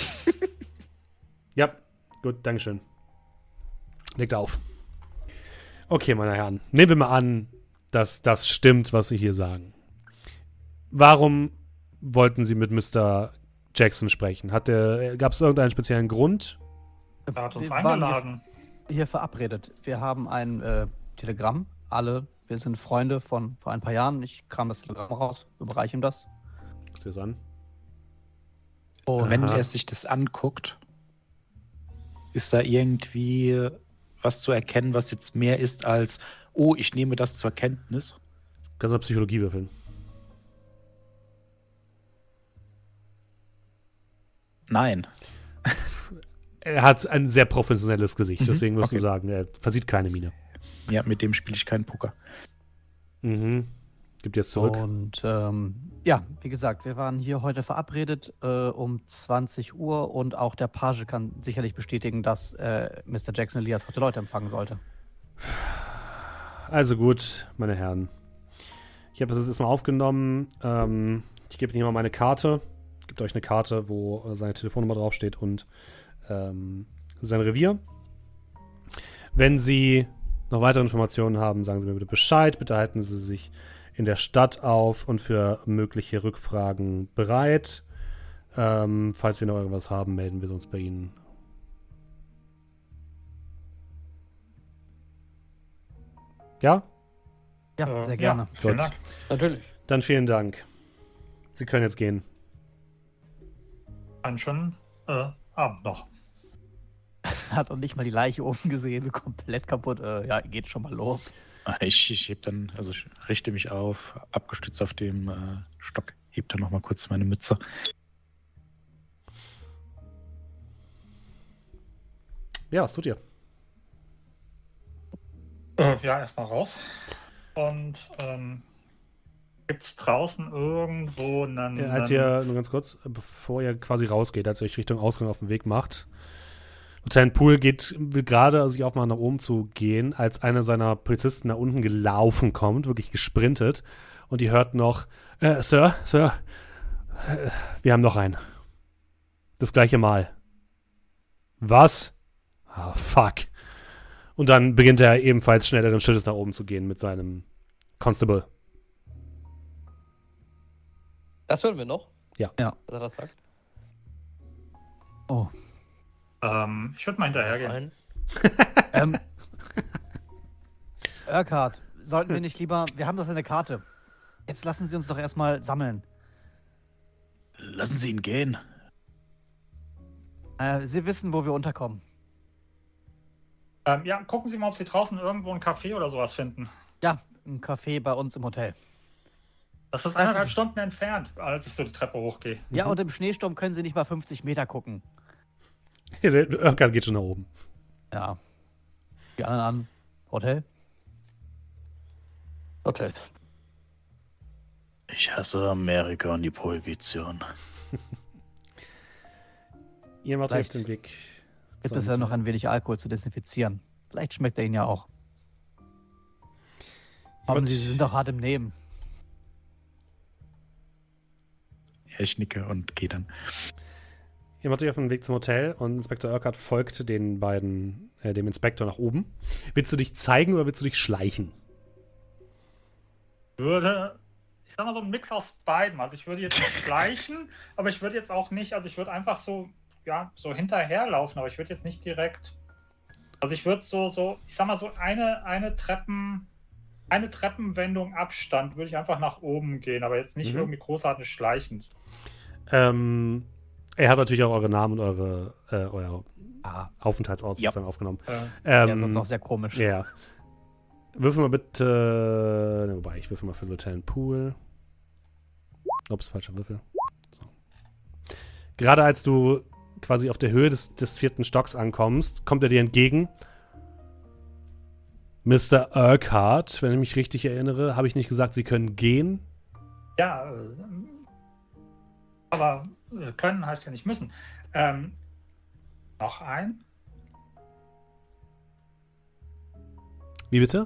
Ja, gut, Dankeschön. Legt auf. Okay, meine Herren. Nehmen wir mal an, dass das stimmt, was Sie hier sagen. Warum wollten Sie mit Mister Jackson sprechen? Gab es irgendeinen speziellen Grund? Er hat uns Wir waren eingeladen. Hier, hier verabredet. Wir haben ein äh, Telegramm. Alle, wir sind Freunde von vor ein paar Jahren. Ich kram das Telegramm raus, überreiche ihm das. Guck's dir das an. Und Wenn Aha. er sich das anguckt, ist da irgendwie was zu erkennen, was jetzt mehr ist als, oh, ich nehme das zur Kenntnis. Kannst du Psychologie würfeln? Nein. Er hat ein sehr professionelles Gesicht, Mhm, deswegen wirst du okay. sagen, er versieht keine Miene. Ja, mit dem spiele ich keinen Poker. Mhm. Gibt jetzt zurück. Und ähm, ja, wie gesagt, wir waren hier heute verabredet äh, um zwanzig Uhr und auch der Page kann sicherlich bestätigen, dass äh, Mister Jackson Elias heute Leute empfangen sollte. Also gut, meine Herren. Ich habe das jetzt mal aufgenommen. Ähm, ich gebe Ihnen hier mal meine Karte. Gibt euch eine Karte, wo äh, seine Telefonnummer draufsteht und ähm, sein Revier. Wenn Sie noch weitere Informationen haben, sagen Sie mir bitte Bescheid. Bitte halten Sie sich in der Stadt auf und für mögliche Rückfragen bereit. Ähm, falls wir noch irgendwas haben, melden wir uns bei Ihnen. Ja? Ja, Äh, sehr gerne. Ja, vielen Gut. Dank. Natürlich. Dann vielen Dank. Sie können jetzt gehen. Einen schönen äh, Abend noch. Hat auch nicht mal die Leiche oben gesehen, so komplett kaputt. Äh, ja, geht schon mal los. Ich, ich heb dann, also ich richte mich auf, abgestützt auf dem äh, Stock, heb dann nochmal kurz meine Mütze. Ja, was tut ihr? Äh, ja, erstmal raus. Und ähm, gibt es draußen irgendwo einen. Ja, als ihr, nur ganz kurz, bevor ihr quasi rausgeht, als ihr euch Richtung Ausgang auf den Weg macht, Lieutenant Poole geht, will gerade sich aufmachen, nach oben zu gehen, als einer seiner Polizisten nach unten gelaufen kommt, wirklich gesprintet, und ihr hört noch, äh, Sir, Sir, äh, wir haben noch einen. Das gleiche Mal. Was? Ah, fuck. Und dann beginnt er ebenfalls schnelleren Schrittes nach oben zu gehen mit seinem Constable. Das hören wir noch. Ja. Ja. Was er das sagt. Oh. Ähm, ich würde mal hinterhergehen. Nein. ähm, Urquhart, sollten wir nicht lieber, wir haben das in der Karte. Jetzt lassen Sie uns doch erstmal sammeln. Lassen Sie ihn gehen. Äh, Sie wissen, wo wir unterkommen. Ähm, ja, gucken Sie mal, ob Sie draußen irgendwo ein Café oder sowas finden. Ja, ein Café bei uns im Hotel. Das ist eineinhalb Stunden entfernt, als ich so die Treppe hochgehe. Ja, und im Schneesturm können sie nicht mal fünfzig Meter gucken. Irkan geht schon nach oben. Ja. Die anderen an. Hotel? Hotel. Ich hasse Amerika und die Prohibition. Ihr macht euch Vielleicht den Weg. Gibt es ja noch ein wenig Alkohol zu desinfizieren. Vielleicht schmeckt er ihn ja auch. Aber Gut. sie sind doch hart im Nehmen. Ja, ich nicke und gehe dann. Ihr macht euch auf den Weg zum Hotel und Inspektor Urquhart folgt den beiden, äh, dem Inspektor nach oben. Willst du dich zeigen oder willst du dich schleichen? Ich würde, ich sag mal so ein Mix aus beiden. Also ich würde jetzt nicht schleichen, aber ich würde jetzt auch nicht, also ich würde einfach so, ja, so hinterherlaufen, aber ich würde jetzt nicht direkt, also ich würde so, so, ich sag mal so eine, eine Treppen, eine Treppenwendung Abstand würde ich einfach nach oben gehen, aber jetzt nicht Mhm. irgendwie großartig schleichend. Ähm, er hat natürlich auch eure Namen und eure, äh, euer Ah, Aufenthaltsort Ja. sozusagen aufgenommen. Äh, Ähm, ja, sonst auch sehr komisch. Ja. Würfel mal bitte. Ne, wobei, ich würfel mal für Lieutenant Poole. Ups, falscher Würfel. So. Gerade als du quasi auf der Höhe des, des vierten Stocks ankommst, kommt er dir entgegen. Mister Urquhart, wenn ich mich richtig erinnere, habe ich nicht gesagt, Sie können gehen? ja, äh, aber äh, können heißt ja nicht müssen. Ähm, noch ein? Wie bitte?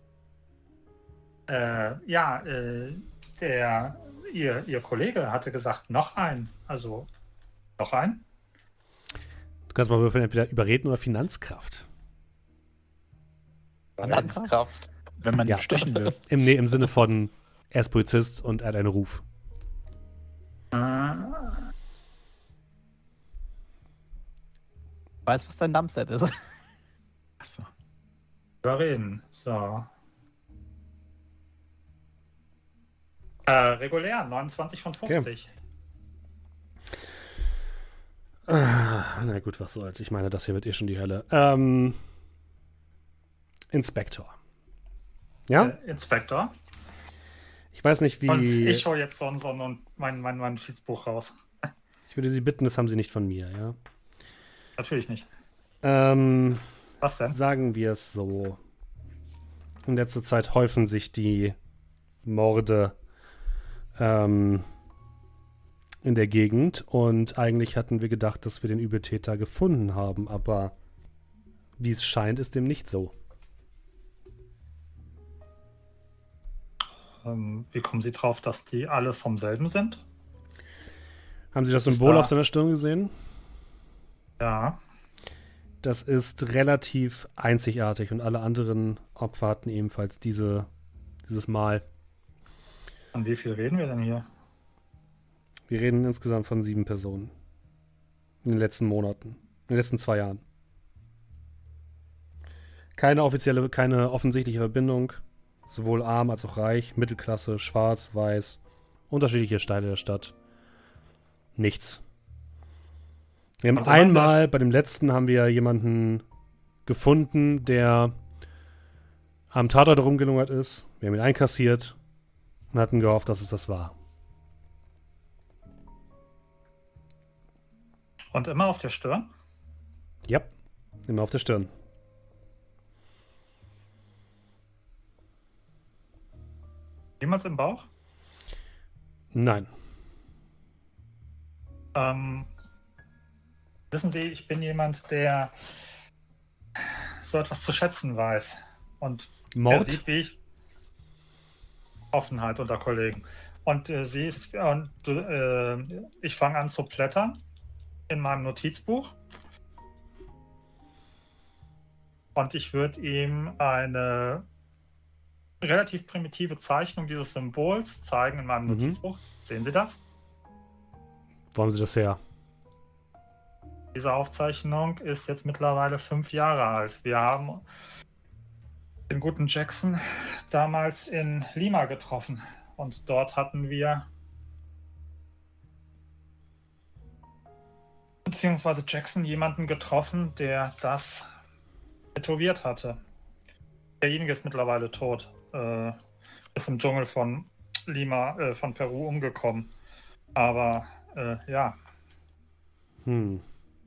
Äh, ja, äh, der, ihr, ihr Kollege hatte gesagt, noch ein. Also, noch ein? Du kannst mal würfeln, entweder Überreden oder Finanzkraft. Finanzkraft. Wenn man Ja. ihn stechen will. Im, nee, im Sinne von, er ist Polizist und er hat einen Ruf. Äh, Ich weiß, was dein Dumpset ist. Achso. überreden. So. Äh, regulär, neunundzwanzig von fünfzig. Ah, na gut, was soll's. Ich meine, das hier wird eh schon die Hölle. Ähm, Inspektor. Ja? Äh, Inspektor. Ich weiß nicht, wie. Und ich hole jetzt so, so ein, mein, mein, mein Notizbuch raus. Ich würde Sie bitten, das haben Sie nicht von mir, ja? Natürlich nicht. Ähm, Was denn? sagen wir es so. In letzter Zeit häufen sich die Morde ähm, in der Gegend und eigentlich hatten wir gedacht, dass wir den Übeltäter gefunden haben, aber wie es scheint, ist dem nicht so. Ähm, wie kommen Sie drauf, dass die alle vom selben sind? Haben Sie das Das ist Symbol da. auf seiner Stirn gesehen? Ja. Das ist relativ einzigartig und alle anderen Opfer hatten ebenfalls diese, dieses Mal. An wie viel reden wir denn hier? Wir reden insgesamt von sieben Personen. In den letzten Monaten. In den letzten zwei Jahren. Keine offizielle, keine offensichtliche Verbindung. Sowohl arm als auch reich, Mittelklasse, schwarz, weiß, unterschiedliche Teile der Stadt. Nichts. Wir haben Und dann einmal, bei dem letzten haben wir jemanden gefunden, der am Tatort rumgelungert ist. Wir haben ihn einkassiert und hatten gehofft, dass es das war. Und immer auf der Stirn? Ja, immer auf der Stirn. Niemals im Bauch? Nein. Ähm, wissen Sie, ich bin jemand, der so etwas zu schätzen weiß. Und er Mord? sieht, wie ich Offenheit unter Kollegen. Und äh, sie ist, und äh, ich fange an zu blättern in meinem Notizbuch. Und ich würde ihm eine relativ primitive Zeichnung dieses Symbols zeigen in meinem Mhm. Notizbuch. Sehen Sie das? Wo haben Sie das her? Diese Aufzeichnung ist jetzt mittlerweile fünf Jahre alt. Wir haben den guten Jackson damals in Lima getroffen. Und dort hatten wir, beziehungsweise Jackson, jemanden getroffen, der das tätowiert hatte. Derjenige ist mittlerweile tot. Äh, ist im Dschungel von Lima äh, von Peru umgekommen. Aber äh, ja. Hm.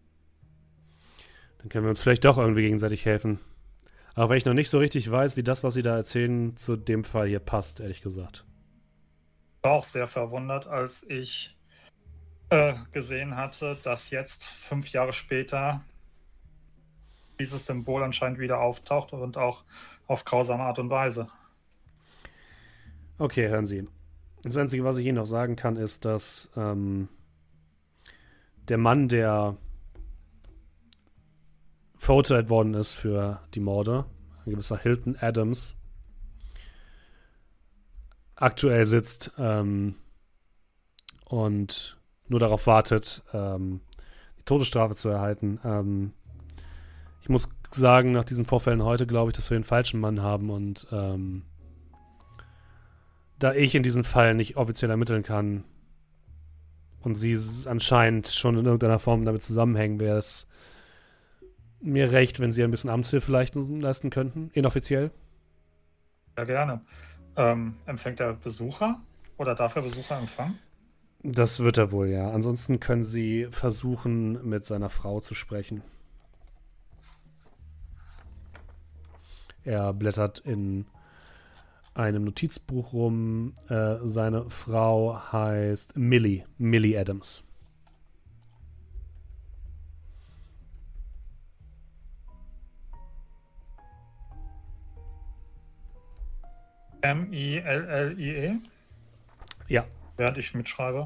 Dann können wir uns vielleicht doch irgendwie gegenseitig helfen. Auch wenn ich noch nicht so richtig weiß, wie das, was Sie da erzählen, zu dem Fall hier passt, ehrlich gesagt. Ich war auch sehr verwundert, als ich äh, gesehen hatte, dass jetzt fünf Jahre später dieses Symbol anscheinend wieder auftaucht und auch auf grausame Art und Weise. Okay, hören Sie. Das Einzige, was ich Ihnen noch sagen kann, ist, dass ähm, der Mann, der verurteilt worden ist für die Morde, ein gewisser Hilton Adams, aktuell sitzt ähm, und nur darauf wartet, ähm, die Todesstrafe zu erhalten. Ähm, ich muss sagen, nach diesen Vorfällen heute glaube ich, dass wir den falschen Mann haben und ähm, da ich in diesem Fall nicht offiziell ermitteln kann und sie anscheinend schon in irgendeiner Form damit zusammenhängen, wäre es mir recht, wenn sie ein bisschen Amtshilfe leisten, leisten könnten, inoffiziell. Ja, gerne. Ähm, empfängt er Besucher oder darf er Besucher empfangen? Das wird er wohl, ja. Ansonsten können sie versuchen, mit seiner Frau zu sprechen. Er blättert in einem Notizbuch rum. Äh, seine Frau heißt Millie, Millie Adams. M I L L I E? Ja. Während ich mitschreibe.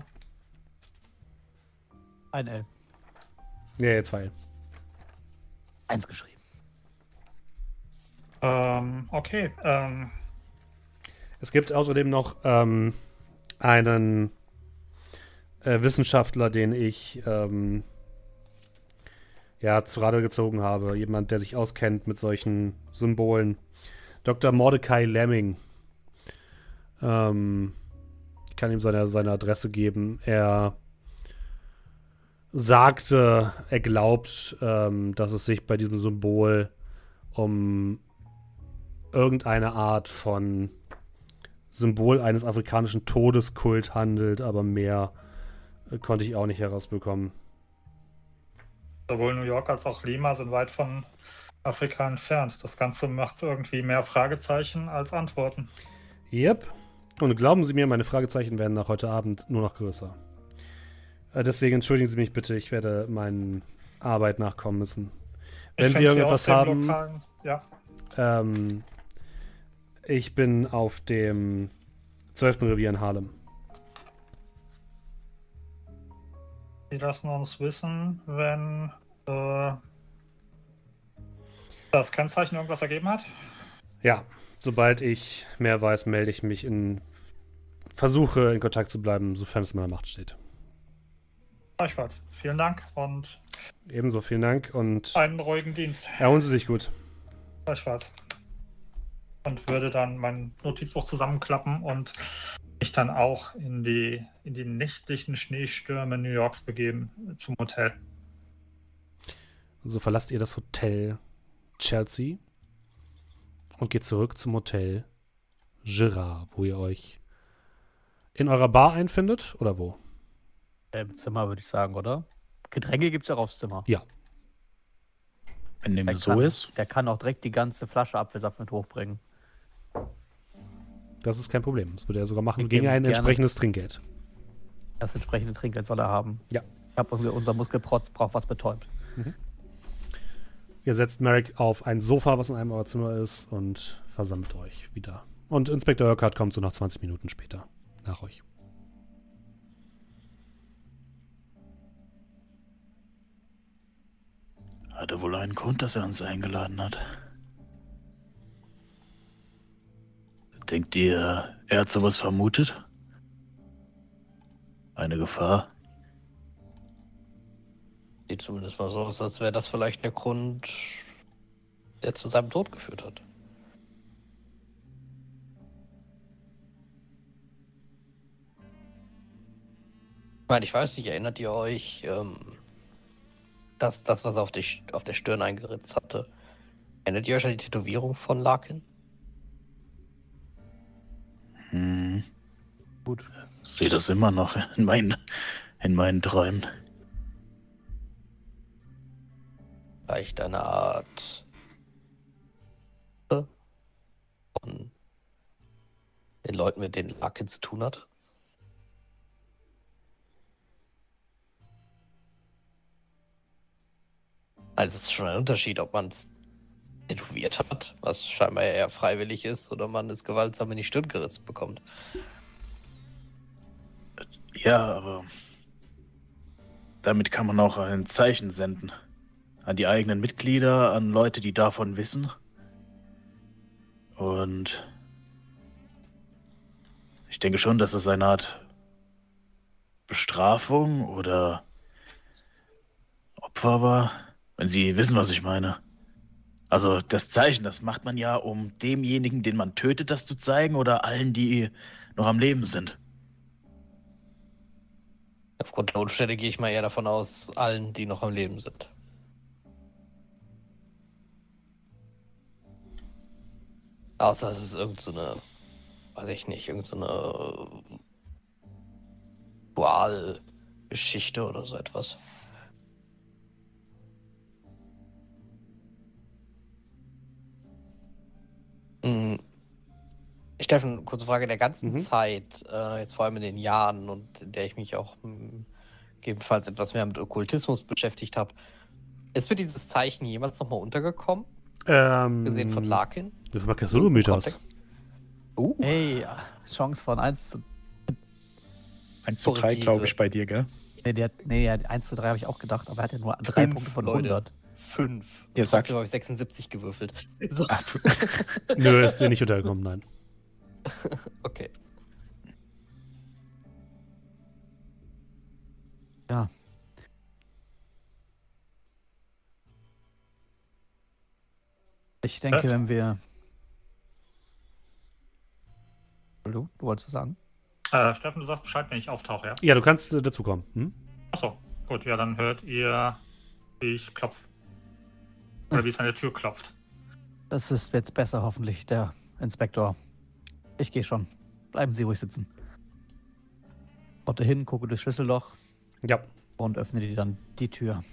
Ein L. Ja, zwei. Eins geschrieben. Ähm, okay. Ähm, Es gibt außerdem noch ähm, einen äh, Wissenschaftler, den ich ähm, ja, zu Rate gezogen habe. Jemand, der sich auskennt mit solchen Symbolen. Doktor Mordecai Lemming. Ähm, ich kann ihm seine, seine Adresse geben. Er sagte, er glaubt, ähm, dass es sich bei diesem Symbol um irgendeine Art von Symbol eines afrikanischen Todeskult handelt, aber mehr äh, konnte ich auch nicht herausbekommen. sowohl New York als auch Lima sind weit von Afrika entfernt. Das Ganze macht irgendwie mehr Fragezeichen als Antworten. Yep. Und glauben Sie mir, meine Fragezeichen werden nach heute Abend nur noch größer. Äh, deswegen entschuldigen Sie mich bitte, ich werde meiner Arbeit nachkommen müssen. Wenn Ich Sie fäng's hier irgendetwas aus dem haben, Lokalen- Ja, ähm, ich bin auf dem zwölften Revier in Harlem. die lassen uns wissen, wenn äh, das Kennzeichen irgendwas ergeben hat. Ja, sobald ich mehr weiß, melde ich mich in Versuche in Kontakt zu bleiben, sofern es in meiner Macht steht. Gleichfalls. Vielen Dank und Ebenso vielen Dank und einen ruhigen Dienst. erholen Sie sich gut. Gleichfalls. Und würde dann mein Notizbuch zusammenklappen und mich dann auch in die, in die nächtlichen Schneestürme New Yorks begeben zum Hotel. So verlasst ihr das Hotel Chelsea und geht zurück zum Hotel Girard, wo ihr euch in eurer Bar einfindet, oder wo? Im Zimmer, würde ich sagen, oder? Getränke gibt es ja auch aufs Zimmer. Ja. Wenn dem Der so kann, ist. Der kann auch direkt die ganze Flasche Apfelsaft mit hochbringen. Das ist kein Problem. Das würde er sogar machen Wir gegen geben ein gerne- entsprechendes Trinkgeld. Das entsprechende Trinkgeld soll er haben. Ja. Ich habe irgendwie, unser Muskelprotz braucht was betäubt. Ihr setzt Merrick auf ein Sofa, was in einem eurer Zimmer ist, und versammelt euch wieder. Und Inspektor Urquhart kommt so nach zwanzig Minuten später nach euch. Hatte wohl einen Grund, dass er uns eingeladen hat. Denkt ihr, er hat sowas vermutet? Eine Gefahr? Sieht zumindest mal so aus, als wäre das vielleicht der Grund, der zu seinem Tod geführt hat. Ich meine, ich weiß nicht, erinnert ihr euch, ähm, dass das, was er auf, die, auf der Stirn eingeritzt hatte, erinnert ihr euch an die Tätowierung von Larkin? Hm. Gut. Ich sehe das immer noch in meinen, in meinen Träumen. Vielleicht eine Art von den Leuten, mit denen Larkin zu tun hat. Also es ist schon ein Unterschied, ob man es tätowiert hat, was scheinbar eher freiwillig ist, oder man es gewaltsam in die Stirn geritzt bekommt. Ja, aber damit kann man auch ein Zeichen senden. An die eigenen Mitglieder, an Leute, die davon wissen. Und ich denke schon, dass es eine Art Bestrafung oder Opfer war, wenn Sie wissen, was ich meine. Also das Zeichen, das macht man ja, um demjenigen, den man tötet, das zu zeigen, oder allen, die noch am Leben sind. Aufgrund der Umstände gehe ich mal eher davon aus, allen, die noch am Leben sind. Außer es ist irgend so eine, weiß ich nicht, irgend so eine Ritualgeschichte oder so etwas. Hm. Steffen, kurze Frage, der ganzen Mhm. Zeit, äh, jetzt vor allem in den Jahren und in der ich mich auch mh, gegebenenfalls etwas mehr mit Okkultismus beschäftigt habe, ist mir dieses Zeichen jemals nochmal untergekommen? Ähm, Gesehen von Larkin? Das war Cthulhu-Mythos. Kontext? Uh, Hey, Chance von eins zu. eins zu drei, Korrigiere. glaube ich, bei dir, gell? Nee, der, nee ja, eins zu drei habe ich auch gedacht, aber er hat ja nur drei Fünf, Punkte von Leute. hundert. fünf. Ihr sagt- Trotzdem habe ich sechsundsiebzig gewürfelt. So, Ach, Nö, ist dir nicht untergekommen, nein. okay. Ja. Ich denke, Was? wenn wir. Du, du wolltest was sagen? Äh, Steffen, du sagst Bescheid, wenn ich auftauche, ja? Ja, du kannst äh, dazukommen. Hm? Achso, gut, ja, dann hört ihr, wie ich klopfe. Oder Hm. wie es an der Tür klopft. Das ist jetzt besser, hoffentlich, der Inspektor. Ich gehe schon. Bleiben Sie ruhig sitzen. Kotte hin, gucke durchs Schlüsselloch Ja. und öffne dir dann die Tür.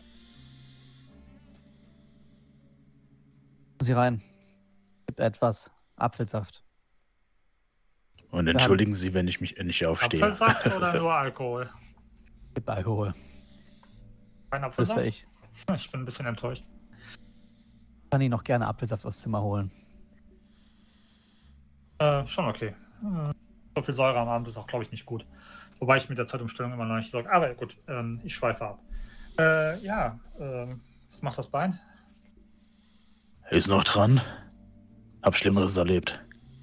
Sie rein. Gibt etwas Apfelsaft. Und entschuldigen Sie, wenn ich mich nicht aufstehe. Apfelsaft oder nur Alkohol? Gibt Alkohol. Kein Flüster Apfelsaft? ich. Ich bin ein bisschen enttäuscht. Kann Ihnen noch gerne Apfelsaft aus Zimmer holen. Äh, schon okay. Äh, So viel Säure am Abend ist auch, glaube ich, nicht gut. Wobei ich mit der Zeitumstellung immer noch nicht sorge. Aber gut, ähm, ich schweife ab. Äh, ja, ähm, was macht das Bein? Ist noch dran. Hab Schlimmeres erlebt.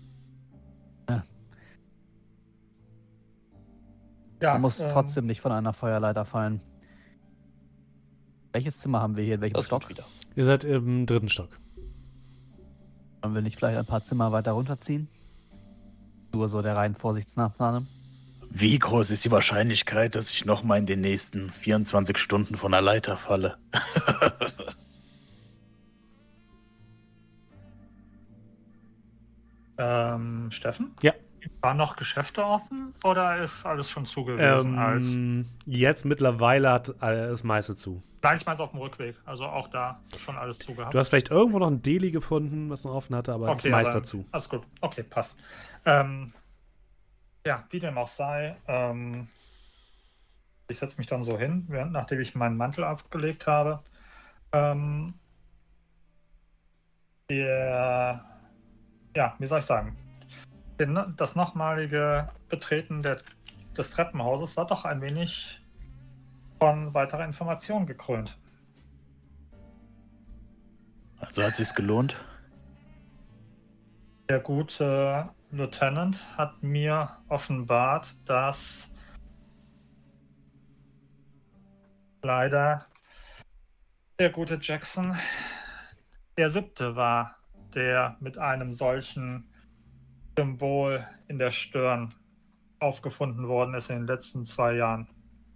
Ja, Man muss ähm, trotzdem nicht von einer Feuerleiter fallen. Welches Zimmer haben wir hier? In welchem Das Stock? wird wieder. Ihr seid im dritten Stock. Wollen wir nicht vielleicht ein paar Zimmer weiter runterziehen? Nur so der reinen Vorsichtsnahme. Wie groß ist die Wahrscheinlichkeit, dass ich nochmal in den nächsten vierundzwanzig Stunden von der Leiter falle? Ähm, Steffen? Ja. Waren noch Geschäfte offen oder ist alles schon zu gewesen? als Ähm, jetzt mittlerweile hat äh, das meiste zu. Nein, ich meine es auf dem Rückweg. Also auch da schon alles zu gehabt. Du hast vielleicht irgendwo noch ein Deli gefunden, was noch offen hatte, aber das meiste aber- dazu. Alles gut. Okay, passt. Ähm, ja, wie dem auch sei. Ähm, ich setze mich dann so hin, während, nachdem ich meinen Mantel abgelegt habe. Ähm, der, ja, wie soll ich sagen? Den, das nochmalige Betreten der, des Treppenhauses war doch ein wenig von weiterer Information gekrönt. Also hat sich's gelohnt. Der gute Lieutenant hat mir offenbart, dass leider der gute Jackson der siebte war, der mit einem solchen Symbol in der Stirn aufgefunden worden ist in den letzten zwei Jahren.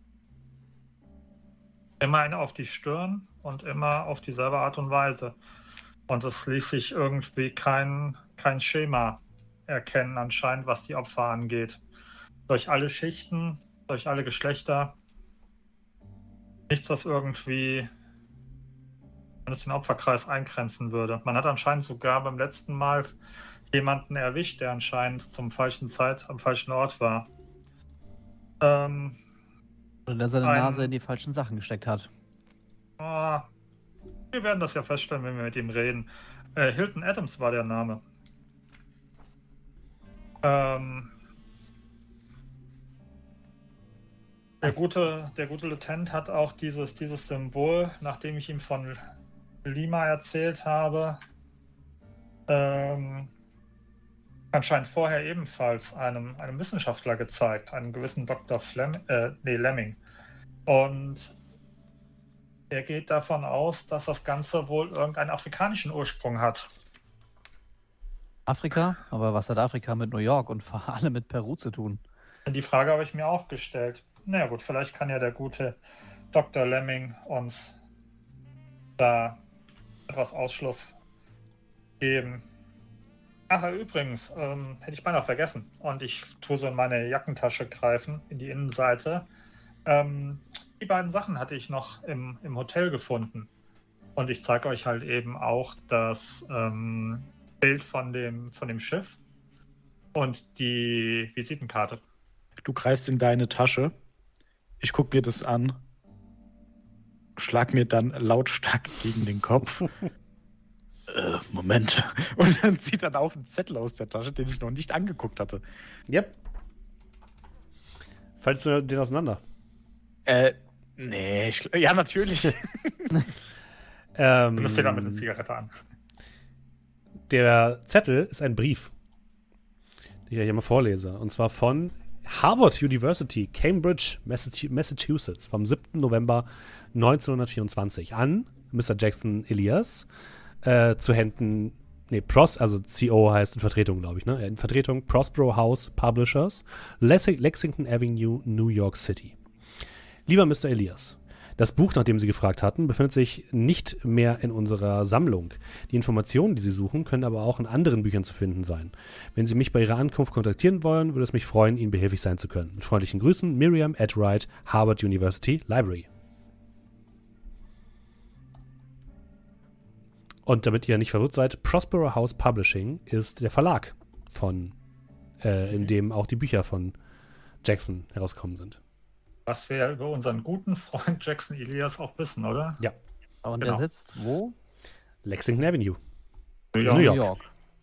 Immerhin auf die Stirn und immer auf dieselbe Art und Weise. Und es ließ sich irgendwie kein, kein Schema erkennen, anscheinend, was die Opfer angeht. durch alle Schichten, durch alle Geschlechter. Nichts, was irgendwie wenn es den Opferkreis eingrenzen würde. Man hat anscheinend sogar beim letzten Mal jemanden erwischt, der anscheinend zum falschen Zeit am falschen Ort war. Ähm, Oder der seine ein, Nase in die falschen Sachen gesteckt hat. Oh, wir werden das ja feststellen, wenn wir mit ihm reden. Äh, Hilton Adams war der Name. Ähm, der gute, der gute Lieutenant hat auch dieses, dieses Symbol, nachdem ich ihm von Lima erzählt habe, ähm, anscheinend vorher ebenfalls einem, einem Wissenschaftler gezeigt, einem gewissen Doktor Flem äh, nee, Lemming. Und er geht davon aus, dass das Ganze wohl irgendeinen afrikanischen Ursprung hat. Afrika? Aber was hat Afrika mit New York und vor allem mit Peru zu tun? Die Frage habe ich mir auch gestellt. Na ja, gut, vielleicht kann ja der gute Doktor Lemming uns da etwas Ausschluss geben. Ach, übrigens, ähm, hätte ich beinahe vergessen. Und ich tue so in meine Jackentasche greifen, in die Innenseite. Ähm, die beiden Sachen hatte ich noch im, im Hotel gefunden. Und ich zeige euch halt eben auch das ähm, Bild von dem, von dem Schiff und die Visitenkarte. Du greifst in deine Tasche. Ich gucke mir das an. Schlag mir dann lautstark gegen den Kopf. äh, Moment. Und dann zieht dann auch ein Zettel aus der Tasche, den ich noch nicht angeguckt hatte. Yep. Faltest du den auseinander? Äh, nee. Ich, ja, natürlich. ähm, Du nimmst dir damit eine Zigarette an. Der Zettel ist ein Brief, den ich euch mal vorlese. Und zwar von Harvard University, Cambridge, Massachusetts, vom siebten November neunzehnhundertvierundzwanzig an Mister Jackson Elias, äh, zu Händen, nee, Pros, also C O heißt in Vertretung, glaube ich, ne? In Vertretung Prospero House Publishers, Lexington Avenue, New York City. Lieber Mister Elias, das Buch, nach dem Sie gefragt hatten, befindet sich nicht mehr in unserer Sammlung. Die Informationen, die Sie suchen, können aber auch in anderen Büchern zu finden sein. Wenn Sie mich bei Ihrer Ankunft kontaktieren wollen, würde es mich freuen, Ihnen behilflich sein zu können. Mit freundlichen Grüßen, Miriam Atwright, Harvard University Library. Und damit ihr nicht verwirrt seid, Prospero House Publishing ist der Verlag, von, äh, in dem auch die Bücher von Jackson herausgekommen sind. Was wir über unseren guten Freund Jackson Elias auch wissen, oder? Ja. Und Genau. der sitzt wo? Lexington Avenue. New New York. New York.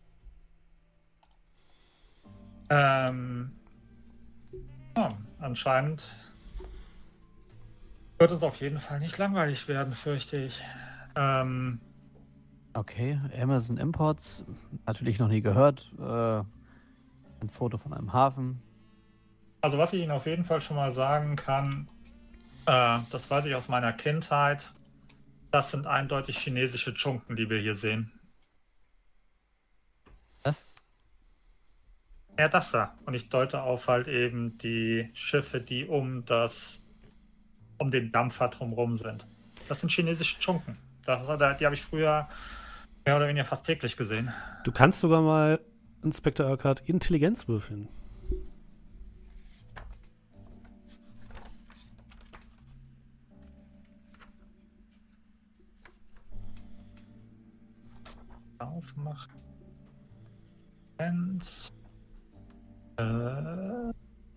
Ähm, ja, anscheinend wird uns auf jeden Fall nicht langweilig werden, fürchte ich. Ähm, Okay, Amazon Imports, natürlich noch nie gehört. Äh, ein Foto von einem Hafen. also was ich Ihnen auf jeden Fall schon mal sagen kann, äh, das weiß ich aus meiner Kindheit, das sind eindeutig chinesische Chunken, die wir hier sehen. Was? Ja, das da. Und ich deute auf halt eben die Schiffe, die um das, um den Dampfer drumherum sind. Das sind chinesische Chunken. Das, die habe ich früher mehr oder weniger fast täglich gesehen. Du kannst sogar mal, Inspektor Urquhart, Intelligenz würfeln. Aufmachen. Eins. Äh.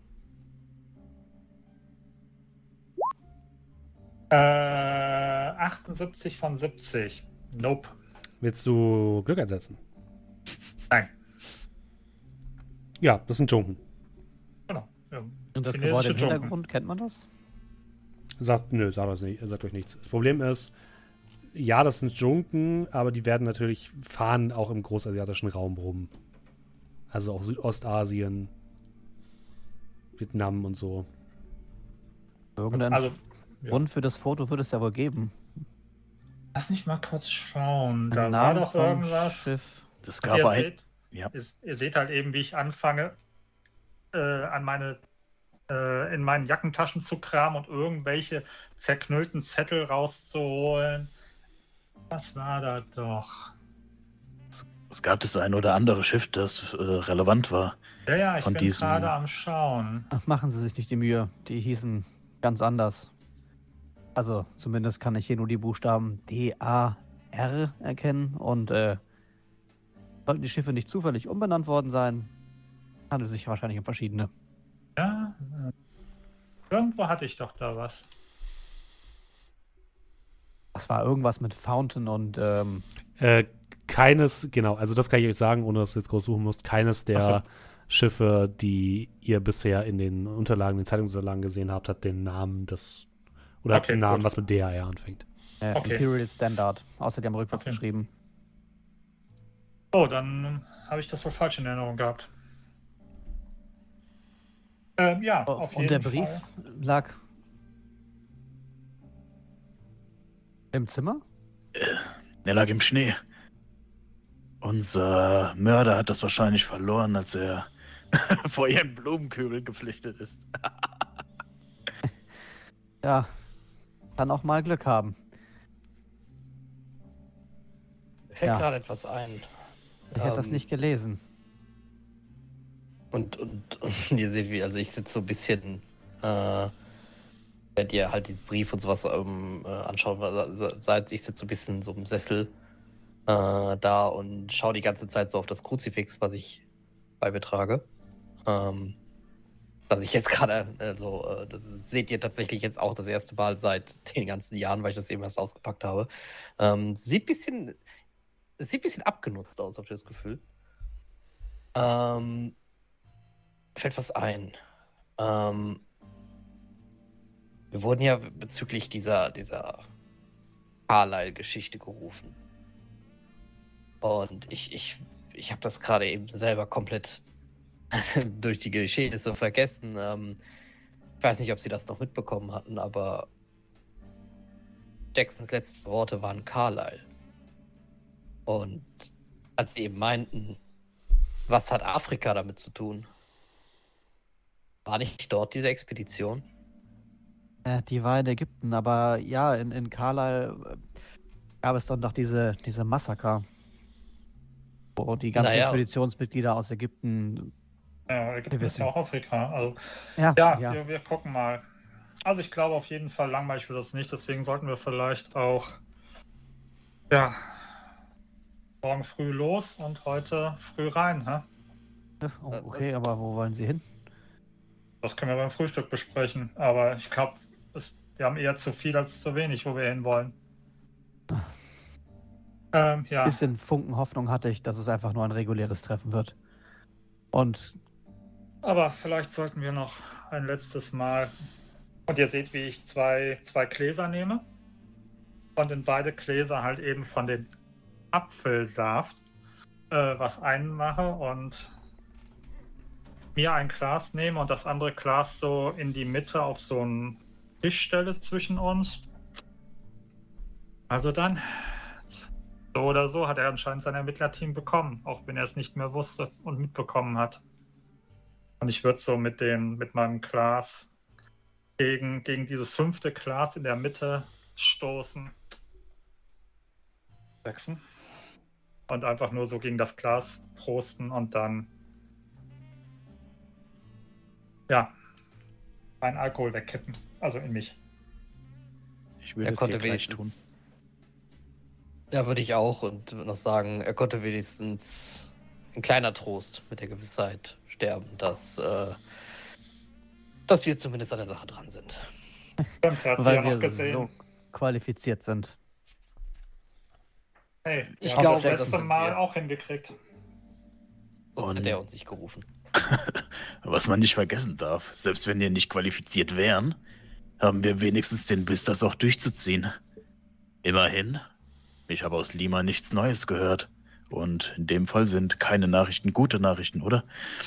Äh, achtundsiebzig von siebzig. Nope. Willst du Glück einsetzen? Nein. Ja, das sind Junken. Genau. Ja. Und das Chinesische Gebäude im Junken. Hintergrund, kennt man das? Sagt, nö, sagt, das nicht, sagt euch nichts. Das Problem ist, ja, das sind Junken, aber die werden natürlich, fahren auch im großasiatischen Raum rum. Also auch Südostasien, Vietnam und so. Irgendeinen Also, ja. Grund für das Foto würde es ja wohl geben. Lass mich mal kurz schauen. Ein Da war Name doch vom irgendwas. Schiff. Das Und gab ihr, ein. seht, Ja. ihr, ihr seht halt eben, wie ich anfange, äh, an meine, äh, in meinen Jackentaschen zu kramen und irgendwelche zerknüllten Zettel rauszuholen. Was war da doch? Es gab das ein oder andere Schiff, das äh, relevant war. Ja, ja, ich Von bin diesem- gerade am Schauen. Ach, machen Sie sich nicht die Mühe. Die hießen ganz anders. Also, zumindest kann ich hier nur die Buchstaben D A R erkennen. Und äh, sollten die Schiffe nicht zufällig umbenannt worden sein, handelt es sich wahrscheinlich um verschiedene. Ja, äh, irgendwo hatte ich doch da was. Das war irgendwas mit Fountain und ähm, Äh, keines, genau, also das kann ich euch sagen, ohne dass ihr jetzt groß suchen müsst, keines der Ach so. Schiffe, die ihr bisher in den Unterlagen, den Zeitungsunterlagen gesehen habt, hat den Namen des, oder hat Okay, den Namen, gut. was mit D A R anfängt. äh, Okay. Imperial Standard. Außerdem rückwärts Okay. geschrieben. Oh, dann habe ich das wohl falsch in Erinnerung gehabt. Ähm, ja, Oh, auf und jeden der Brief Fall. lag im Zimmer? Er lag im Schnee. Unser Mörder hat das wahrscheinlich verloren, als er vor ihren Blumenkübel geflüchtet ist. Ja, kann auch mal Glück haben. Mir fällt Ja. gerade etwas ein. Ich hätte das Ähm, nicht gelesen. Und, und, und ihr seht, wie, also ich sitze so ein bisschen, äh, wenn ihr halt diesen Brief und sowas ähm, äh, anschaut, seid, ich sitze so ein bisschen so im Sessel äh, da und schaue die ganze Zeit so auf das Kruzifix, was ich bei mir trage. Ähm, dass ich jetzt gerade, also äh, das seht ihr tatsächlich jetzt auch das erste Mal seit den ganzen Jahren, weil ich das eben erst ausgepackt habe. Ähm, sieht ein bisschen, es sieht ein bisschen abgenutzt aus, habt ihr das Gefühl? Ähm, fällt was ein. Ähm, wir wurden ja bezüglich dieser, dieser Carlyle-Geschichte gerufen. Und ich, ich, ich habe das gerade eben selber komplett durch die Geschehnisse vergessen. Ähm, ich weiß nicht, ob sie das noch mitbekommen hatten, aber Jacksons letzte Worte waren Carlyle. Und als sie eben meinten, was hat Afrika damit zu tun? War nicht dort diese Expedition? Äh, die war in Ägypten, aber ja, in, in Carlisle äh, gab es dann doch diese, diese Massaker, wo die ganzen Naja. Expeditionsmitglieder aus Ägypten. Ja, Ägypten Wir ist ja wissen. auch Afrika. Also, Ja, ja, ja. Wir, wir gucken mal. Also ich glaube auf jeden Fall, langweilig wird das nicht. Deswegen sollten wir vielleicht auch ja, morgen früh los und heute früh rein. Hä? Oh, Äh, okay, was- aber wo wollen Sie hin? Das können wir beim Frühstück besprechen. Aber ich glaube, wir haben eher zu viel als zu wenig, wo wir hinwollen. Ähm, ja. Bisschen Funken Hoffnung hatte ich, dass es einfach nur ein reguläres Treffen wird. Und Aber vielleicht sollten wir noch ein letztes Mal. Und ihr seht, wie ich zwei, zwei Gläser nehme. Und in beide Gläser halt eben von dem Apfelsaft äh, was einmache und mir ein Glas nehme und das andere Glas so in die Mitte auf so einen Tisch stelle zwischen uns. Also dann, so oder so hat er anscheinend sein Ermittlerteam bekommen, auch wenn er es nicht mehr wusste und mitbekommen hat. Und ich würde so mit dem, mit meinem Glas gegen, gegen dieses fünfte Glas in der Mitte stoßen. Sechsen. Und einfach nur so gegen das Glas prosten und dann ja, ein Alkohol wegkippen. Also in mich. Ich würde Er es hier konnte gleich tun. wenigstens. Ja, würde ich auch und würde noch sagen, er konnte wenigstens ein kleiner Trost mit der Gewissheit sterben, dass, äh, dass wir zumindest an der Sache dran sind. Stimmt, er hat sie weil ja noch wir gesehen. so qualifiziert sind. Hey, Ich wir haben glaube, das das letzte sind Mal wir. auch hingekriegt. Sonst Und- hätte er uns nicht gerufen. Was man nicht vergessen darf, selbst wenn wir nicht qualifiziert wären, haben wir wenigstens den Biss, das auch durchzuziehen. Immerhin, ich habe aus Lima nichts Neues gehört. Und in dem Fall sind keine Nachrichten gute Nachrichten, oder?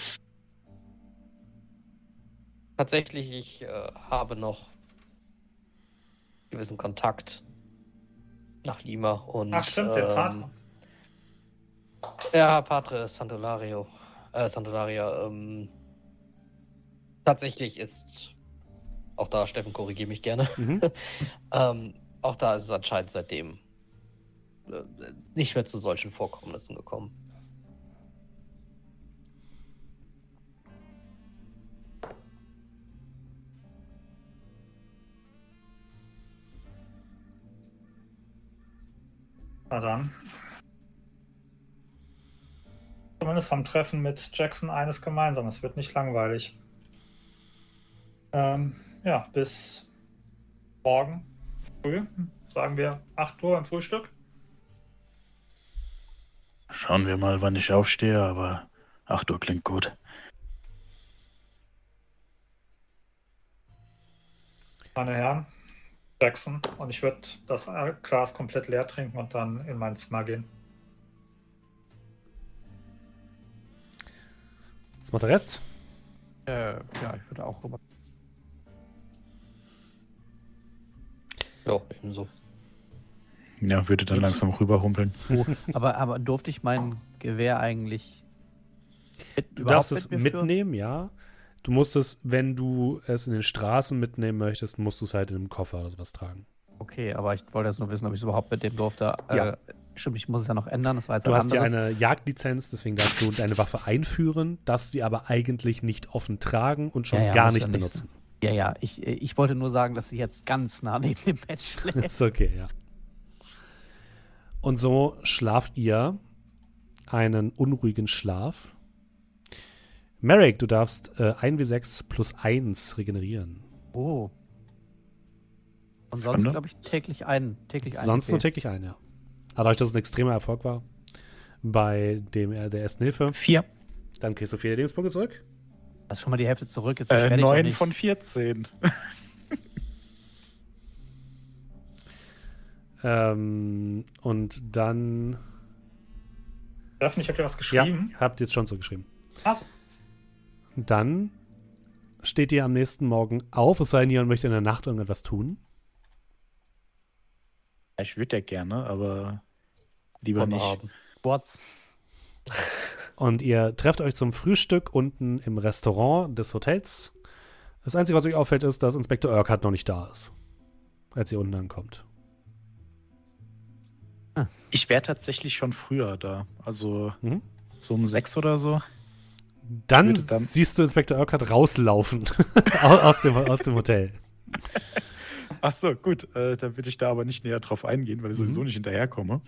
Tatsächlich, ich äh, habe noch gewissen Kontakt nach Lima und. Ach stimmt, den Pater. Ja, Padre Santolario. Äh, Santolaria. Ähm, tatsächlich ist. Auch da, Steffen, korrigiere mich gerne. Mhm. ähm, auch da ist es anscheinend seitdem äh, nicht mehr zu solchen Vorkommnissen gekommen. Na dann. Zumindest am Treffen mit Jackson eines gemeinsam. Es wird nicht langweilig. Ähm, ja, bis morgen früh. Sagen wir acht Uhr im Frühstück. Schauen wir mal, wann ich aufstehe, aber acht Uhr klingt gut. Meine Herren, Jackson. Und ich würde das Glas komplett leer trinken und dann in mein Zimmer gehen. Was macht der Rest? Äh, ja, ich würde auch rüber. Ja, ebenso. Ja, würde dann langsam rüberhumpeln. Oh, aber, aber durfte ich mein Gewehr eigentlich mit, Du überhaupt darfst es mit mir führen? mitnehmen, ja. Du musst es, wenn du es in den Straßen mitnehmen möchtest, musst du es halt in einem Koffer oder sowas tragen. Okay, aber ich wollte jetzt nur wissen, ob ich es überhaupt mit dem durfte. Ja. Äh, stimmt, ich muss es ja noch ändern. Das war jetzt Du ein hast ja anderes. eine Jagdlizenz, deswegen darfst du deine Waffe einführen, darfst sie aber eigentlich nicht offen tragen und schon Ja, ja, gar muss nicht ja nicht benutzen. Ja, ja, ich, ich wollte nur sagen, dass sie jetzt ganz nah neben dem Bett schläft. Ist okay, ja. Und so schlaft ihr einen unruhigen Schlaf. Merrick, du darfst äh, eins W sechs plus eins regenerieren. Oh. Und sonst, Sekunde. glaube ich, täglich einen. Täglich einen Sonst nur okay. täglich ein, ja. Aber dadurch, dass es ein extremer Erfolg war bei dem äh, der ersten Hilfe, Vier. dann kriegst du vier Lebenspunkte zurück. Das ist schon mal die Hälfte zurück. Jetzt Äh, beschwer dich doch neun nicht. von vierzehn. Ähm, und dann Steffen, ich habe dir was ja, geschrieben. habt ihr jetzt schon so geschrieben. Also, Dann steht ihr am nächsten Morgen auf, es sei denn, jemand möchte in der Nacht irgendetwas tun. Ich würde ja gerne, aber lieber Am nicht. Abend. Sports. Und ihr trefft euch zum Frühstück unten im Restaurant des Hotels. Das Einzige, was euch auffällt, ist, dass Inspektor Urquhart noch nicht da ist, als ihr unten ankommt. Ich wäre tatsächlich schon früher da. Also Mhm. so um sechs oder so. Dann, Würde dann- siehst du Inspektor Urquhart rauslaufen aus, aus, dem, aus dem Hotel. Ach so, gut. Äh, dann würde ich da aber nicht näher drauf eingehen, weil ich sowieso Mhm. nicht hinterherkomme.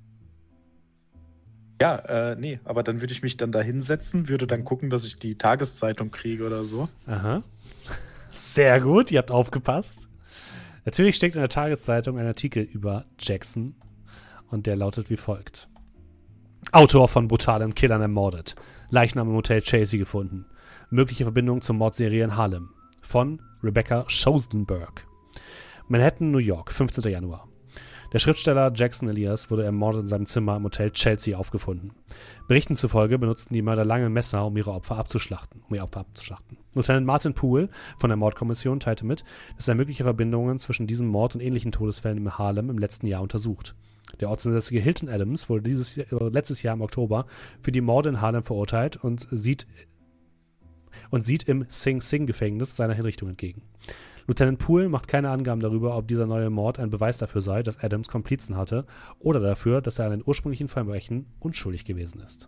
Ja, äh, nee, aber dann würde ich mich dann da hinsetzen, würde dann gucken, dass ich die Tageszeitung kriege oder so. Aha. Sehr gut, ihr habt aufgepasst. Natürlich steckt in der Tageszeitung ein Artikel über Jackson und der lautet wie folgt. Autor von brutalen Killern ermordet. Leichnam im Hotel Chelsea gefunden. Mögliche Verbindung zur Mordserie in Harlem. Von Rebecca Schosenberg. Manhattan, New York, fünfzehnter Januar. Der Schriftsteller Jackson Elias wurde ermordet in seinem Zimmer im Hotel Chelsea aufgefunden. Berichten zufolge benutzten die Mörder lange Messer, um ihre Opfer abzuschlachten. Um ihr Opfer abzuschlachten. Lieutenant Martin Poole von der Mordkommission teilte mit, dass er mögliche Verbindungen zwischen diesem Mord und ähnlichen Todesfällen in Harlem im letzten Jahr untersucht. Der Ortsansässige Hilton Adams wurde dieses Jahr, äh, letztes Jahr im Oktober für die Morde in Harlem verurteilt und sieht, und sieht im Sing Sing-Gefängnis seiner Hinrichtung entgegen. Lieutenant Poole macht keine Angaben darüber, ob dieser neue Mord ein Beweis dafür sei, dass Adams Komplizen hatte oder dafür, dass er an den ursprünglichen Verbrechen unschuldig gewesen ist.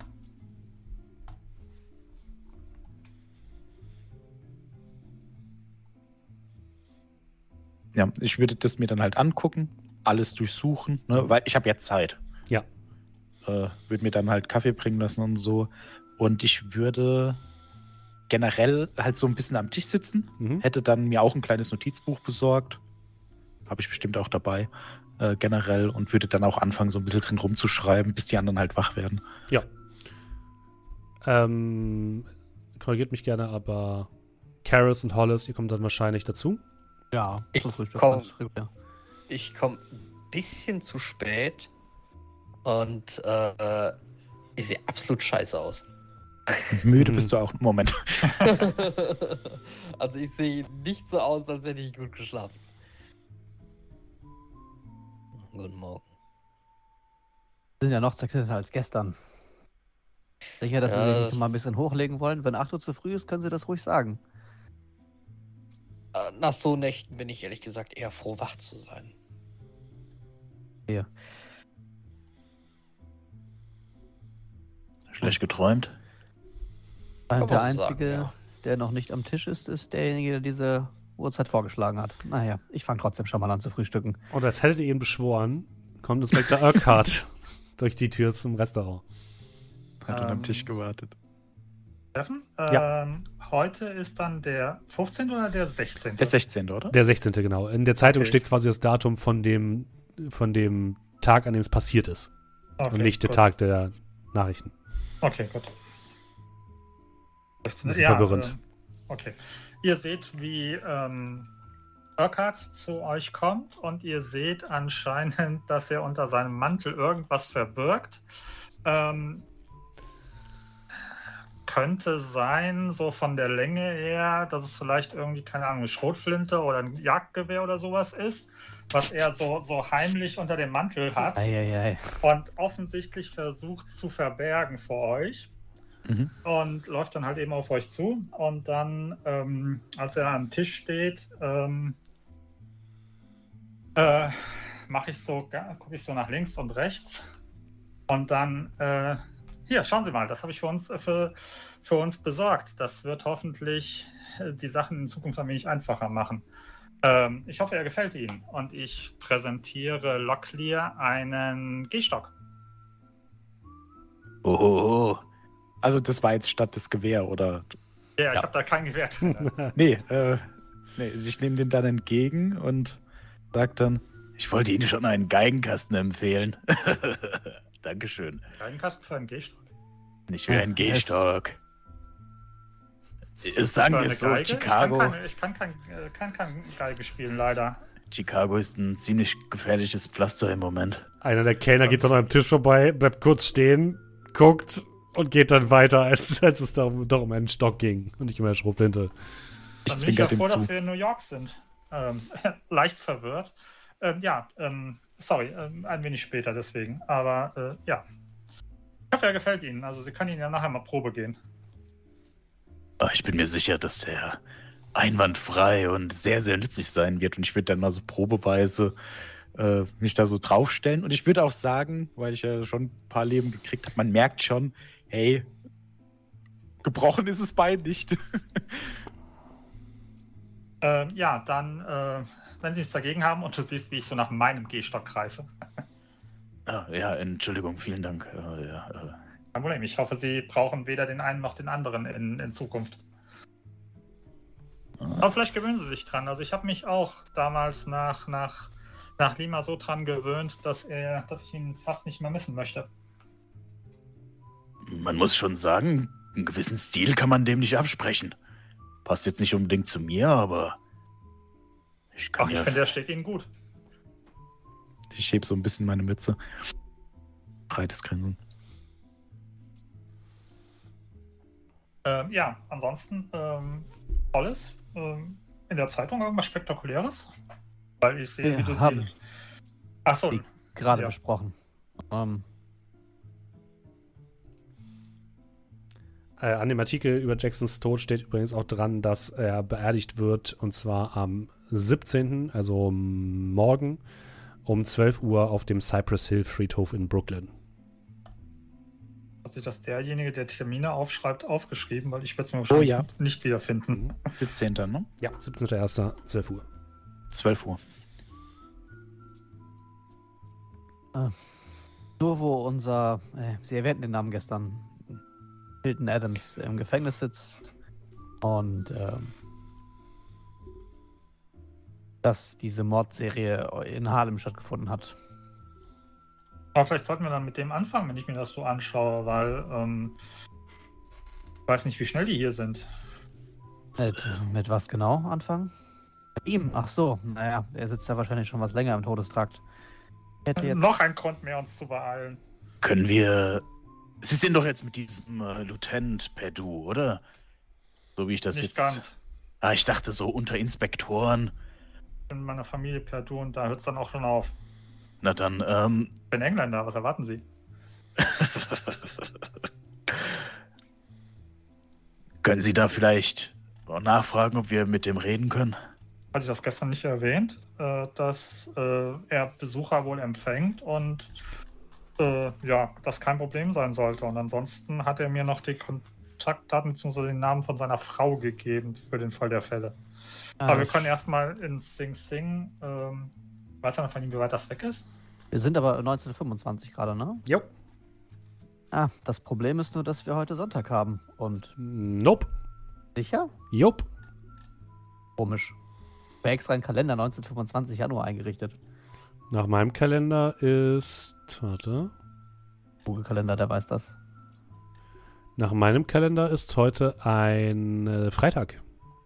Ja, ich würde das mir dann halt angucken, alles durchsuchen, ne, weil ich habe ja Zeit. Ja. Äh, würde mir dann halt Kaffee bringen lassen und so. Und ich würde generell halt so ein bisschen am Tisch sitzen, Mhm. hätte dann mir auch ein kleines Notizbuch besorgt. Habe ich bestimmt auch dabei, äh, generell. Und würde dann auch anfangen, so ein bisschen drin rumzuschreiben, bis die anderen halt wach werden. Ja. Ähm, korrigiert mich gerne, aber Karis und Hollis, ihr kommt dann wahrscheinlich dazu. Ja, Ich zum Frühstück. komm. ganz regulär. Ich komme ein bisschen zu spät und äh, ich sehe absolut scheiße aus. Müde Mhm. bist du auch. Moment. Also ich sehe nicht so aus, als hätte ich gut geschlafen. Guten Morgen. Sind ja noch zerknittert als gestern. Sicher, dass Ja, Sie das- sich mal ein bisschen hochlegen wollen. Wenn acht Uhr zu früh ist, können Sie das ruhig sagen. Äh, Nach so Nächten bin ich ehrlich gesagt eher froh, wach zu sein. Schlecht geträumt? Und man der so sagen, Einzige, ja. der noch nicht am Tisch ist, ist derjenige, der diese Uhrzeit vorgeschlagen hat. Naja, ich fange trotzdem schon mal an zu frühstücken. Und als hättet ihr ihn beschworen, kommt Inspektor Urquhart durch die Tür zum Restaurant. Hat dann Ähm, am Tisch gewartet. Steffen, Ja. ähm, heute ist dann der fünfzehnte oder der sechzehnte? Der sechzehnte, oder? Der sechzehnte genau. In der Zeitung Okay. steht quasi das Datum von dem, von dem Tag, an dem es passiert ist. Okay, und nicht der gut. Tag der Nachrichten. Okay, gut. Das ist verwirrend. ähm, okay. Ihr seht, wie ähm, Urquhart zu euch kommt und ihr seht anscheinend, dass er unter seinem Mantel irgendwas verbirgt. Ähm, könnte sein, so von der Länge her, dass es vielleicht irgendwie, keine Ahnung, eine Schrotflinte oder ein Jagdgewehr oder sowas ist, was er so, so heimlich unter dem Mantel hat Eieiei. und offensichtlich versucht zu verbergen vor euch. Mhm. Und läuft dann halt eben auf euch zu. Und dann, ähm, als er am Tisch steht, ähm, äh, mache ich so, gucke ich so nach links und rechts. Und dann, äh, hier, schauen Sie mal, das habe ich für uns, äh, für, für uns besorgt. Das wird hoffentlich äh, die Sachen in Zukunft ein wenig einfacher machen. Ähm, ich hoffe, er gefällt Ihnen. Und ich präsentiere Locklear einen Gehstock. Oho. Also das war jetzt statt des Gewehr, oder? Ja, ich Ja. habe da kein Gewehr drin. Nee, äh, nee, ich nehme den dann entgegen und sag dann, Ich wollte Ihnen schon einen Geigenkasten empfehlen. Dankeschön. Keinen Kasten für einen Gehstock. Nicht für Ja, einen es- Gehstock. Sagen Für wir eine es so, Geige? Chicago, Ich kann, keine, ich kann kein, äh, kann kein Geige spielen, leider. Chicago ist ein ziemlich gefährliches Pflaster im Moment. Einer der Kellner geht so an einem Tisch vorbei, bleibt kurz stehen, guckt und geht dann weiter, als, als es darum, doch um einen Stock ging und nicht um eine Schrotflinte. ich Dann bin ich zwinker ja dem froh, zu. dass wir in New York sind. Ähm, leicht verwirrt. Ähm, ja, ähm, sorry, ähm, ein wenig später deswegen. Aber äh, ja. Ich hoffe, er gefällt Ihnen. Also Sie können ihn ja nachher mal Probe gehen. Aber ich bin mir sicher, dass der einwandfrei und sehr, sehr nützlich sein wird. Und ich würde dann mal so probeweise äh, mich da so draufstellen. Und ich würde auch sagen, weil ich ja schon ein paar Leben gekriegt habe, man merkt schon, hey, gebrochen ist das Bein nicht. Ähm, ja, dann, äh, wenn Sie nichts dagegen haben und du siehst, wie ich so nach meinem Gehstock greife. Ah, ja, Entschuldigung, vielen Dank. Äh, ja, äh. Kein Problem. Ich hoffe, Sie brauchen weder den einen noch den anderen in, in Zukunft. Aber vielleicht gewöhnen Sie sich dran. Also ich habe mich auch damals nach, nach, nach Lima so dran gewöhnt, dass, er, dass ich ihn fast nicht mehr missen möchte. Man muss schon sagen, einen gewissen Stil kann man dem nicht absprechen. Passt jetzt nicht unbedingt zu mir, aber ich kann Ach, ich ja... finde, er steht Ihnen gut. Ich heb so ein bisschen meine Mütze. Breites Grinsen. Ähm, ja, ansonsten ähm, Tolles. Ähm, in der Zeitung irgendwas Spektakuläres? Weil ich sehe, Wir wie du haben sie... Achso, die gerade Ja. besprochen. Ähm, Äh, an dem Artikel über Jacksons Tod steht übrigens auch dran, dass er beerdigt wird, und zwar am siebzehnten, also morgen, um zwölf Uhr auf dem Cypress Hill Friedhof in Brooklyn. hat sich das derjenige, der Termine aufschreibt, aufgeschrieben, weil ich werde es mir Oh wahrscheinlich ja. nicht wiederfinden. siebzehnten, ne? Ja, siebzehnter erster zwölf Uhr. zwölf Uhr. nur wo unser, äh, Sie erwähnten den Namen gestern, Hilton Adams im Gefängnis sitzt und ähm, dass diese Mordserie in Harlem stattgefunden hat. Aber vielleicht sollten wir dann mit dem anfangen, wenn ich mir das so anschaue, weil ähm, ich weiß nicht, wie schnell die hier sind. Mit, mit was genau anfangen? Mit ihm? Ach so, naja, er sitzt ja wahrscheinlich schon was länger im Todestrakt. Ich hätte jetzt Noch ein Grund mehr, uns zu beeilen. Können wir... Sie sind doch jetzt mit diesem äh, Lieutenant per Du, oder? So wie ich das nicht jetzt... ganz. Ah, ich dachte so unter Inspektoren. In meiner Familie per Du und da hört es dann auch schon auf. Na dann, ähm... Ich bin Engländer, was erwarten Sie? können Sie da vielleicht auch nachfragen, ob wir mit dem reden können? Hatte ich das gestern nicht erwähnt, äh, dass äh, er Besucher wohl empfängt und äh, ja, das kein Problem sein sollte. Und ansonsten hat er mir noch die Kontaktdaten bzw. den Namen von seiner Frau gegeben für den Fall der Fälle. Ah, Aber wir ich- können erstmal in Sing Sing, ähm, weiß er noch von ihm, wie weit das weg ist? Wir sind aber neunzehnhundertfünfundzwanzig gerade, ne? Jo. Ah, das Problem ist nur, dass wir heute Sonntag haben. Und Nope. sicher? Jupp. Komisch. Ich habe extra einen Kalender neunzehnhundertfünfundzwanzig Januar eingerichtet. Nach meinem Kalender ist. Warte. Google-Kalender, der weiß das. Nach meinem Kalender ist heute ein äh, Freitag.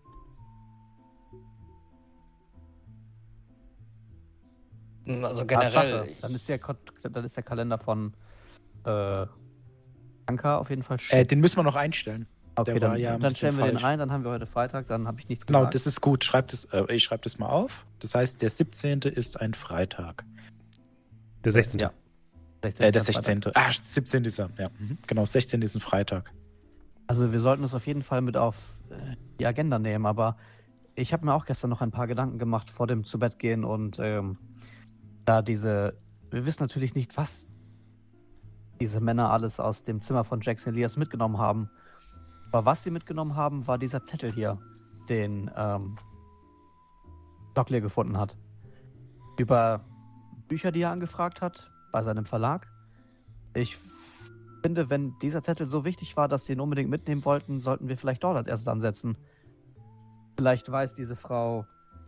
Also generell. Tatsache. Dann ist der, Ko- dann ist der Kalender von äh, Anka auf jeden Fall shit. Äh, den müssen wir noch einstellen. Okay, der dann, war ja ein dann bisschen stellen wir den falsch. ein, dann haben wir heute Freitag, dann habe ich nichts Genau, gesagt. das ist gut. Schreibt es, äh, ich schreibe das mal auf. Das heißt, der siebzehnte ist ein Freitag. Der sechzehnte. Ja. Äh, der Freitag. sechzehnte. Ah, siebzehnte ist er. Ja, mhm. Genau, sechzehnte ist ein Freitag. Also wir sollten es auf jeden Fall mit auf äh, die Agenda nehmen, aber ich habe mir auch gestern noch ein paar Gedanken gemacht vor dem Zubettgehen und ähm, da diese, wir wissen natürlich nicht, was diese Männer alles aus dem Zimmer von Jackson Elias mitgenommen haben. Aber was sie mitgenommen haben, war dieser Zettel hier, den ähm, Locklear gefunden hat. Über Bücher, die er angefragt hat, bei seinem Verlag. Ich finde, wenn dieser Zettel so wichtig war, dass sie ihn unbedingt mitnehmen wollten, sollten wir vielleicht dort als erstes ansetzen. Vielleicht weiß diese Frau,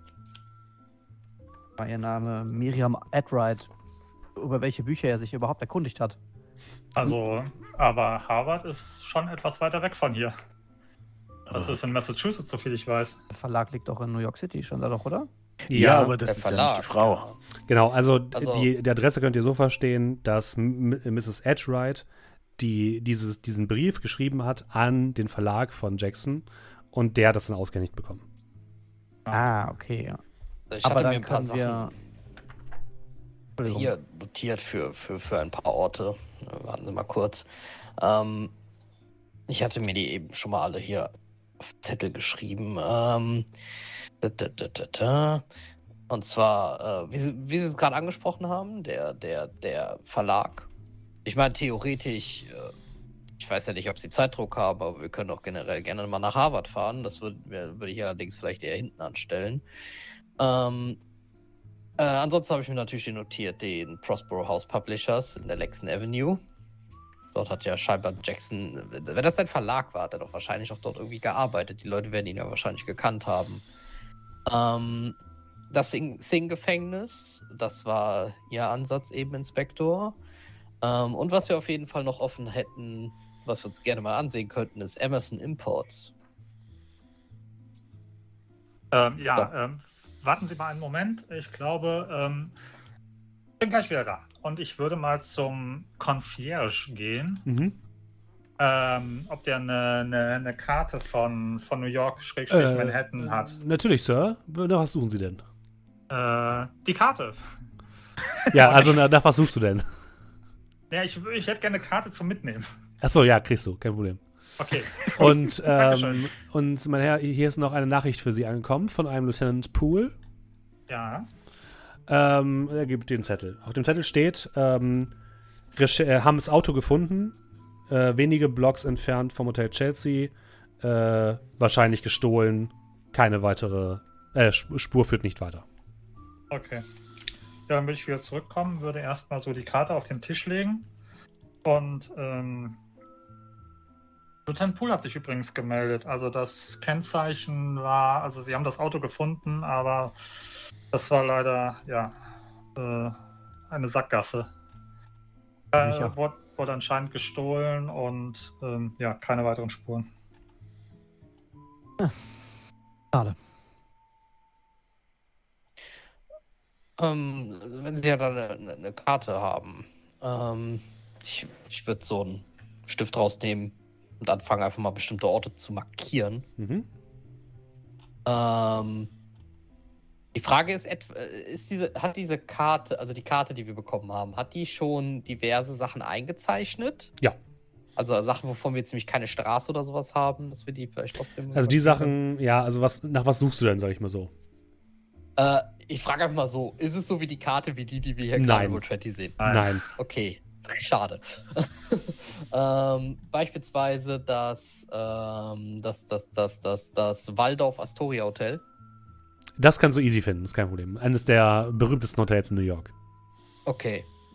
war ihr Name, Miriam Adwright, über welche Bücher er sich überhaupt erkundigt hat. Also, aber Harvard ist schon etwas weiter weg von hier. Das Aber- ist in Massachusetts, soviel ich weiß. Der Verlag liegt doch in New York City, schon da doch, oder? Ja, aber das Der ist ja Verlag. nicht die Frau. Genau, also, Also- die, die Adresse könnt ihr so verstehen, dass M- Misses Edgewright die dieses, diesen Brief geschrieben hat an den Verlag von Jackson und der hat das dann ausgehändigt bekommen. Ah, okay, ja. Ich Aber hatte dann mir ein paar können wir... Sachen Entschuldigung. hier notiert für, für, für ein paar Orte. Äh, Warten Sie mal kurz. Ähm, ich hatte mir die eben schon mal alle hier auf Zettel geschrieben. Ähm, da, da, da, da, da. Und zwar, äh, wie, Sie, wie Sie es gerade angesprochen haben, der, der, der Verlag. Ich meine, theoretisch, äh, ich weiß ja nicht, ob Sie Zeitdruck haben, aber wir können auch generell gerne mal nach Harvard fahren. Das würde würd ich allerdings vielleicht eher hinten anstellen. Ähm, Äh, ansonsten habe ich mir natürlich notiert den Prospero House Publishers in der Lexington Avenue. Dort hat ja scheinbar Jackson, wenn das sein Verlag war, hat er doch wahrscheinlich auch dort irgendwie gearbeitet. Die Leute werden ihn ja wahrscheinlich gekannt haben. Ähm, das Sing-Gefängnis, das war ihr Ansatz eben, Inspektor. Ähm, und was wir auf jeden Fall noch offen hätten, was wir uns gerne mal ansehen könnten, ist Emerson Imports. Ähm, ja, Doch. ähm, warten Sie mal einen Moment. Ich glaube, ähm, bin gleich wieder da. Und ich würde mal zum Concierge gehen. Mhm. Ähm, ob der eine, eine, eine Karte von, von New York Schrägstrich Äh, Manhattan hat. Natürlich, Sir. Nach was suchen Sie denn? Äh, die Karte. Ja, also nach, nach was suchst du denn? Ja, ich, ich hätte gerne eine Karte zum Mitnehmen. Achso, ja, kriegst du, kein Problem. Okay. Und, ähm, Dankeschön. und mein Herr, hier ist noch eine Nachricht für Sie angekommen von einem Lieutenant Poole. Ja. Ähm, er gibt den Zettel. Auf dem Zettel steht, ähm, Reche- äh, haben das Auto gefunden, äh, wenige Blocks entfernt vom Hotel Chelsea, äh, wahrscheinlich gestohlen, keine weitere, äh, Sp- Spur führt nicht weiter. Okay. Ja, dann würde ich wieder zurückkommen, würde erstmal so die Karte auf den Tisch legen. Und ähm, Lieutenant Poole hat sich übrigens gemeldet. Also das Kennzeichen war, also sie haben das Auto gefunden, aber das war leider, ja, äh, eine Sackgasse. Äh, Sicher. wurde, wurde anscheinend gestohlen und ähm, ja, keine weiteren Spuren. Schade. Ähm, wenn Sie ja da eine, eine- eine Karte haben, ähm, ich, ich würde so einen Stift rausnehmen und anfangen, einfach mal bestimmte Orte zu markieren. Mhm. Ähm, die Frage ist, etwa, ist diese, hat diese Karte, also die Karte, die wir bekommen haben, hat die schon diverse Sachen eingezeichnet? Ja. Also Sachen, wovon wir jetzt nämlich keine Straße oder sowas haben, dass wir die vielleicht trotzdem... Also die Sachen, ja, also was, nach was suchst du denn, sag ich mal so? Äh, ich frage einfach mal so, ist es so wie die Karte, wie die, die wir hier gerade Nein. in Roll zwanzig sehen? Nein. Okay, schade. ähm, beispielsweise das, ähm, das, das, das, das, das Waldorf Astoria Hotel. Das kannst du easy finden, ist kein Problem. Eines der berühmtesten Hotels in New York. Okay.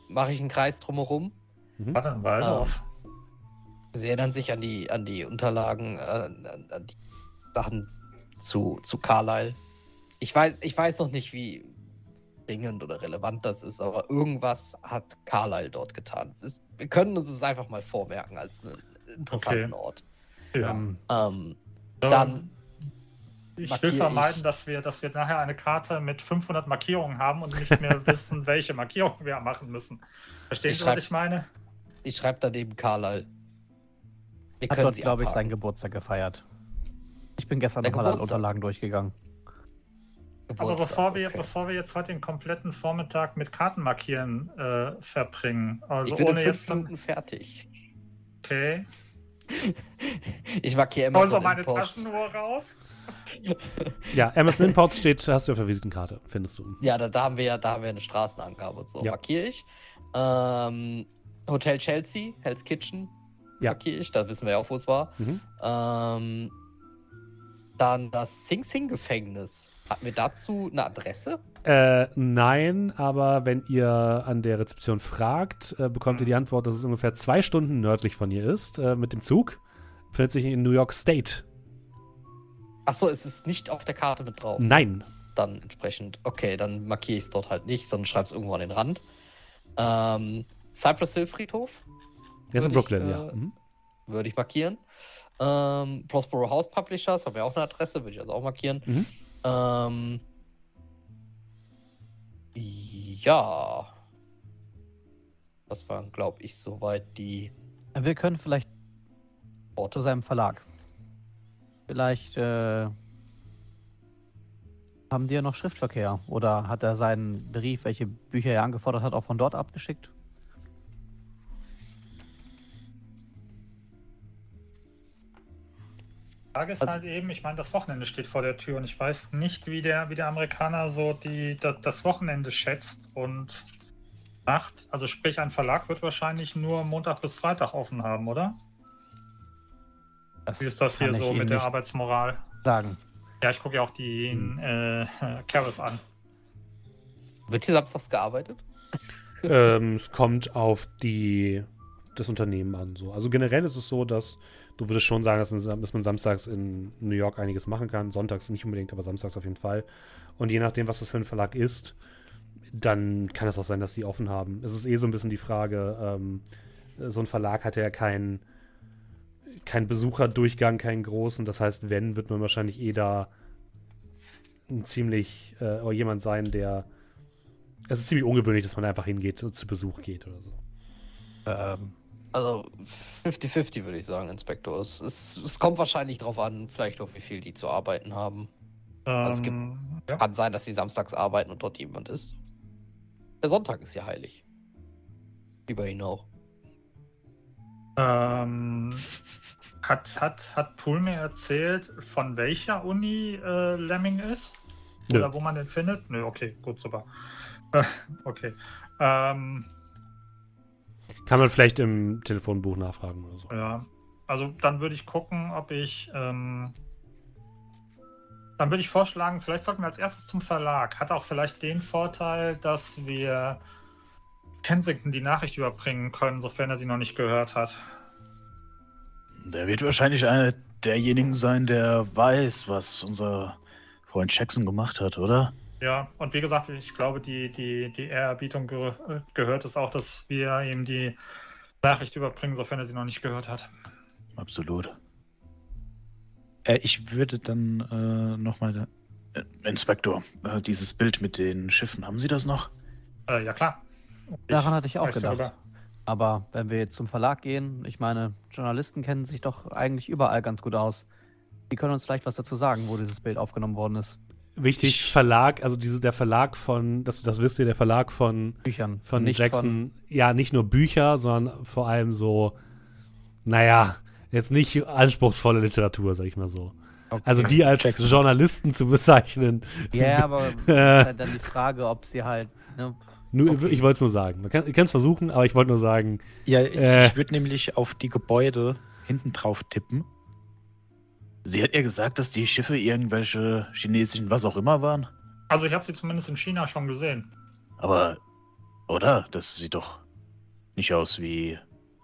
mache ich einen Kreis drumherum. War dann Waldorf. Ähm, Sie erinnern sich an die, an die Unterlagen, äh, an, an die Sachen zu, zu Carlyle. Ich weiß, ich weiß noch nicht, wie dringend oder relevant das ist, aber irgendwas hat Carlyle dort getan. Es, wir können uns es einfach mal vormerken als einen interessanten Okay. Ort. Ja. Ähm, Ähm, So, dann ich will markiere vermeiden, ich- dass wir, dass wir nachher eine Karte mit fünfhundert Markierungen haben und nicht mehr wissen, welche Markierungen wir machen müssen. Verstehen Ich Sie, was schreib- ich meine? ich schreibe daneben Carlyle. Wir hat können dort, sie glaube ich, seinen abhaken. Geburtstag gefeiert. Ich bin gestern Der nochmal alle Geburtstag. Unterlagen durchgegangen. Aber Geburtstag, bevor wir, okay. bevor wir jetzt heute den kompletten Vormittag mit Kartenmarkieren äh, verbringen, also Ich bin in ohne fünf jetzt dann, Minuten fertig. okay, Ich markiere immer also so meine Imports. Taschenuhr raus. Ja, Amazon Imports steht, hast du auf der Visitenkarte, findest du. Ja, da, da haben wir ja, da haben wir eine Straßenangabe und so. Ja. Markiere ich. Ähm, Hotel Chelsea, Hell's Kitchen. Ja. Markiere ich, da wissen wir ja auch, wo es war. Mhm. Ähm, dann das Sing Sing Gefängnis. Hatten wir dazu eine Adresse? Äh, nein, aber wenn ihr an der Rezeption fragt, äh, bekommt ihr die Antwort, dass es ungefähr zwei Stunden nördlich von hier ist, äh, mit dem Zug. Befindet sich in New York State. Achso, es ist nicht auf der Karte mit drauf. Nein. Dann entsprechend, okay, dann markiere ich es dort halt nicht, sondern schreibe es irgendwo an den Rand. Ähm, Cypress Hill Friedhof Der ist in Würde ich, Brooklyn, äh, ja. Mhm. würde ich markieren. Ähm, Prospero House Publishers, haben wir auch eine Adresse, würde ich also auch markieren. Mhm. Ähm, ja. Das waren, glaube ich, soweit die Wir können vielleicht zu Orte. seinem Verlag. Vielleicht äh, haben die ja noch Schriftverkehr. Oder hat er seinen Brief, welche Bücher er angefordert hat, auch von dort abgeschickt? Die Frage ist Also- halt eben, ich meine, das Wochenende steht vor der Tür und ich weiß nicht, wie der, wie der Amerikaner so die, das, das Wochenende schätzt und macht. Also sprich, ein Verlag wird wahrscheinlich nur Montag bis Freitag offen haben, oder? Wie ist das hier kann ich so Ihnen mit der nicht Arbeitsmoral? sagen. Ja, ich gucke ja auch die Hm. äh, Caris an. Wird hier samstags gearbeitet? Ähm, es kommt auf die, das Unternehmen an. So. Also generell ist es so, dass du würdest schon sagen, dass, dass man samstags in New York einiges machen kann. Sonntags nicht unbedingt, aber samstags auf jeden Fall. Und je nachdem, was das für ein Verlag ist, dann kann es auch sein, dass die offen haben. Es ist eh so ein bisschen die Frage, ähm, so ein Verlag hat ja keinen kein Besucherdurchgang, keinen großen. Das heißt, wenn, wird man wahrscheinlich eh da ein ziemlich, äh, oder jemand sein, der es ist ziemlich ungewöhnlich, dass man einfach hingeht und zu Besuch geht oder so. Ähm, Also fünfzig fünfzig würde ich sagen, Inspektor. Es, es, es kommt wahrscheinlich drauf an, vielleicht auch wie viel die zu arbeiten haben. Also es gibt- Ähm, ja. Kann sein, dass sie samstags arbeiten und dort jemand ist. Der Sonntag ist ja heilig. Wie bei Ihnen auch. Ähm, hat, hat, hat Pool mir erzählt, von welcher Uni äh, Lemming ist? Nö. Oder wo man den findet? Nö, okay, gut, super. Äh, okay. Ähm, Kann man vielleicht im Telefonbuch nachfragen oder so. ja, also dann würde ich gucken, ob ich. Ähm, dann würde ich vorschlagen, vielleicht sollten wir als erstes zum Verlag. Hat auch vielleicht den Vorteil, dass wir Kensington die Nachricht überbringen können, sofern er sie noch nicht gehört hat. Der wird wahrscheinlich einer derjenigen sein, der weiß, was unser Freund Jackson gemacht hat, oder? Ja, und wie gesagt, ich glaube, die, die, die Ehrerbietung ge gehört es auch, dass wir ihm die Nachricht überbringen, sofern er sie noch nicht gehört hat. Absolut. Äh, ich würde dann äh, nochmal. Äh, Inspektor, äh, dieses Bild mit den Schiffen, haben Sie das noch? Äh, ja, klar. Daran hatte ich auch weiß gedacht. darüber. Aber wenn wir jetzt zum Verlag gehen, ich meine, Journalisten kennen sich doch eigentlich überall ganz gut aus. Die können uns vielleicht was dazu sagen, wo dieses Bild aufgenommen worden ist. Wichtig, Verlag, also diese, der Verlag von, das, das wisst ihr, der Verlag von, Büchern. von nicht Jackson, ja, nicht nur Bücher, sondern vor allem so, naja, jetzt nicht anspruchsvolle Literatur, sag ich mal so. Von, okay. Also die als Jackson. Journalisten zu bezeichnen. Ja, aber das ist halt dann die Frage, ob sie halt. Ne, Nur, Okay. Ich wollte es nur sagen. Man kann, ihr könnt es versuchen, aber ich wollte nur sagen, Ja, ich, Äh. ich würde nämlich auf die Gebäude hinten drauf tippen. Sie hat ja gesagt, dass die Schiffe irgendwelche chinesischen was auch immer waren. Also ich habe sie zumindest in China schon gesehen. Aber Oder? Das sieht doch nicht aus wie...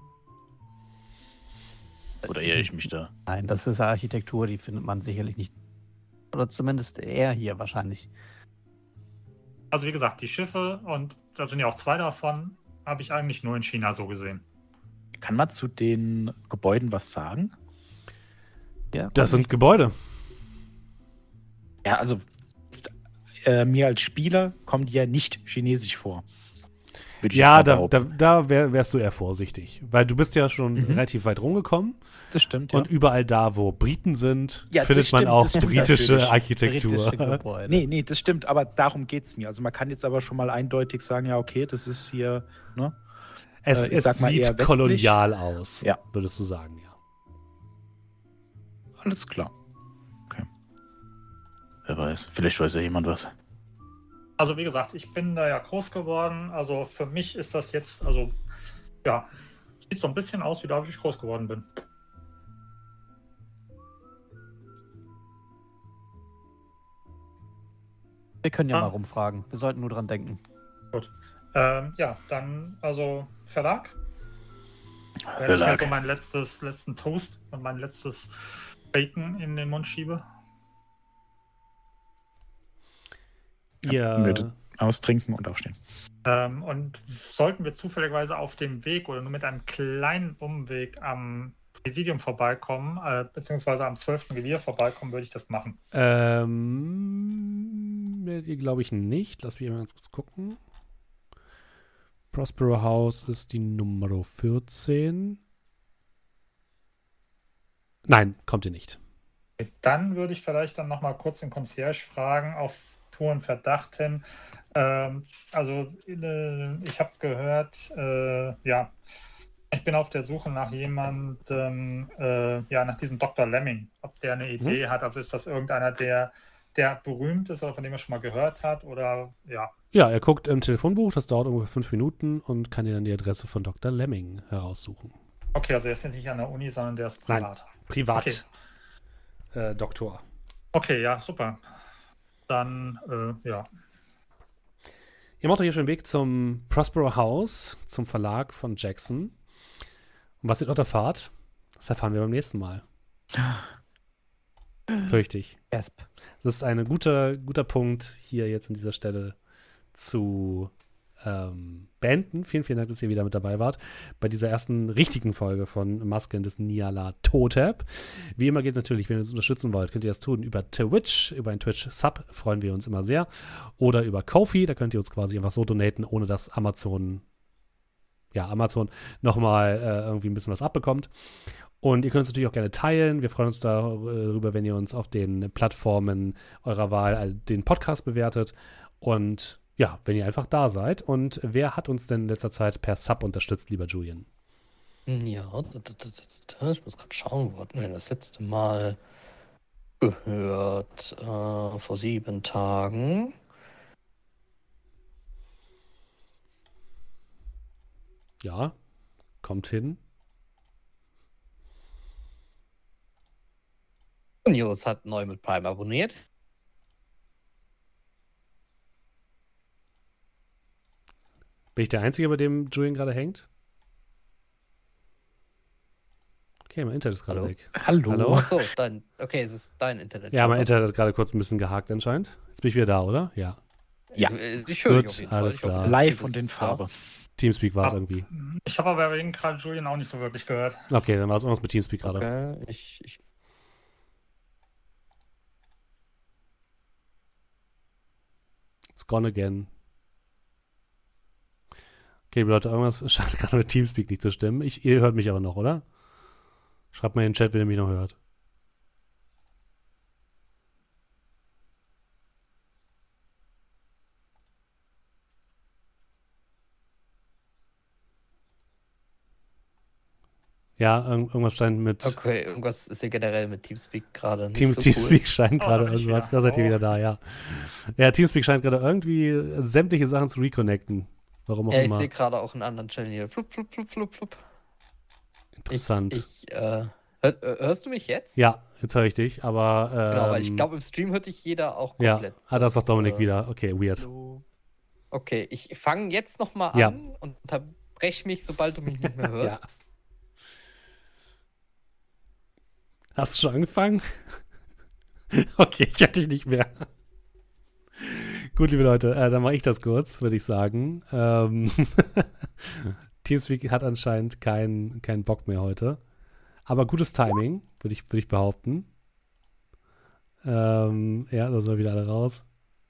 Oder irre ich mich da? Nein, das ist Architektur, die findet man sicherlich nicht. Oder zumindest er hier wahrscheinlich. Also wie gesagt, die Schiffe, und da sind ja auch zwei davon, habe ich eigentlich nur in China so gesehen. Kann man zu den Gebäuden was sagen? Ja, Das sind Gebäude. Ja, also ist, äh, mir als Spieler kommen die ja nicht chinesisch vor. Würde ich Ja, jetzt mal da, behaupten. da, da wär, wärst du eher vorsichtig. Weil du bist ja schon Mhm. relativ weit rumgekommen. Das stimmt, ja. Und überall da, wo Briten sind, Ja, das findet man stimmt, auch das stimmt britische natürlich. Architektur. britische Gebäude. Nee, nee, das stimmt, aber darum geht's mir. Also man kann jetzt aber schon mal eindeutig sagen, ja, okay, das ist hier, ne? Es, Äh, ich es sag mal eher sieht westlich. kolonial aus, Ja. würdest du sagen, ja. Alles klar. Wer weiß, vielleicht weiß ja jemand was. Also wie gesagt, ich bin da ja groß geworden. Also für mich ist das jetzt, also ja, sieht so ein bisschen aus, wie da ich groß geworden bin. Wir können ja Ah. mal rumfragen. Wir sollten nur dran denken. Ähm, ja, dann also Verlag. Wenn ich mir Verlag. so mein letztes, letzten Toast und mein letztes Bacon in den Mund schiebe. Ihr, Würde austrinken und aufstehen. Ähm, und sollten wir zufälligerweise auf dem Weg oder nur mit einem kleinen Umweg am Präsidium vorbeikommen, äh, beziehungsweise am zwölften Revier vorbeikommen, würde ich das machen. ähm, werdet ihr, glaube ich, nicht. Lass mich mal ganz kurz gucken. Prospero House ist die Nummer vierzehn. Nein, kommt ihr nicht. Dann würde ich vielleicht dann nochmal kurz den Concierge fragen, auf puren Verdacht hin. Ähm, also, äh, ich habe gehört, äh, ja, ich bin auf der Suche nach jemandem, äh, ja, nach diesem Doktor Lemming, ob der eine Idee hat. Also ist das irgendeiner, der, der berühmt ist oder von dem er schon mal gehört hat oder ja. Ja, er guckt im Telefonbuch, das dauert ungefähr fünf Minuten und kann dir dann die Adresse von Doktor Lemming heraussuchen. Okay, also er ist jetzt nicht an der Uni, sondern der ist Nein. privat. Privat. Äh, Doktor. Okay, ja, super. Dann, äh, ja. Ihr macht euch hier schon den Weg zum Prospero House, zum Verlag von Jackson. Und was ihr dort erfahrt, das erfahren wir beim nächsten Mal. Fürchte ich. Gasp. Das ist ein guter, guter Punkt, hier jetzt an dieser Stelle zu ähm, beenden. Vielen, vielen Dank, dass ihr wieder mit dabei wart bei dieser ersten richtigen Folge von Masken des Nyarlathotep. Wie immer geht natürlich, wenn ihr uns unterstützen wollt, könnt ihr das tun über Twitch, über einen Twitch-Sub, freuen wir uns immer sehr. Oder über Ko-fi, da könnt ihr uns quasi einfach so donaten, ohne dass Amazon, ja, Amazon nochmal äh, irgendwie ein bisschen was abbekommt. Und ihr könnt es natürlich auch gerne teilen. Wir freuen uns darüber, wenn ihr uns auf den Plattformen eurer Wahl den Podcast bewertet. Und ja, wenn ihr einfach da seid. Und wer hat uns denn in letzter Zeit per Sub unterstützt, lieber Julian? Ja, da, da, da, da, ich muss gerade schauen, wo hatten wir das letzte Mal gehört? Äh, vor sieben Tagen. Ja, kommt hin. News hat neu mit Prime abonniert. Bin ich der Einzige, bei dem Julian gerade hängt? Okay, mein Internet ist gerade Hallo? weg. Hallo. Hallo? Achso, dein. Okay, es ist dein Internet. Ja, mein Internet hat gerade kurz ein bisschen gehakt anscheinend. Jetzt bin ich wieder da, oder? Ja. Ja. Äh, Ich höre Gut, dich auf jeden alles Fall. Ich hoffe, klar. das Live ist- und in Farbe. Teamspeak war es Ah. irgendwie. Ich habe aber wegen gerade Julian auch nicht so wirklich gehört. Okay, dann war es irgendwas mit Teamspeak Ja. gerade. Okay, ich, ich It's gone again. Okay, liebe Leute, irgendwas scheint gerade mit Teamspeak nicht zu stimmen. Ich, ihr hört mich aber noch, oder? Schreibt mal in den Chat, wenn ihr mich noch hört. Ja, irg- irgendwas scheint mit Okay, irgendwas ist hier generell mit Teamspeak gerade nicht Team, so Teamspeak scheint Oh, gerade da bin ich irgendwas. wieder. Da seid ihr Oh. wieder da, ja. Ja, Teamspeak scheint gerade irgendwie sämtliche Sachen zu reconnecten. Warum auch cool. Ja, ich immer. sehe gerade auch einen anderen Channel hier. Flup, flup, flup, flup, flup. Interessant. Ich, ich, äh, hör, äh, hörst du mich jetzt? Ja, jetzt höre ich dich, aber. Ähm, Genau, weil ich glaube, im Stream hört dich jeder auch Ja, komplett. ah, das sagt Dominik äh, wieder. Okay, weird. Hallo. Okay, ich fange jetzt nochmal Ja. an und unterbreche mich, sobald du mich nicht mehr hörst. Ja. Hast du schon angefangen? Okay, ich hätte dich nicht mehr. Gut, liebe Leute, äh, dann mache ich das kurz, würde ich sagen. Ähm Teamspeak hat anscheinend keinen keinen Bock mehr heute. Aber gutes Timing, würde ich, würd ich behaupten. Ähm, ja, da sind wir wieder alle raus.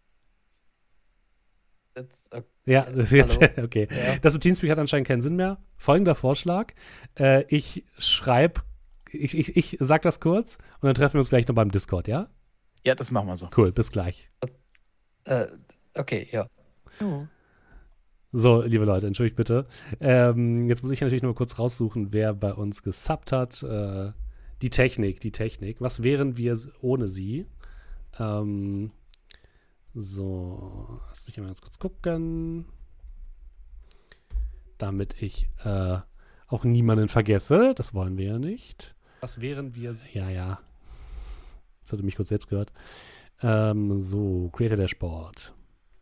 Jetzt, okay. Ja, jetzt, Hallo? okay. Ja. Das mit Teamspeak hat anscheinend keinen Sinn mehr. Folgender Vorschlag. Äh, ich schreibe, ich, ich, ich sag das kurz und dann treffen wir uns gleich noch beim Discord, ja? Ja, das machen wir so. Cool, bis gleich. Äh, okay, ja. So, liebe Leute, entschuldigt bitte. Ähm, jetzt muss ich natürlich nur kurz raussuchen, wer bei uns gesubbt hat. Äh, die Technik, die Technik. Was wären wir ohne sie? Ähm, so, lass mich mal ganz kurz gucken. Damit ich äh, auch niemanden vergesse. Das wollen wir ja nicht. Was wären wir? Ja, ja. Das hatte mich kurz selbst gehört. Ähm, so, Creator Dashboard.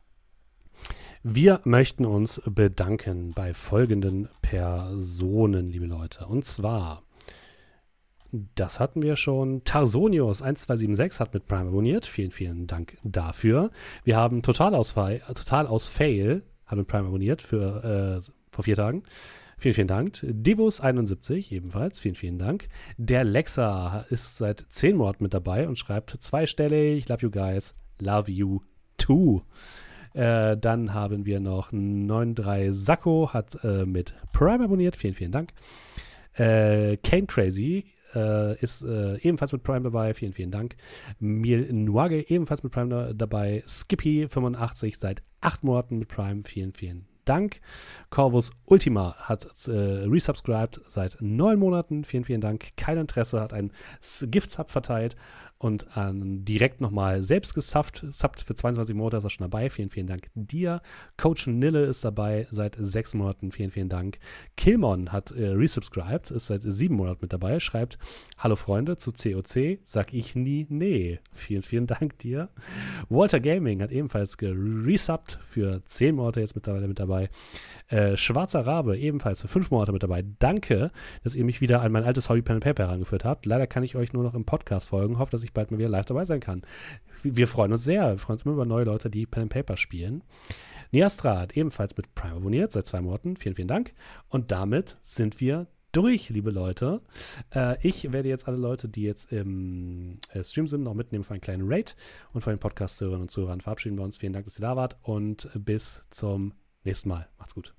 Wir möchten uns bedanken bei folgenden Personen, liebe Leute. Und zwar, das hatten wir schon, Tarsonius eins zwei sieben sechs hat mit Prime abonniert. Vielen, vielen Dank dafür. Wir haben Total aus, Total aus Fail hat mit Prime abonniert für, äh, vor vier Tagen. Vielen, vielen Dank. Divus einundsiebzig ebenfalls. Vielen, vielen Dank. Der Lexa ist seit zehn Monaten mit dabei und schreibt zweistellig. Love you guys. Love you too. Äh, dann haben wir noch neun drei Sacco hat äh, mit Prime abonniert. Vielen, vielen Dank. Äh, Kane Crazy äh, ist äh, ebenfalls mit Prime dabei. Vielen, vielen Dank. Mil Nuage ebenfalls mit Prime da dabei. Skippy fünfundachtzig seit acht Monaten mit Prime. Vielen, vielen Dank. Corvus Ultima hat äh, resubscribed seit neun Monaten. Vielen, vielen Dank. Kein Interesse, hat einen Gift-Sub verteilt und ähm, direkt nochmal selbst gesubbt. Subbt für zweiundzwanzig Monate ist er schon dabei. Vielen, vielen Dank dir. Coach Nille ist dabei seit sechs Monaten. Vielen, vielen Dank. Kilmon hat äh, resubscribed, ist seit sieben Monaten mit dabei. Schreibt, hallo Freunde, zu C O C sag ich nie nee. Vielen, vielen Dank dir. Walter Gaming hat ebenfalls geresubbt für zehn Monate jetzt mittlerweile mit dabei. Äh, Schwarzer Rabe ebenfalls für fünf Monate mit dabei. Danke, dass ihr mich wieder an mein altes Hobby Pen and Paper herangeführt habt. Leider kann ich euch nur noch im Podcast folgen. Hoffe, dass ich bald mal wieder live dabei sein kann. Wir freuen uns sehr. Wir freuen uns immer über neue Leute, die Pen and Paper spielen. Niastra hat ebenfalls mit Prime abonniert seit zwei Monaten. Vielen, vielen Dank. Und damit sind wir durch, liebe Leute. Äh, ich werde jetzt alle Leute, die jetzt im äh, Stream sind, noch mitnehmen für einen kleinen Raid. Und von den Podcast-Hörerinnen und Zuhörern verabschieden wir uns. Vielen Dank, dass ihr da wart. Und bis zum nächsten Mal. Macht's gut.